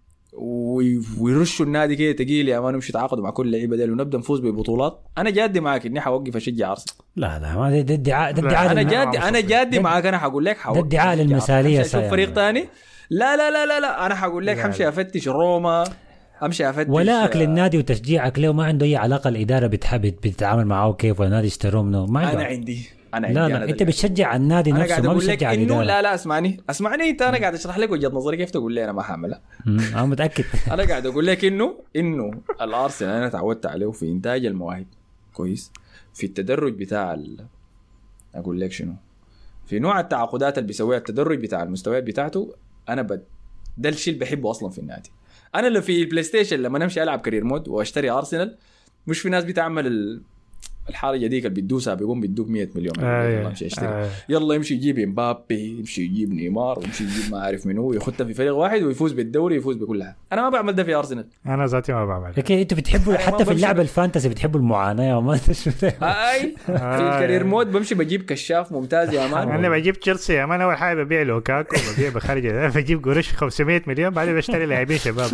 ويرشوا النادي كده تقيل يا مان، ومشي يتعاقدوا مع كل لعيبة ديل ونبدأ نفوز ببطولات، أنا جادي معاك إني حوقف أشجع أرسنال. لا لا ما ده ادعاء، ده ادعاء. أنا جادي أنا جادي معاك، أنا حقول لك حوقف. ده ادعاء للمثالية. شوف فريق تاني. لا لا لا لا لا أنا حقول لك حمشي أفتش روما، امشي افتش. ولا اكل النادي وتشجيعك له ما عنده اي علاقه الاداره بتحب بتتعامل معه كيف، ولا نادي اشتروه منه ما عنده. انا عندي انا عندي لا لا انت بتشجع النادي نفسه ما بتشجع الاداره. لا لا اسمعني اسمعني انت، انا قاعد اشرح لك وجهه نظري كيف تقول لي انا ما حاملها. انا متاكد. انا قاعد اقول لك انه انه الارسنال انا تعودت عليه في انتاج المواهب كويس، في التدرج بتاع ال... اقول لك شنو، في نوع التعاقدات اللي بيسويها، التدرج بتاع المستويات بتاعته. انا بد... ده الشيء اللي بحبه اصلا في النادي. انا اللي في البلاي ستيشن لما نمشي العب كارير مود واشتري ارسنال، مش في ناس بتعمل الحاجه ديك اللي بتدوسها بيقوم بيدوك مية مليون. آه يمشي يشتري آه. يلا يمشي يجيب امبابي، يمشي يجيب نيمار، ويمشي يجيب ما عارف منو، يخطها في فريق واحد ويفوز بالدوري ويفوز بكلها. انا ما بعمل ده في ارسنال، انا ذاتي ما بعمل. اوكي انتوا بتحبوا حتى في اللعبه الفانتسي بتحبوا المعاناه وما اي في الكارير مود بمشي بجيب كشاف ممتاز يا مان. انا بجيب تشيلسي يا مان، اول حاجه ببيع لوكاكو وببيع بخارج، بجيب قرش خمسمية مليون بعدين بشتري لاعبين شباب.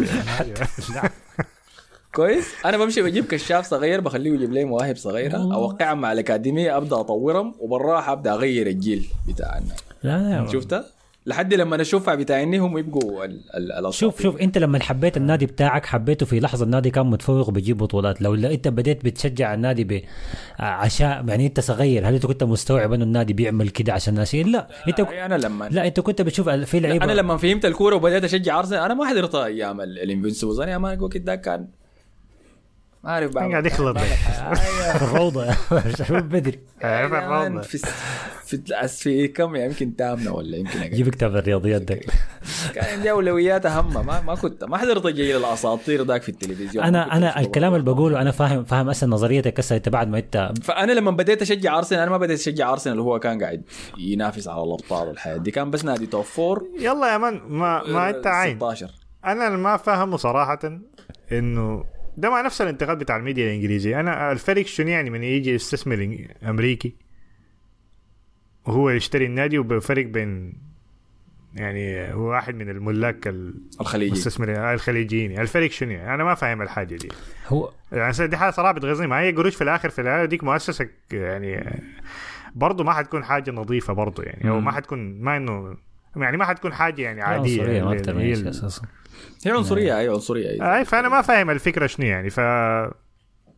كويس. انا بمشي بجيب كشاف صغير بخليه يجيب لي مواهب صغيره، اوقعهم مع الاكاديميه، ابدا اطورهم وبالراحه ابدا اغير الجيل بتاعنا. لا لا شفتها لحد لما نشوفها بتاعيني هم يبقوا ال شوف شوف انت لما حبيت النادي بتاعك حبيته في لحظه النادي كان متفوق وبيجيب بطولات. لو انت بديت بتشجع النادي بعشاء يعني انت صغير، هل انت كنت مستوعب انه النادي بيعمل كده عشان الناس؟ لا انت انا لما لا انت كنت بتشوف في لعيبه. انا لما فهمت الكوره وبديت اشجع ارسنال انا ما حضرت ايام الانفنسبلز، انا ما وقت ده كان ما اعرف بعمل قاعد يخلط الروضه شباب بدري في في في كم يمكن تامنه ولا يمكن جيب كتاب الرياضيات ده كان عندي اولويات اهم. ما ما كنت ما حضرت جيل الاساطير ذاك في التلفزيون. انا انا الكلام اللي بقوله انا فاهم فاهم اصلا نظريتك هسه انت بعد ما انت. فانا لما بديت اشجع ارسنال انا ما بديت اشجع ارسنال اللي هو كان قاعد ينافس على الابطال والحياه دي، كان بس نادي توب فور. يلا يا مان ما ما انت عين ستاشر. انا ما فاهمه صراحه انه ده مع نفس الانتقاد بتاع الميديا الانجليزي. انا الفرق شنو يعني من يجي يستثمر امريكي وهو يشتري النادي، وبفرق بين يعني هو واحد من الملاك الخليجي المستثمرين الخليجيين. الفرق شنو يعني؟ انا ما فاهم الحاجه دي. هو يعني دي حاجه صراحه بتغيظني. ما هي قروش في الاخر في الاخر ديك مؤسسه يعني برضه ما حتكون حاجه نظيفه برضه يعني، او ما حتكون ما انه يعني ما حتكون حاجه يعني عاديه يعني ما اكثر من اساسا هي عنصريه. اي عنصريه اي. فانا ما فاهم الفكره شنو يعني. ف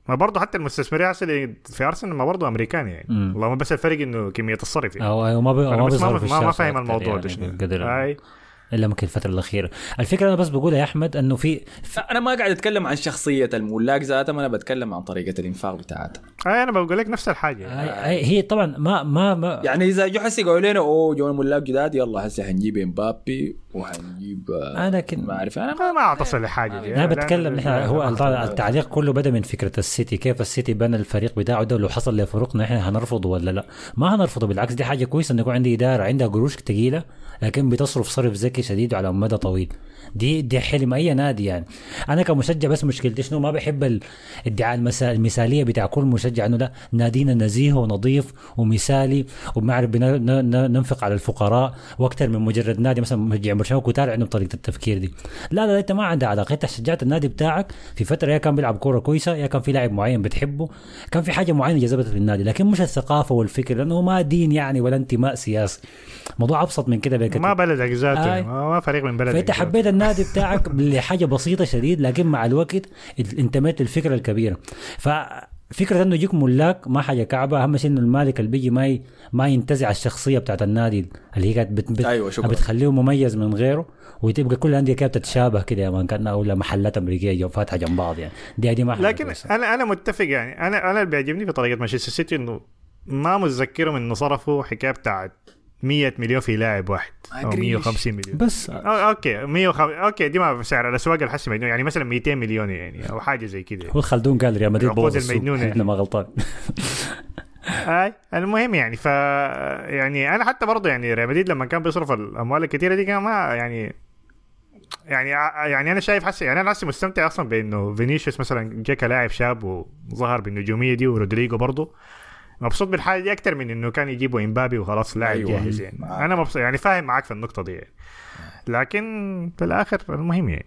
ما برضه حتى المستثمرين اللي في ارسنال ما برضه امريكان يعني والله بس الفرق انه كميه الصرف يعني. او ما بي... ما بيصرف ما, ما فاهم الموضوع ده شنو يعني الا ممكن الفتره الاخيره. الفكره انا بس بقولها يا احمد انه في, في انا ما قاعد اتكلم عن شخصيه الملاك ذاتهم، انا بتكلم عن طريقه الانفاق بتاعتها. اي انا بقول لك نفس الحاجه أي هي طبعا ما ما, ما يعني اذا جو حسي قالوا لنا اوه جو ملاك جداد يلا هسه حنجيب امبابي وحنجيب انا كن... ما اعرف انا ما, ما اعتصل لحاجه دي. انا بتكلم نحن هو التعليق كله بدا من فكره السيتي، كيف السيتي بنى الفريق بتاعه ده، ولو حصل له فروقنا احنا هنرفضه ولا لا؟ ما هنرفضه، بالعكس دي حاجه كويسه انه يكون عندي اداره عندها قروش ثقيله لكن بتصرف صرف ذكي شديد على مدى طويل. دي دي حلم اي نادي يعني. انا كمشجع بس مشكلتي شنو، ما بحب الادعاء المثاليه بتاع كل مشجع انه لا نادينا نزيه ونظيف ومثالي وبنعرف ننفق على الفقراء واكثر من مجرد نادي مثلا مشجع برشلونه وتابع عنده طريقه التفكير دي. لا لا انت ما عندها علاقه، انت شجعت النادي بتاعك في فتره يا كان بيلعب كوره كويسه يا كان في لاعب معين بتحبه، كان في حاجه معينه جذبتك للنادي، لكن مش الثقافه والفكر لانه ما دين يعني ولا انتماء سياسي. موضوع ابسط من كده بكتير. ما بلدك ذاته آه. ما فريق من بلدك. فانت حبيت النادي بتاعك لحاجه بسيطه شديد لكن مع الوقت انتميت للفكره الكبيره. ففكره انه يجيك ملاك ما حاجه كعبه، اهم شيء انه المالك اللي بيجي ما ي... ما ينتزع الشخصيه بتاعت النادي اللي هي كانت بت... بت... أيوة بتخليه مميز من غيره، وتبقى كل الانديه كانت تتشابه كده ما كان ولا محلات امريكيه فاتحه جنب بعض يعني. دي دي ما لكن كويسة. انا انا متفق يعني. انا انا اللي بيعجبني في طريقه مانشستر سيتي انه ما متذكرهم انه صرفوا حكايه بتاعت مية مليون في لاعب واحد او مية وخمسين مليون بس أو اوكي مية وخمسين اوكي دي ما سعر الاسواق الحسي مجنون يعني مثلا مئتين مليون يعني او حاجه زي كده. هو خلدون قال ريال مدريد بوظ السوق احنا ما غلطان. اي المهم يعني ف يعني انا حتى برضه يعني ريال مدريد لما كان بيصرف الاموال الكثيره دي كان ما يعني يعني يعني انا شايف حسي يعني انا حسي مستمتع اصلا بانه فينيسيوس مثلا جاك لاعب شاب وظهر بالنجوميه دي ورودريجو برضه مبسوط بالحاجه دي اكتر من انه كان يجيبوا امبابي وخلاص لاعب أيوة جاهز يعني معك. انا مبسوط يعني فاهم معاك في النقطه دي يعني. لكن في الاخر المهم يعني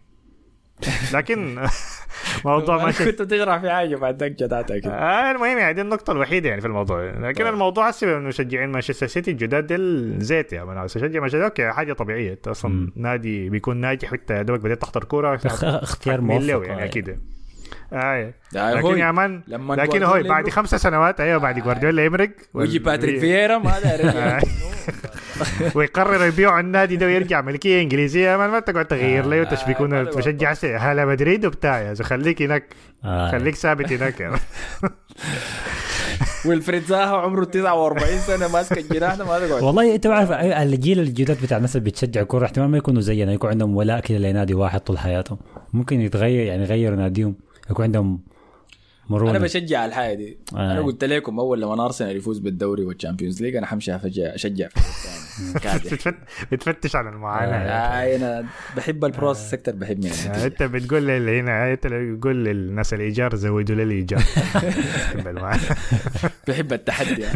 لكن موضوع ما كنت تغرق في حاجه بعد دقه كده آه المهم يعني دي النقطه الوحيده يعني في الموضوع. لكن طيب. الموضوع حسب انه مشجعين مانشستر سيتي الجداد ديل زيت يعني انا اشجع مانشستر اوكي حاجه طبيعيه اصلا م. نادي بيكون ناجح وانت دوبك بديت تحضر كوره اختيار موفق يعني كده آه. لكن يا مان لكن هو بعد خمسة سنوات ايوه بعد جوارديولا يمرق ويجي باتريك فييرا ما داري ويقرر يبيع النادي ده ويرجع ملكيه انجليزيه ما تقعد تغير له وتشبيكون تشجع هلا مدريد وبتاع يا خليك هناك خليك ثابت هناك. والفريد زاها عمره تسعة وأربعين سنه ماسك الجناح ما تقعد. والله انت عارف الجيل الجداد بتاع الناس اللي بتشجع كوره احتمال ما يكونوا زينا يكون عندهم ولاء كده لنادي واحد طول حياتهم، ممكن يتغير يعني يغيروا ناديهم يكون عندهم مرونة. انا بشجع الحاجه دي آه. انا قلت لكم اول لما ارسنال يفوز بالدوري والتشامبيونز ليج انا حمشي اشجع اشجع بتفتش على المعاناه آه انا بحب البروسس اكثر بحب يعني انت بتقول لي هنا انت بتقول للناس الايجار زودوا لي الايجار بحب التحدي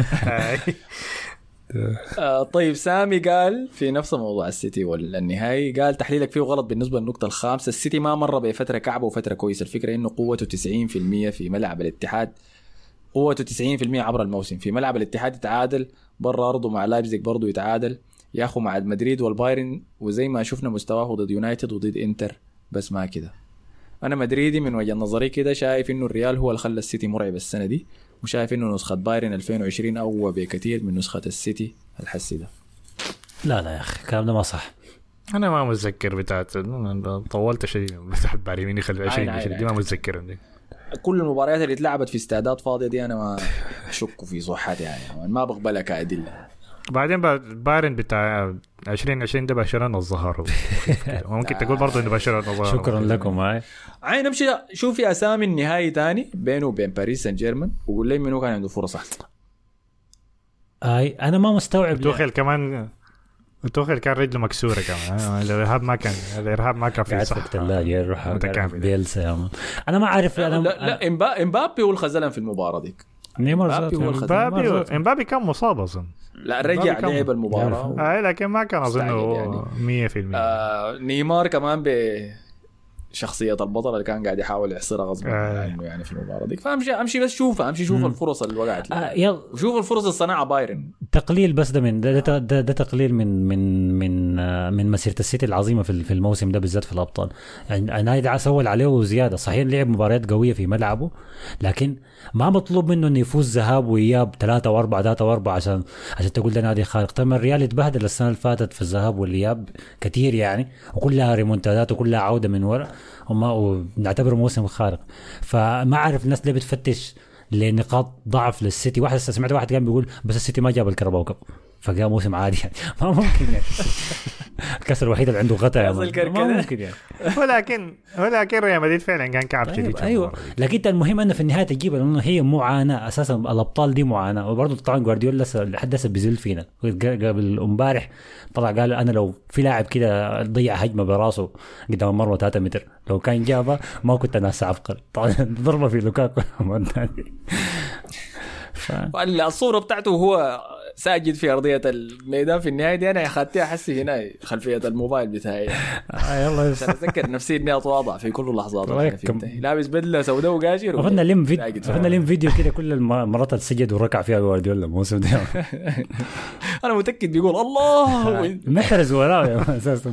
آه طيب سامي قال في نفس موضوع السيتي والنهائي قال تحليلك فيه غلط بالنسبة للنقطة الخامسة. السيتي ما مر بفترة كعبة وفترة كويسة. الفكرة إنه قوته تسعين بالمية في ملعب الاتحاد، قوته تسعين بالمية عبر الموسم. في ملعب الاتحاد يتعادل، برا أرضه مع لايبزيج برضو يتعادل، ياخو مع مدريد والبايرن، وزي ما شفنا مستواه ضد يونايتد وضد إنتر بس ما كده. أنا مدريدي من وجه نظري كده شايف إنه الريال هو اللي خلى السيتي مرعب السنة دي، وشايف إنه نسخة بايرن ألفين وعشرين أقوى بكثير من نسخة السيتي الحسي ده. لا لا يا أخي الكلام ده ما صح. أنا ما متذكر بتاعت طولت شيء بتاعت بايرن يخلي عشرين عشرين دي ما متذكر عندي. كل المباريات اللي اتلعبت في استعداد فاضية دي أنا ما أشك في صحتها يعني ما بقبلها كأدلة. بعدين بايرن بتاع عشرين عشرين ده برشلونة الظهر ممكن تقول برضه إنه برشلونة الظهر. شكرا لكم معي. عين نمشي شوفي أسامي النهائي تاني بينه وبين باريس سان جيرمان وقول لي منو كان عنده فرص أحسن. أي أنا ما مستوعب. توخيل كمان توخيل كان رجله مكسورة كمان. الإرهاب ما كان الإرهاب ما كان في صح. لا يروح بيلسا يا من. أنا ما أعرف. أنا لا لا إمبا إمبابي هو الخزلان في المباراة ديك. نيمار إمبابي إمبابي كان مصاب أصلا. لا رجع لعب المباراة. آه لكن ما كان أظنه يعني. مية في المية. آه نيمار كمان ب شخصية البطل اللي كان قاعد يحاول يحصرها غصبا آه. عنه يعني في المباراة دي. فامشي امشي بس شوفها امشي شوف الفرص اللي وقعت آه يلا وشوف الفرص اللي صنعها بايرن. تقليل بس ده من ده, ده, ده, ده تقليل من من من آه من مسيرة السيتي العظيمة في في الموسم ده بالذات في الأبطال. يعني أنا ده سوى عليه زيادة. صحيح لعب مباريات قوية في ملعبه لكن ما مطلوب منه إنه يفوز ذهاب وإياب ثلاثة وأربعة ثلاثة وأربعة عشان عشان تقول ده نادي خارق. تم الريال يتبهدل السنة اللي فاتت في الذهاب والإياب كتير يعني وكلها ريمونتادات وكلها عودة من وراء وما ونعتبره موسم خارق. فما أعرف الناس ليه بتفتش لنقاط ضعف للسيتي. واحد سمعت واحد كان بيقول بس السيتي ما جاب الكرباو كاب فجاء موسم عادي يعني. ما ممكن يعني الكسر الوحيد اللي عنده غطاء يعني. ما ممكن يعني. ولكن ولكن ريال مدريد فعلا كان كعب شديد. أيوة, أيوة. لكن المهم أنه في النهاية تجيبها لأنه هي معاناة أساسا. الأبطال دي معاناة. وبرضه طبعا جوارديولا لحد هسه بيزل فينا. قبل امبارح طلع قال أنا لو في لاعب كده ضيع هجمة براسه قدام المرمى ثلاثة متر لو كان جابها ما كنت ناس عبقر. طبعا ضربة في لوكاكو. ف... الصورة بتاعته وهو ساجد في أرضية الميدان في النهاية دي أنا أخذتها حسي هنا خلفية الموبايل بتاعي. آه يلا عشان أتذكر نفسي إني أتواضع في كل اللحظات. لابس بدلة سوداء وقاشر. أخذنا لم فيديو أخذنا لم فيديو كده كل المرات السجد وركع فيها جوارديولا الموسم ده. أنا متأكد بيقول الله محرز وراه أساسا.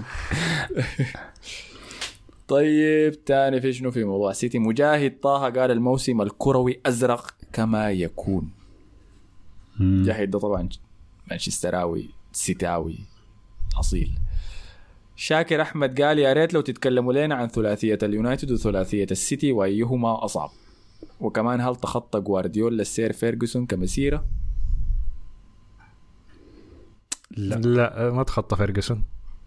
طيب تاني في شنو في موضوع سيتي؟ مجاهد طه قال الموسم الكروي أزرق كما يكون. مجاهد ده طبعا مانشستراوي سيتاوي أصيل. شاكر أحمد قال يا ريت لو تتكلموا لنا عن ثلاثية اليونايتد وثلاثية السيتي وأيهما أصعب، وكمان هل تخطى جوارديولا السير فيرغسون كمسيرة؟ لا, لا ما تخطى فيرغسون.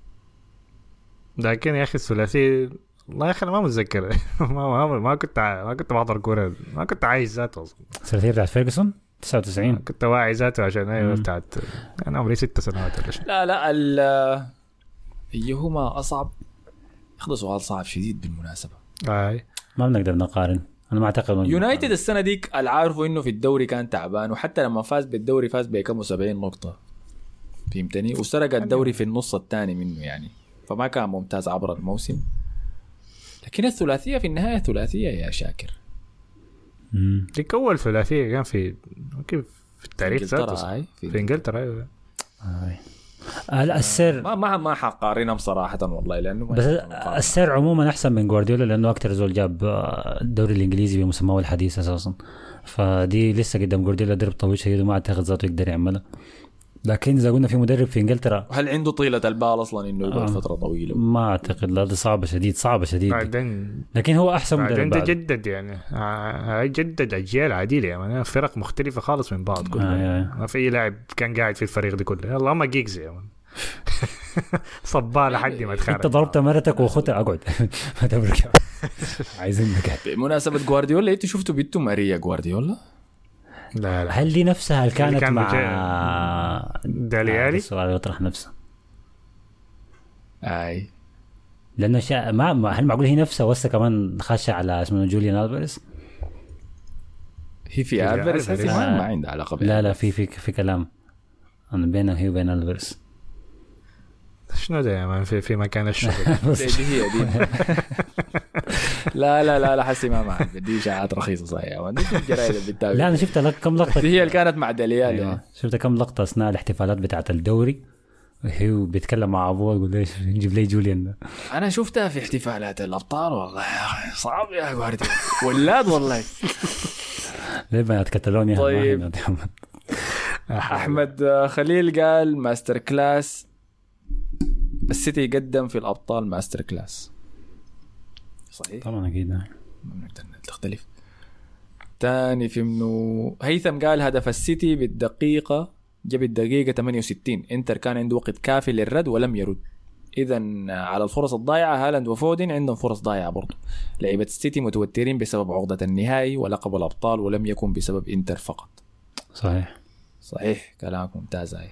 لكن يا أخي الثلاثي الله يا أخي أنا ما متذكر. ما ما ما كنت ما كنت بحضر كورة ما كنت عايز ذاته أصلا. الثلاثية بتاعت فيرغسون تسعة وتسعين كنت واعي ذاته عشان أيوة بتاعت أنا عمري ست سنوات ولا شيء. لا لا ال أيهما أصعب ياخذ سؤال صعب شديد بالمناسبة. آه. ما بنقدر نقارن. أنا ما أعتقد يونايتد السنة ديك العارفه إنه في الدوري كان تعبان وحتى لما فاز بالدوري فاز بكم وسبعين نقطة فهمتني وسرق الدوري في النص الثاني منه يعني فما كان ممتاز عبر الموسم. لكن الثلاثية في النهاية ثلاثية يا شاكر. دي أول ثلاثية كان في كيف في التاريخ ذاته في, في إنجلترا. أيوة. لا السير ما ما ما حقارنهم صراحة والله لأنه بس السير عموما أحسن من جوارديولا لأنه أكتر زول جاب الدوري الإنجليزي بمسماه الحديث أساسا. فدي لسه قدام جوارديولا درب طويل شديد وما أعتقد ذاته يقدر يعملها. لكن إذا قلنا في مدرب في إنجلترا هل عنده طيلة البال أصلا إنه يقعد آه. فترة طويلة؟ ما أعتقد. لا ده صعبة شديد صعبة شديد. بعدين لكن هو أحسن مدرب. بعدين تجدد يعني آه جدد أجيال عديدة يعني فرق مختلفة خالص من بعض كلها. آه آه. ما في لاعب كان قاعد في الفريق ده كله. يلا ما جيكز يا من صبالة حد ما تخرج. أنت ضربت مرتك وأخوتك أقعد ما تبرك عايزين مكان. بمناسبة جوارديولا أنت شفتوا بيتو ماريا جوارديولا؟ لا لا. هل دي نفسها اللي كانت كان مع داليالي؟ السؤال يطرح نفسه. أي لأنه شا... ما هل معقول هي نفسها وسه كمان خاشة على اسمه جوليان ألفاريز؟ هي في ألفاريز هسه ما ما عنده علاقة. لا لا في في في كلام أنا بينه هي وبين ألفاريز. شنو ده يا مان في في مكان الشغل دي هي دي. لا لا لا لا حسي ما معك بدي إشاعات رخيصة صحيح ما عنديش الجرايد اللي بتتابع. لا أنا شفت لك كم لقطة. دي هي اللي كانت مع داليالي. أيوة. شفت كم لقطة أثناء الاحتفالات بتاعة الدوري وهو بيتكلم مع أبوه يقول ليش نجيب لي جوليان. أنا شفتها في احتفالات الأبطال والله صعب يا جوارديولا ولاد والله. ليه بنات كتالونيا. طيب أحمد خليل قال ماستر كلاس السيتي يقدم في الأبطال ماستر كلاس. صحيح طبعا أكيد ما بنقدر تختلف. تاني في منو هيثم قال هدف السيتي بالدقيقة جاب الدقيقة ثمانية وستين. انتر كان عنده وقت كافي للرد ولم يرد. إذن على الفرص الضائعة هالاند وفودين عندهم فرص ضائعة برضو. لعيبة السيتي متوترين بسبب عقدة النهائي ولقب الأبطال ولم يكن بسبب انتر فقط. صحيح صحيح كلامك ممتاز. هاي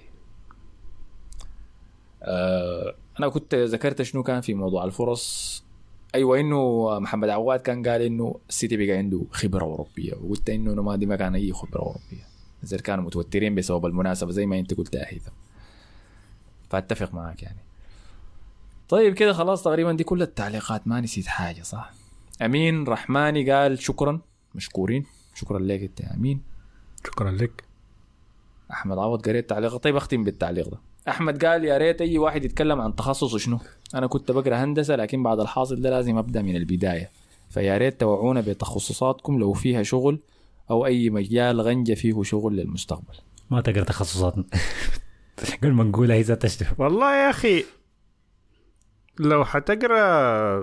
أه أنا كنت ذكرت شنو كان في موضوع الفرص. أيوة إنه محمد عواد كان قال إنه السيتي بقى عنده خبرة أوروبية وقلت إنه ما دي ما كان أي خبرة أوروبية إذا كانوا متوترين بسبب المناسبة زي ما أنت قلت يا هيثم فأتفق معك يعني. طيب كده خلاص تقريبا دي كل التعليقات، ما نسيت حاجة صح؟ أمين رحماني قال شكرا، مشكورين، شكرا لك انت يا أمين. شكرا لك. أحمد عوض قريت تعليق. طيب أختم بالتعليق ده. أحمد قال يا ريت أي واحد يتكلم عن تخصص شنو. أنا كنت بقرأ هندسة لكن بعد الحاصل ده لازم أبدأ من البداية، فيا ريت توعونا بتخصصاتكم لو فيها شغل أو أي مجال غنجة فيه شغل للمستقبل. ما تقرأ تخصصاتنا قل ما نقولها هي ذات تشتغل. والله يا أخي لو حتقرأ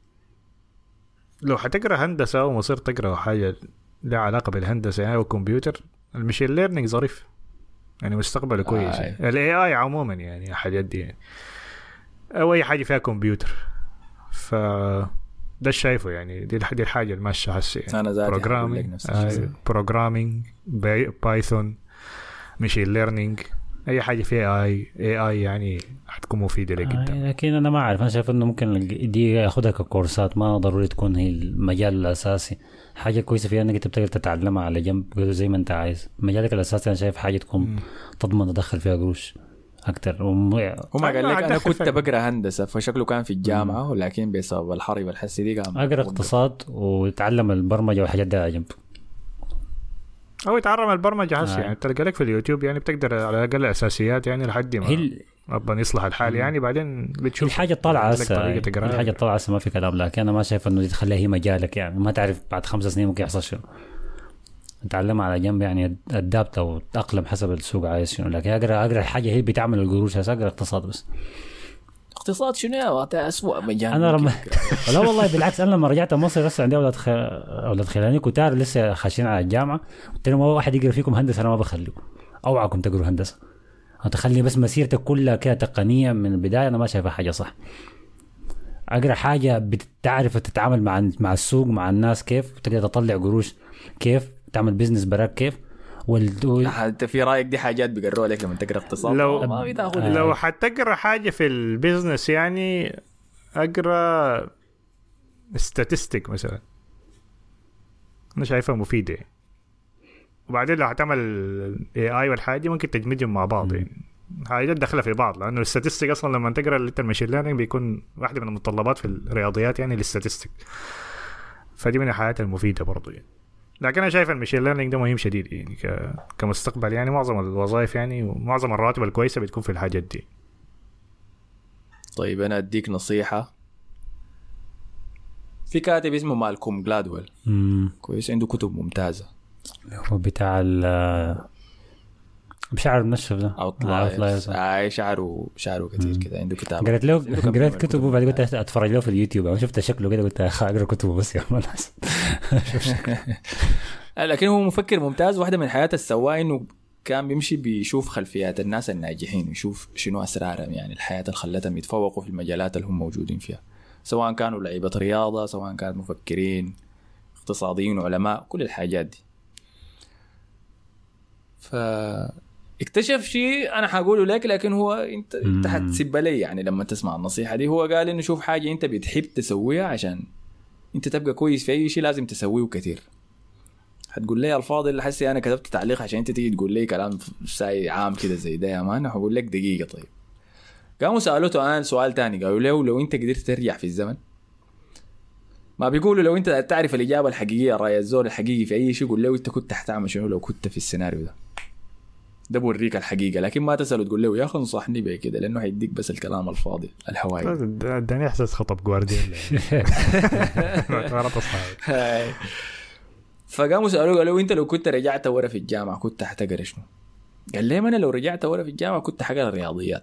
لو حتقرأ هندسة ومصير تقرأ حاجة لها علاقة بالهندسة يعني والكمبيوتر، المشين ليرنينج ظريف يعني مستقبله كويس. آه. ال إيه آي عموما يعني حاجات دي يعني أو أي حاجة فيها كمبيوتر، ف ده شايفه يعني دي دي الحاجة الماشية هسه يعني. أنا ذاتي هقول لك نفس الشيء. بروجرامينج، بايثون، ماشين ليرنينج، اي حاجه فيها اي اي اي يعني حتكون مفيده لك جدا. آه لكن انا ما اعرف، انا شايف انه ممكن دي ياخذها ككورسات، ما ضروري تكون هي المجال الاساسي. حاجه كويسه فيها انك انت بتقدر تتعلمها على جنب زي ما انت عايز. مجالك الاساسي انا شايف حاجه تكون م. تضمن تدخل فيها قروش اكثر. وم... هما قال لك انا كنت بقرا هندسه فشكله كان في الجامعه، ولكن بسبب الحرب والحسي دي قام اقرا اقتصاد وتعلم البرمجه والحاجات دي على جنب، او يتعلم البرمجه هسه آه. يعني تلقى لك في اليوتيوب يعني بتقدر على الاقل الاساسيات يعني لحد ما هي ربنا يصلح الحال يعني بعدين بتشوف الحاجه الطالعه هسه. الحاجه الطالعه هسه ما في كلام، لكن انا ما شايف انه تخليها هي مجالك يعني. ما تعرف بعد خمس سنين ممكن يحصل شنو، نتعلم على جنب يعني ادابت او تاقلم حسب السوق عايز شنو. لكن اقرا اقرا الحاجه هي بتعمل القروش هسه اقرا اقتصاد بس. اقتصاد شنو يا اسوء مجال انا رم... لا والله بالعكس، انا لما رجعت مصر لسه عندي اولاد خ... اولاد خلاني كتار لسه خاشين على الجامعه، قلت لهم ما واحد يقرا فيكم هندسه انا ما بخليه، اوعكم تقروا هندسه، هتخلي بس مسيرتك كلها كده تقنيه من البدايه. انا ما شايفها حاجه صح. اقرا حاجه بتعرف تتعامل مع مع السوق مع الناس كيف، تقدر تطلع قروش كيف، تعمل بزنس براك كيف. وال... انت في رايك دي حاجات بيقروها لك لما تقرا اقتصاد؟ لو ما بتاخذ آه. لو حتقرا حاجه في البيزنس يعني اقرا ستاتستيك مثلا، انا شايفها مفيده. وبعدين لو هتعمل اي اي والحاجه ممكن تجمدهم مع بعض يعني حاجات داخله في بعض، لانه الستاتستيك اصلا لما تقرا الماشين ليرنينج بيكون واحده من المتطلبات في الرياضيات يعني للستاتستيك، فدي من الحاجات المفيده برضو يعني. لكن انا شايف الماشين ليرنينج ده مهم شديد يعني ك... كمستقبل يعني. معظم الوظائف يعني ومعظم الرواتب الكويسه بتكون في الحاجات دي. طيب انا اديك نصيحه، في كاتب اسمه مالكوم جلادويل كويس، عنده كتب ممتازه. هو بتاع ال بشعر منشف ده اوتلايرز، اي شعره شعره كثير كده، عنده كتاب. قريت له قريت كتبه وبعد قلت اتفرج له في اليوتيوب، انا شفت شكله كده قلت اقرا كتبه بس يا ملاس. لكن هو مفكر ممتاز. واحده من حياته السواء انه كان بيمشي بيشوف خلفيات الناس الناجحين ويشوف شنو اسرارهم، يعني الحياه اللي خلتهم يتفوقوا في المجالات اللي هم موجودين فيها، سواء كانوا لعيبه رياضه، سواء كانوا مفكرين اقتصاديين وعلماء، كل الحاجات دي. فاكتشف شيء انا حقوله لك، لكن هو انت انت حتسب لي يعني لما تسمع النصيحه دي. هو قال انه شوف حاجه انت بتحب تسويها عشان انت تبقى كويس في اي شيء لازم تسويه كتير. هتقول لي الفاضل حسي انا كتبت تعليق عشان انت تيجي تقول لي كلام ساي عام كده زي ده يا مان، هقول لك دقيقه. طيب قاموا سالوته الان سؤال تاني، قالوا له لو انت قدرت ترجع في الزمن، ما بيقولوا لو انت تعرف الاجابه الحقيقيه راي الزول الحقيقي في اي شيء، قول له انت كنت حتعمل شنو لو كنت في السيناريو ده، ده بوريك الحقيقه. لكن ما تساله تقول له يا اخي انصحني بيه كده، لانه هيديك بس الكلام الفاضي الهواي. اداني احساس خطب جوارديولا. فقاموا سالوه قالوا انت لو كنت رجعت ورا في الجامعه كنت حتقرا شنو؟ قال لي انا لو رجعت ورا في الجامعه كنت حقرا الرياضيات.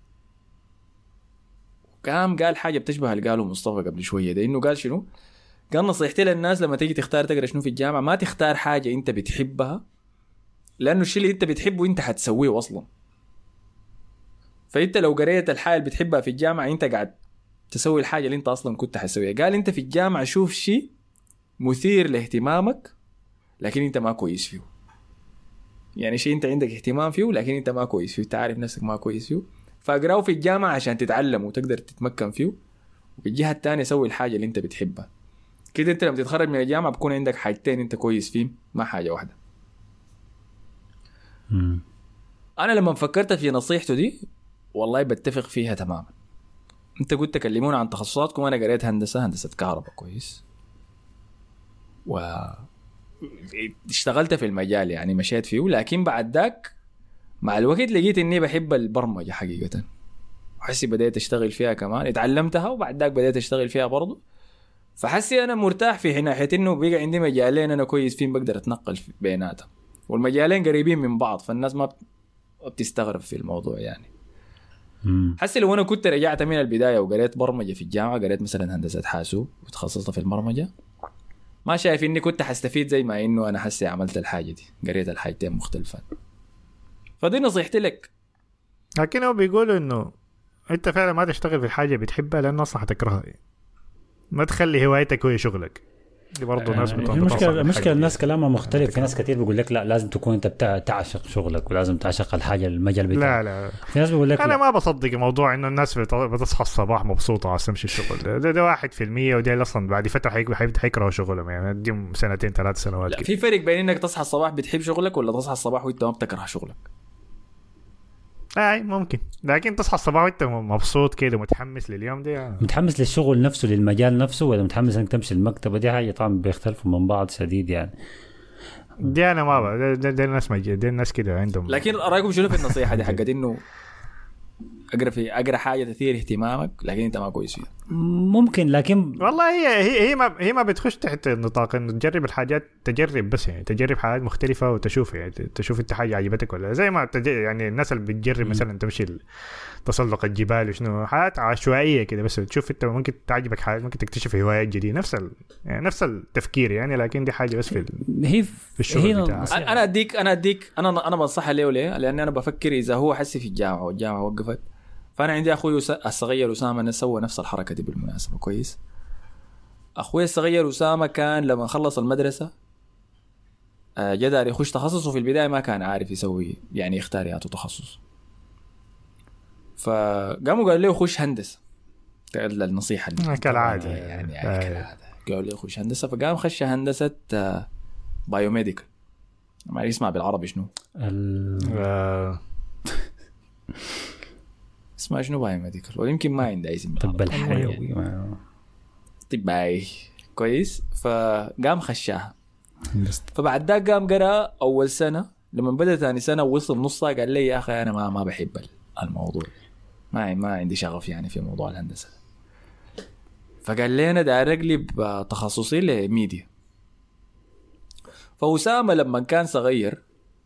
قام قال حاجه بتشبه اللي قاله مصطفى قبل شويه ده، انه قال شنو؟ قال نصيحتي للناس لما تيجي تختار تقرا شنو في الجامعه، ما تختار حاجه انت بتحبها، لانه الشيء اللي انت بتحبه انت حتسويه اصلا. فانت لو قريت الحاجه اللي بتحبها في الجامعه انت قاعد تسوي الحاجه اللي انت اصلا كنت حتسويها. قال انت في الجامعه شوف شيء مثير لاهتمامك لكن انت ما كويس فيه، يعني شيء انت عندك اهتمام فيه لكن انت ما كويس فيه، تعرف نفسك ما كويس فيه، فاقراه في الجامعه عشان تتعلم وتقدر تتمكن فيه، وفي الجهه الثانيه سوي الحاجه اللي انت بتحبها. كده انت لما تتخرج من الجامعه بكون عندك حاجتين انت كويس فيه، ما حاجه واحده. انا لما فكرت في نصيحته دي والله بتفق فيها تماما. انت قلت تكلمونا عن تخصصاتكم، وانا قريت هندسه هندسه كهرباء كويس، و اشتغلت في المجال يعني مشيت فيه. لكن بعد ذاك مع الوقت لقيت اني بحب البرمجه حقيقه، حسي بديت اشتغل فيها كمان، اتعلمتها وبعد ذاك بديت اشتغل فيها برضو. فحسي انا مرتاح في ناحيه انه بقى عندي مجالين انا كويس فين بقدر اتنقل بيناتهم، والمجالين قريبين من بعض، فالناس ما بتستغرب في الموضوع يعني. حسي لو انا كنت رجعت من البدايه وقريت برمجه في الجامعه، قريت مثلا هندسه حاسوب وتخصصت في البرمجه، ما شايف اني كنت حستفيد زي ما انه انا حسي عملت الحاجه دي، قريت الحاجتين مختلفات. فدي نصيحتي لك. لكن هو بيقولوا انه انت فعلا ما تشتغل في حاجه بتحبها لان اصلا حتكرهها، ما تخلي هوايتك هي شغلك. دي برضه ناس بتنصح. المشكله المشكله الناس كلامها مختلف. في ناس كتير بيقول لك لا لازم تكون انت تعشق شغلك ولازم تعشق الحاجه المجال بتاعك. لا لا في ناس بيقول لك انا لا. ما بصدق موضوع انه الناس بتصحى الصباح مبسوطه عشان تمشي الشغل. ده, ده واحد في المية، ودي اصلا بعد فتره حيبدا حيكرهوا شغلهم يعني. اديهم سنتين ثلاث سنوات. لا في فرق بين انك تصحى الصباح بتحب شغلك ولا تصحى الصباح وانت ما بتكره شغلك. اي ممكن، لكن تصحى الصباح وانت مبسوط كده متحمس لليوم ده. متحمس للشغل نفسه للمجال نفسه ولا متحمس انك تمشي المكتبه؟ دي حاجه طبعا بيختلفوا من بعض شديد يعني. دي انا ما بقى ده, ده الناس ما دي الناس كده عندهم. لكن رايكم شنو في النصيحه دي حقت انه اقرا في اقرا حاجه تثير اهتمامك لكن انت ما كويس فيها؟ ممكن، لكن والله هي هي هي ما هي ما بتخش تحت نطاق انه تجرب الحاجات، تجرب بس يعني تجرب حاجات مختلفه وتشوف يعني تشوف انت حاجه عجبتك ولا زي ما يعني الناس اللي بتجرب مثلا تمشي تسلق الجبال وشنو حاجات عشوائيه كده، بس تشوف انت ممكن تعجبك حاجه، ممكن تكتشف هوايات جديده، نفس ال... يعني نفس التفكير يعني. لكن دي حاجه بس في ال... هي في الشغل بتاعك. انا اديك انا اديك انا انا بنصحها ليه وليه؟ لاني انا بفكر اذا هو حسي في الجامعه والجامعه وقفت. فانا عندي اخوي الصغير اسامه، انا سوى نفس الحركه دي بالمناسبه كويس. اخوي الصغير اسامه كان لما خلص المدرسه جدار يخش تخصصه، في البدايه ما كان عارف يسوي يعني اختياراته تخصص، فقاموا قال له خش هندسه. قال له النصيحه اللي كالعاده يعني, يعني كالعاده قال له خش هندسه، فقام خش هندسه بايوميديكال. ما يسمع بالعربي شنو ال... اسمها شنو بايوميديكال، ويمكن ما عنده اسم طب الحيوي طباعي كويس. فقام خشاها، فبعد ذاك قام قرأ اول سنه. لما بدا ثاني سنه ووصل نصها قال لي يا اخي انا ما ما بحب الموضوع، ما ما عندي شغف يعني في موضوع الهندسه. فقال لي انا داير اقلب تخصصي لميديا. فأسامة لما كان صغير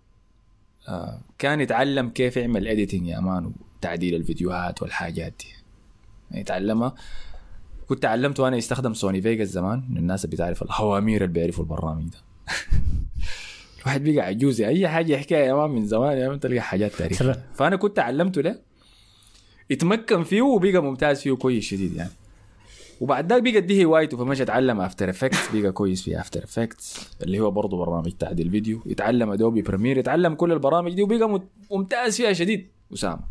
كان يتعلم كيف يعمل اديتنج يا مان وتعديل الفيديوهات والحاجات دي يعني يتعلمها. كنت تعلمت وانا يستخدم سوني فيجاس زمان، من الناس اللي بتعرف الحوامير اللي بيعرفوا البرنامج ده. واحد بيقع عجوزي اي حاجه يحكيها يا مان من زمان يا مان تلقى حاجات تاريخ. فانا كنت تعلمته له، يتمكن فيه وبقى ممتاز فيه كويس شديد يعني. وبعد ذلك بقى دي هوايته، فمشى اتعلم افتر افكتس، بقى كويس في افتر افكتس اللي هو برضه برنامج تعديل فيديو. يتعلم ادوبي بريمير، يتعلم كل البرامج دي وبقى ممتاز فيها شديد أسامة.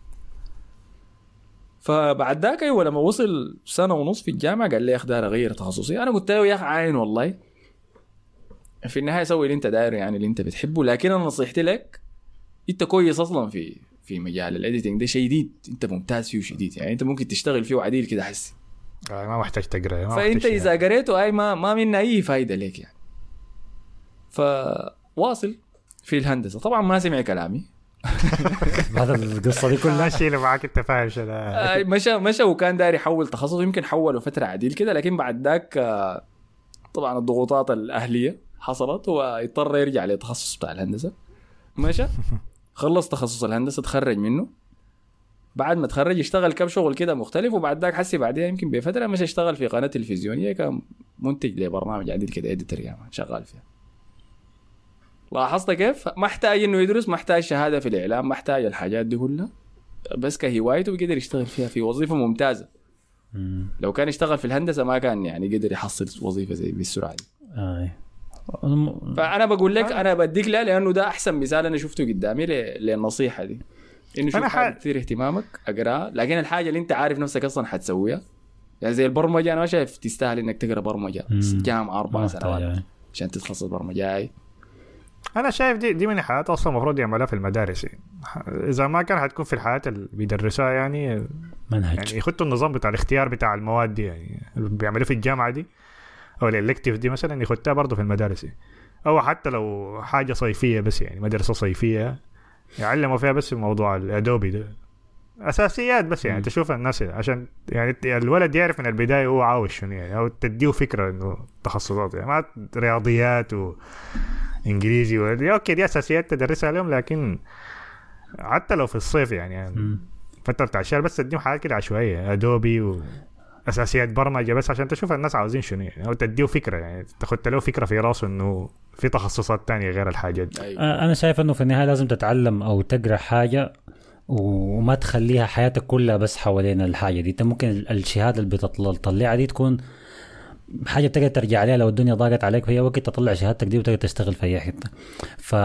فبعد ذاك ايوه لما وصل سنه ونص في الجامعه قال لي اخدار اغير تخصصي. انا قلت له يا اخي عاين والله في النهايه سوي اللي انت داير يعني اللي انت بتحبه، لكن انا نصيحتي لك انت كويس اصلا في في مجال الايديتنج ده شديد، انت ممتاز فيه شديد يعني. انت ممكن تشتغل فيه وعديل كده حسي ما محتاج تقرا. فانت اذا قريته اي ما ما منه اي فايده لك يعني. فواصل في الهندسه. طبعا ما سمع كلامي هذا القصه دي كلها شيء اللي معك انت فاهم شو ده. مشى مشى وكان داير يحول تخصص، يمكن حوله فتره عديل كده، لكن بعد ذاك طبعا الضغوطات الاهليه حصلت واضطر يرجع للتخصص بتاع الهندسه. مشى خلص تخصص الهندسه، تخرج منه. بعد ما تخرج اشتغل كم شغل كده مختلف، وبعد ذاك حسي بعدها يمكن بفتره مش اشتغل في قناه تلفزيونيه كان منتج لبرنامج عديل كده اديتور يعني شغال فيها. لاحظت كيف ما احتاج انه يدرس، ما احتاج شهاده في الاعلام، ما احتاج الحاجات دي كلها، بس كهوايته وقدر يشتغل فيها في وظيفه ممتازه. لو كان يشتغل في الهندسه ما كان يعني قدر يحصل وظيفه زي بالسرعه دي. آه. فانا بقول لك انا بديك لا لانه ده احسن مثال انا شفته قدامي للنصيحه دي، انه شوف حاجه كثير اهتمامك اقرا، لكن الحاجه اللي انت عارف نفسك اصلا حتسويها يعني زي البرمجه. انا ما شايف تستاهل انك تقرا برمجه جامعه اربع سنوات عشان تتخصص برمجه. انا شايف دي دي من الحاجات اصلا المفروض يعملها في المدارس يعني. اذا ما كان حتكون في الحياه اللي بيدرسوها يعني منهج يعني يخطوا النظام بتاع الاختيار بتاع المواد دي يعني اللي بيعملوه في الجامعه دي او الالكتيف دي مثلا يخطها برضه في المدارس يعني. او حتى لو حاجه صيفيه بس يعني مدرسه صيفيه يعلموا فيها بس موضوع الادوبي ده اساسيات بس يعني. م. تشوف الناس عشان يعني الولد يعرف من البدايه هو عاوز شنو يعني او تديه فكره انه تخصصات يعني ما رياضيات وانجليزي و... اوكي دي اساسيات تدرسها لهم لكن حتى لو في الصيف يعني, يعني فتره بتاع الشهر بس تديهم حاجات كده عشوائيه ادوبي واساسيات برمجه بس عشان تشوف الناس عاوزين شنو يعني او تديه فكره يعني تاخد له فكره في راسه انه في تخصصات تانية غير الحاجات دي. انا شايف انه في النهايه لازم تتعلم او تقرا حاجه وما تخليها حياتك كلها بس حوالين الحاجة دي. انت ممكن الشهادة اللي بتطلعها دي تكون حاجة بتقدر ترجع عليها لو الدنيا ضاقت عليك في وقت تطلع شهادتك دي وتقدر تشتغل في اي حتة. ف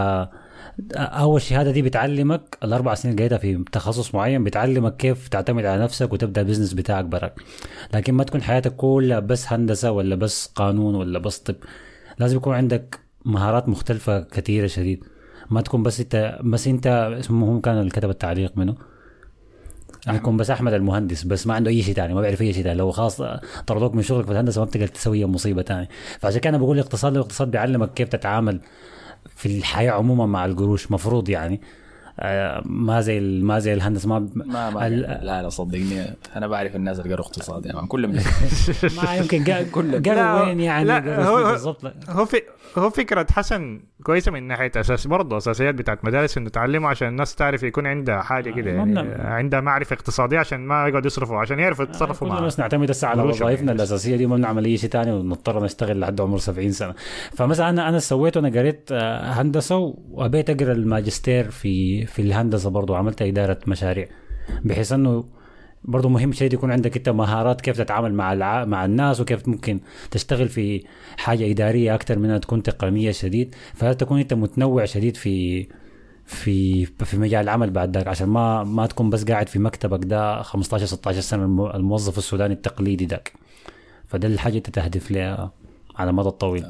اول شهادة دي بتعلمك الاربع سنين اللي قيتها في تخصص معين بتعلمك كيف تعتمد على نفسك وتبدأ البزنس بتاعك براك. لكن ما تكون حياتك كلها بس هندسة ولا بس قانون ولا بس طب. لازم يكون عندك مهارات مختلفة كثيرة شديد. ما تكون بس انت بس انت اسمه هم كان اللي كتب التعليق منه يكون بس احمد المهندس بس ما عنده اي شيء ثاني ما بيعرف اي شيء ثاني. لو خاص طردوك من شغلك في الهندسه ما بتقدر تسوي مصيبه ثانيه. فعشان كده انا بقول الاقتصاد الاقتصاد بيعلمك كيف تتعامل في الحياه عموما مع القروش مفروض يعني. ما زي ما زي الهندسه ما, ما, ما ال... لا لا صدقني انا بعرف الناس اللي قروا اقتصاد يعني كلهم ما يمكن قروا وين يعني لا هو بالضبط. هو في هو فكره حسن كويسه من ناحيه اساس برضه اساسيات بتاعت مدارس انه تعلموا عشان الناس تعرف يكون عندها حاجه كده يعني عندها معرفه اقتصاديه عشان ما يقعدوا يصرفوا عشان يعرفوا يتصرفوا مع بس نعتمد هسه على وظائفنا الاساسيه دي ما بنعمل اي شيء ثاني ونضطر نشتغل لحد عمر سبعين سنه. فمثلا انا انا سويت انا قريت هندسه وابيت اقرا الماجستير في في الهندسه برضه عملت اداره مشاريع بحيث انه برضو مهم شيء يكون عندك انت مهارات كيف تتعامل مع الع... مع الناس وكيف ممكن تشتغل في حاجة إدارية أكتر منها تكون تقنية شديد. فهذا تكون انت متنوع شديد في في في مجال العمل بعد ذاك عشان ما ما تكون بس قاعد في مكتبك ده خمستاشر ستاشر سنة الموظف السوداني التقليدي ذاك. فده الحاجة انت تهدف لها على مدى الطويل.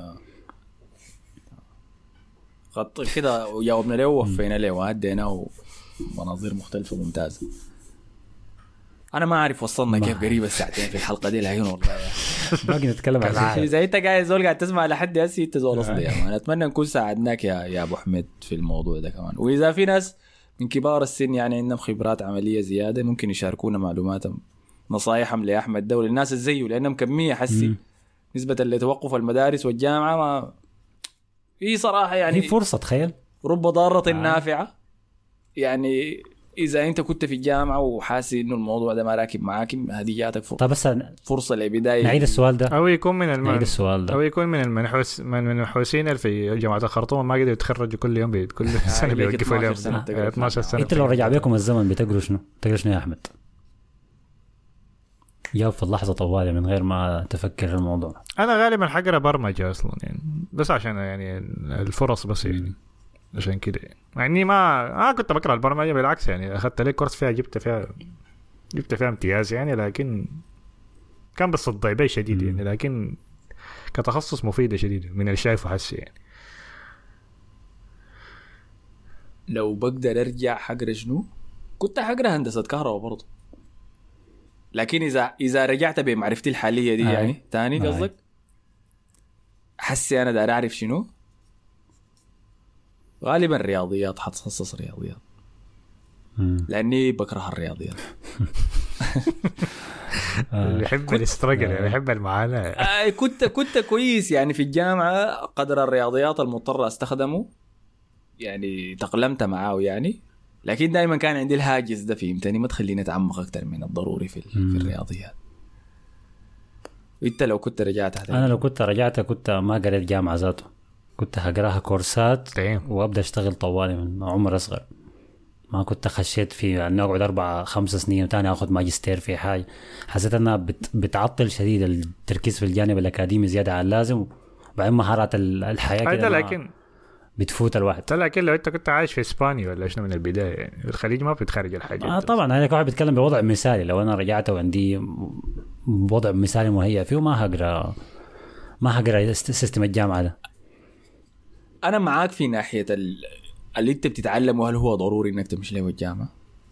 خط كده جاوبنا له ووفينا له وهدينا ومناظير مختلفة ممتازة. أنا ما أعرف وصلنا كيف قريب الساعتين في الحلقة دي لهين والله باقي نتكلم عن العالم. إذا أنت قاعد زول قاعد تسمع لحد هسي أنت زول أصلي يعني. أنا أتمنى نكون ساعدناك يا يا أبو حميد في الموضوع ده كمان. وإذا في ناس من كبار السن يعني عندهم خبرات عملية زيادة ممكن يشاركونا معلوماتهم نصايحهم لأحمد ده وللناس الزيه لأنهم كمية حسي نسبة لتوقف المدارس والجامعة ما هي صراحة يعني هي فرصة تخيل رب ضارة آه. نافعة يعني. إذا أنت كنت في الجامعة وحاسس إنه الموضوع ده ما راكب معاك هذه جاتك فرصة. طب بس فرصة لبداية نعيد السؤال ده أو يكون من الم... نعيد السؤال ده أو يكون من المنحوس من المنحوسين اللي في جامعة الخرطوم ما قدروا يتخرجوا كل يوم بيت كل سنة بيوقفوا لهم اثناشر سنة. أنت لو رجع بيكم الزمن بتقروا شنو تقروا شنو يا أحمد؟ جاوب في اللحظة طوالي من غير ما تفكر في الموضوع. أنا غالبا حقرأ برمجة أصلا يعني بس عشان يعني الفرص بس يعني عشان كده يعني ما آه كنت بقرأ البرمجة بالعكس يعني أخذت لي كورس فيها جبت فيها جبت فيها امتياز يعني لكن كان بس الضيبي شديد يعني لكن كتخصص مفيدة شديد من اللي شايفه حسي يعني. لو بقدر أرجع حقرأ شنو كنت حقرأ هندسة كهرباء برضه لكن إذا إذا رجعت بمعرفتي الحالية دي آه. يعني تاني قصدك حسي أنا دار أعرف شنو غالبا رياضيات حتخصص رياضيات لأني بكره الرياضيات. يحب الاستراجل يعني يحب المعاناة. كنت كنت كويس يعني في الجامعة قدر الرياضيات المضطر استخدمه يعني تقلمت معاه يعني لكن دائما كان عندي الهاجس ده فهمتني ما تخليني أتعمق أكتر من الضروري في, في الرياضيات. وإنت لو كنت رجعت أنا لو كنت رجعت كنت ما قريت جامعة ذاته كنت هقراها كورسات وابدا اشتغل طوالي من عمر اصغر. ما كنت خشيت في انه اقعد اربع خمس سنين وتاني اخذ ماجستير في حاجه. حسيت انها بت بتعطل شديد التركيز في الجانب الاكاديمي زياده عن اللازم وبعدين مهارات الحياه كده لكن بتفوت الواحد. لكن لو انت كنت عايش في اسبانيا ولا شنو من البدايه يعني الخليج ما بتخرج الحاجات آه طبعا هذا واحد بيتكلم بوضع مثالي. لو انا رجعت وعندي وضع مثالي مهيأ فيه ما هقرا ما هقرا سيستم الجامعه ده. انا معاك في ناحيه ال... اللي انت بتتعلمه هل هو ضروري انك تمشي له الجامعه؟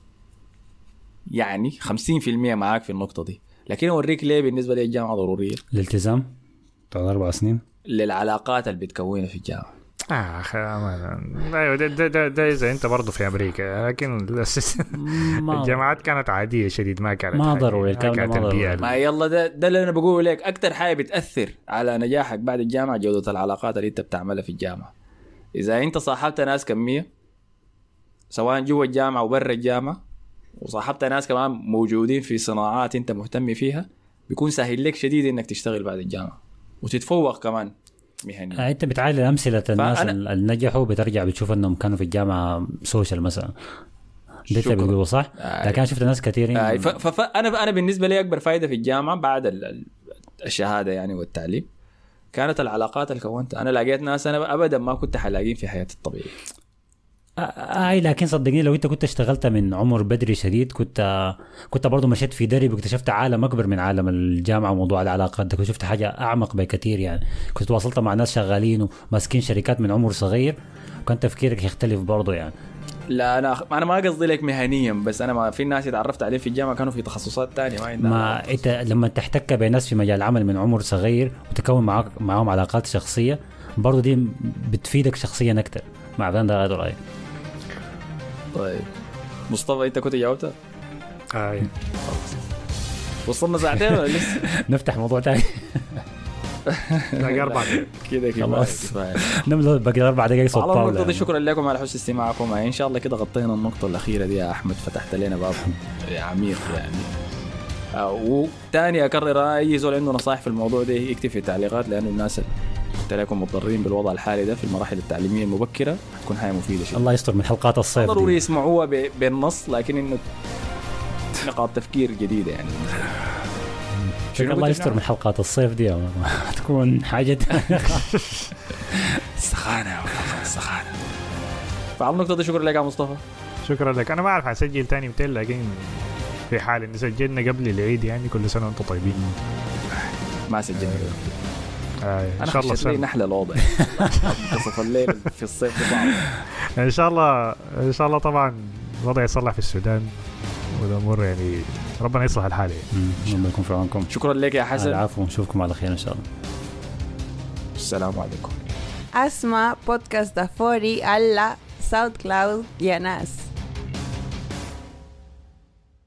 يعني خمسين في المية معاك في النقطه دي، لكن اوريك ليه بالنسبه لي الجامعه ضروريه. الالتزام بتاع اربع سنين، للعلاقات اللي بتكونها في الجامعه. اه اخي ايوه ده ده ده, ده اذا انت برضه في امريكا، لكن الجامعات كانت عاديه شديد، ما كانت ما ضروري الكلام ما ضروري. ما يلا ده ده اللي انا بقوله لك، اكتر حاجه بتاثر على نجاحك بعد الجامعه جوده العلاقات اللي انت بتعملها في الجامعه. اذا انت صاحبت ناس كميه سواء جوا الجامعه وبرا الجامعه، وصاحبت ناس كمان موجودين في صناعات انت مهتم فيها، بيكون سهل لك شديد انك تشتغل بعد الجامعه وتتفوق كمان مهني. آه انت بتعالج امثله الناس اللي نجحوا، بترجع بتشوف انهم كانوا في الجامعه سوشيال مثلا، ده اللي بيقولوا صح. آه لكن شفت ناس كثيرين آه فانا انا بالنسبه لي اكبر فائده في الجامعه بعد الشهاده يعني والتعليم كانت العلاقات اللي كونتها. انا لقيت ناس انا ابدا ما كنت حلاقين في حياتي الطبيعيه. اي لكن صدقني لو انت كنت اشتغلت من عمر بدري شديد كنت كنت برضه مشيت في درب واكتشفت عالم اكبر من عالم الجامعه وموضوع العلاقات ده، كنت شفت حاجه اعمق بكثير. يعني كنت تواصلت مع ناس شغالين وماسكين شركات من عمر صغير، وكان تفكيرك يختلف برضه يعني. لا انا انا ما قصدي لك مهنيا، بس انا ما في ناس اتعرفت عليه في الجامعه كانوا في تخصصات تانية ما عندنا. ما انت لما تحتك بناس في مجال العمل من عمر صغير وتكون معك معهم علاقات شخصيه برضه دي بتفيدك شخصيا اكثر. مع فان ده غير رايي. طيب مصطفى انت كنت جاوبتها؟ اي وصلنا ساعتين ولا لسه؟ نفتح موضوع ثاني. باقي اربع كده كده خلاص نملى باقي اربع دقائق صوت باولا. دي شكرا لكم على حسن استماعكم. ان شاء الله كده غطينا النقطه الاخيره دي يا احمد، فتحت لنا باب عميق يعني. وثاني اكرر اي زول عنده نصائح في الموضوع ده يكتب في التعليقات، لانه الناس تلاقيكم مضطرين بالوضع الحالي ده في المراحل التعليميه المبكره تكون حاجه مفيده شيء. الله يستر من حلقات الصيف ضروري يسمعوها بالنص، لكن انه نقاط تفكير جديده يعني. الله يستر من حلقات الصيف دي تكون حاجه سخانه سخانه. فعلى النقطه دي شكرا لك يا مصطفى. شكرا لك. انا ما اعرف اسجل تاني متل، لكن في حال ان سجلنا قبل العيد يعني كل سنه وانتم طيبين. ما سجلنا آه ان شاء الله سنة نحلة الوضع قصف الليل في الصيف صعب. ان شاء الله ان شاء الله طبعا الوضع يصلح في السودان والامور يعني ربنا يصلح الحال. ربنا يكون في عونكم. شكرا لك يا حسن. العفو، نشوفكم على خير ان شاء الله. السلام عليكم. اسمع بودكاست دافوري على ساوند كلاود يا ناس.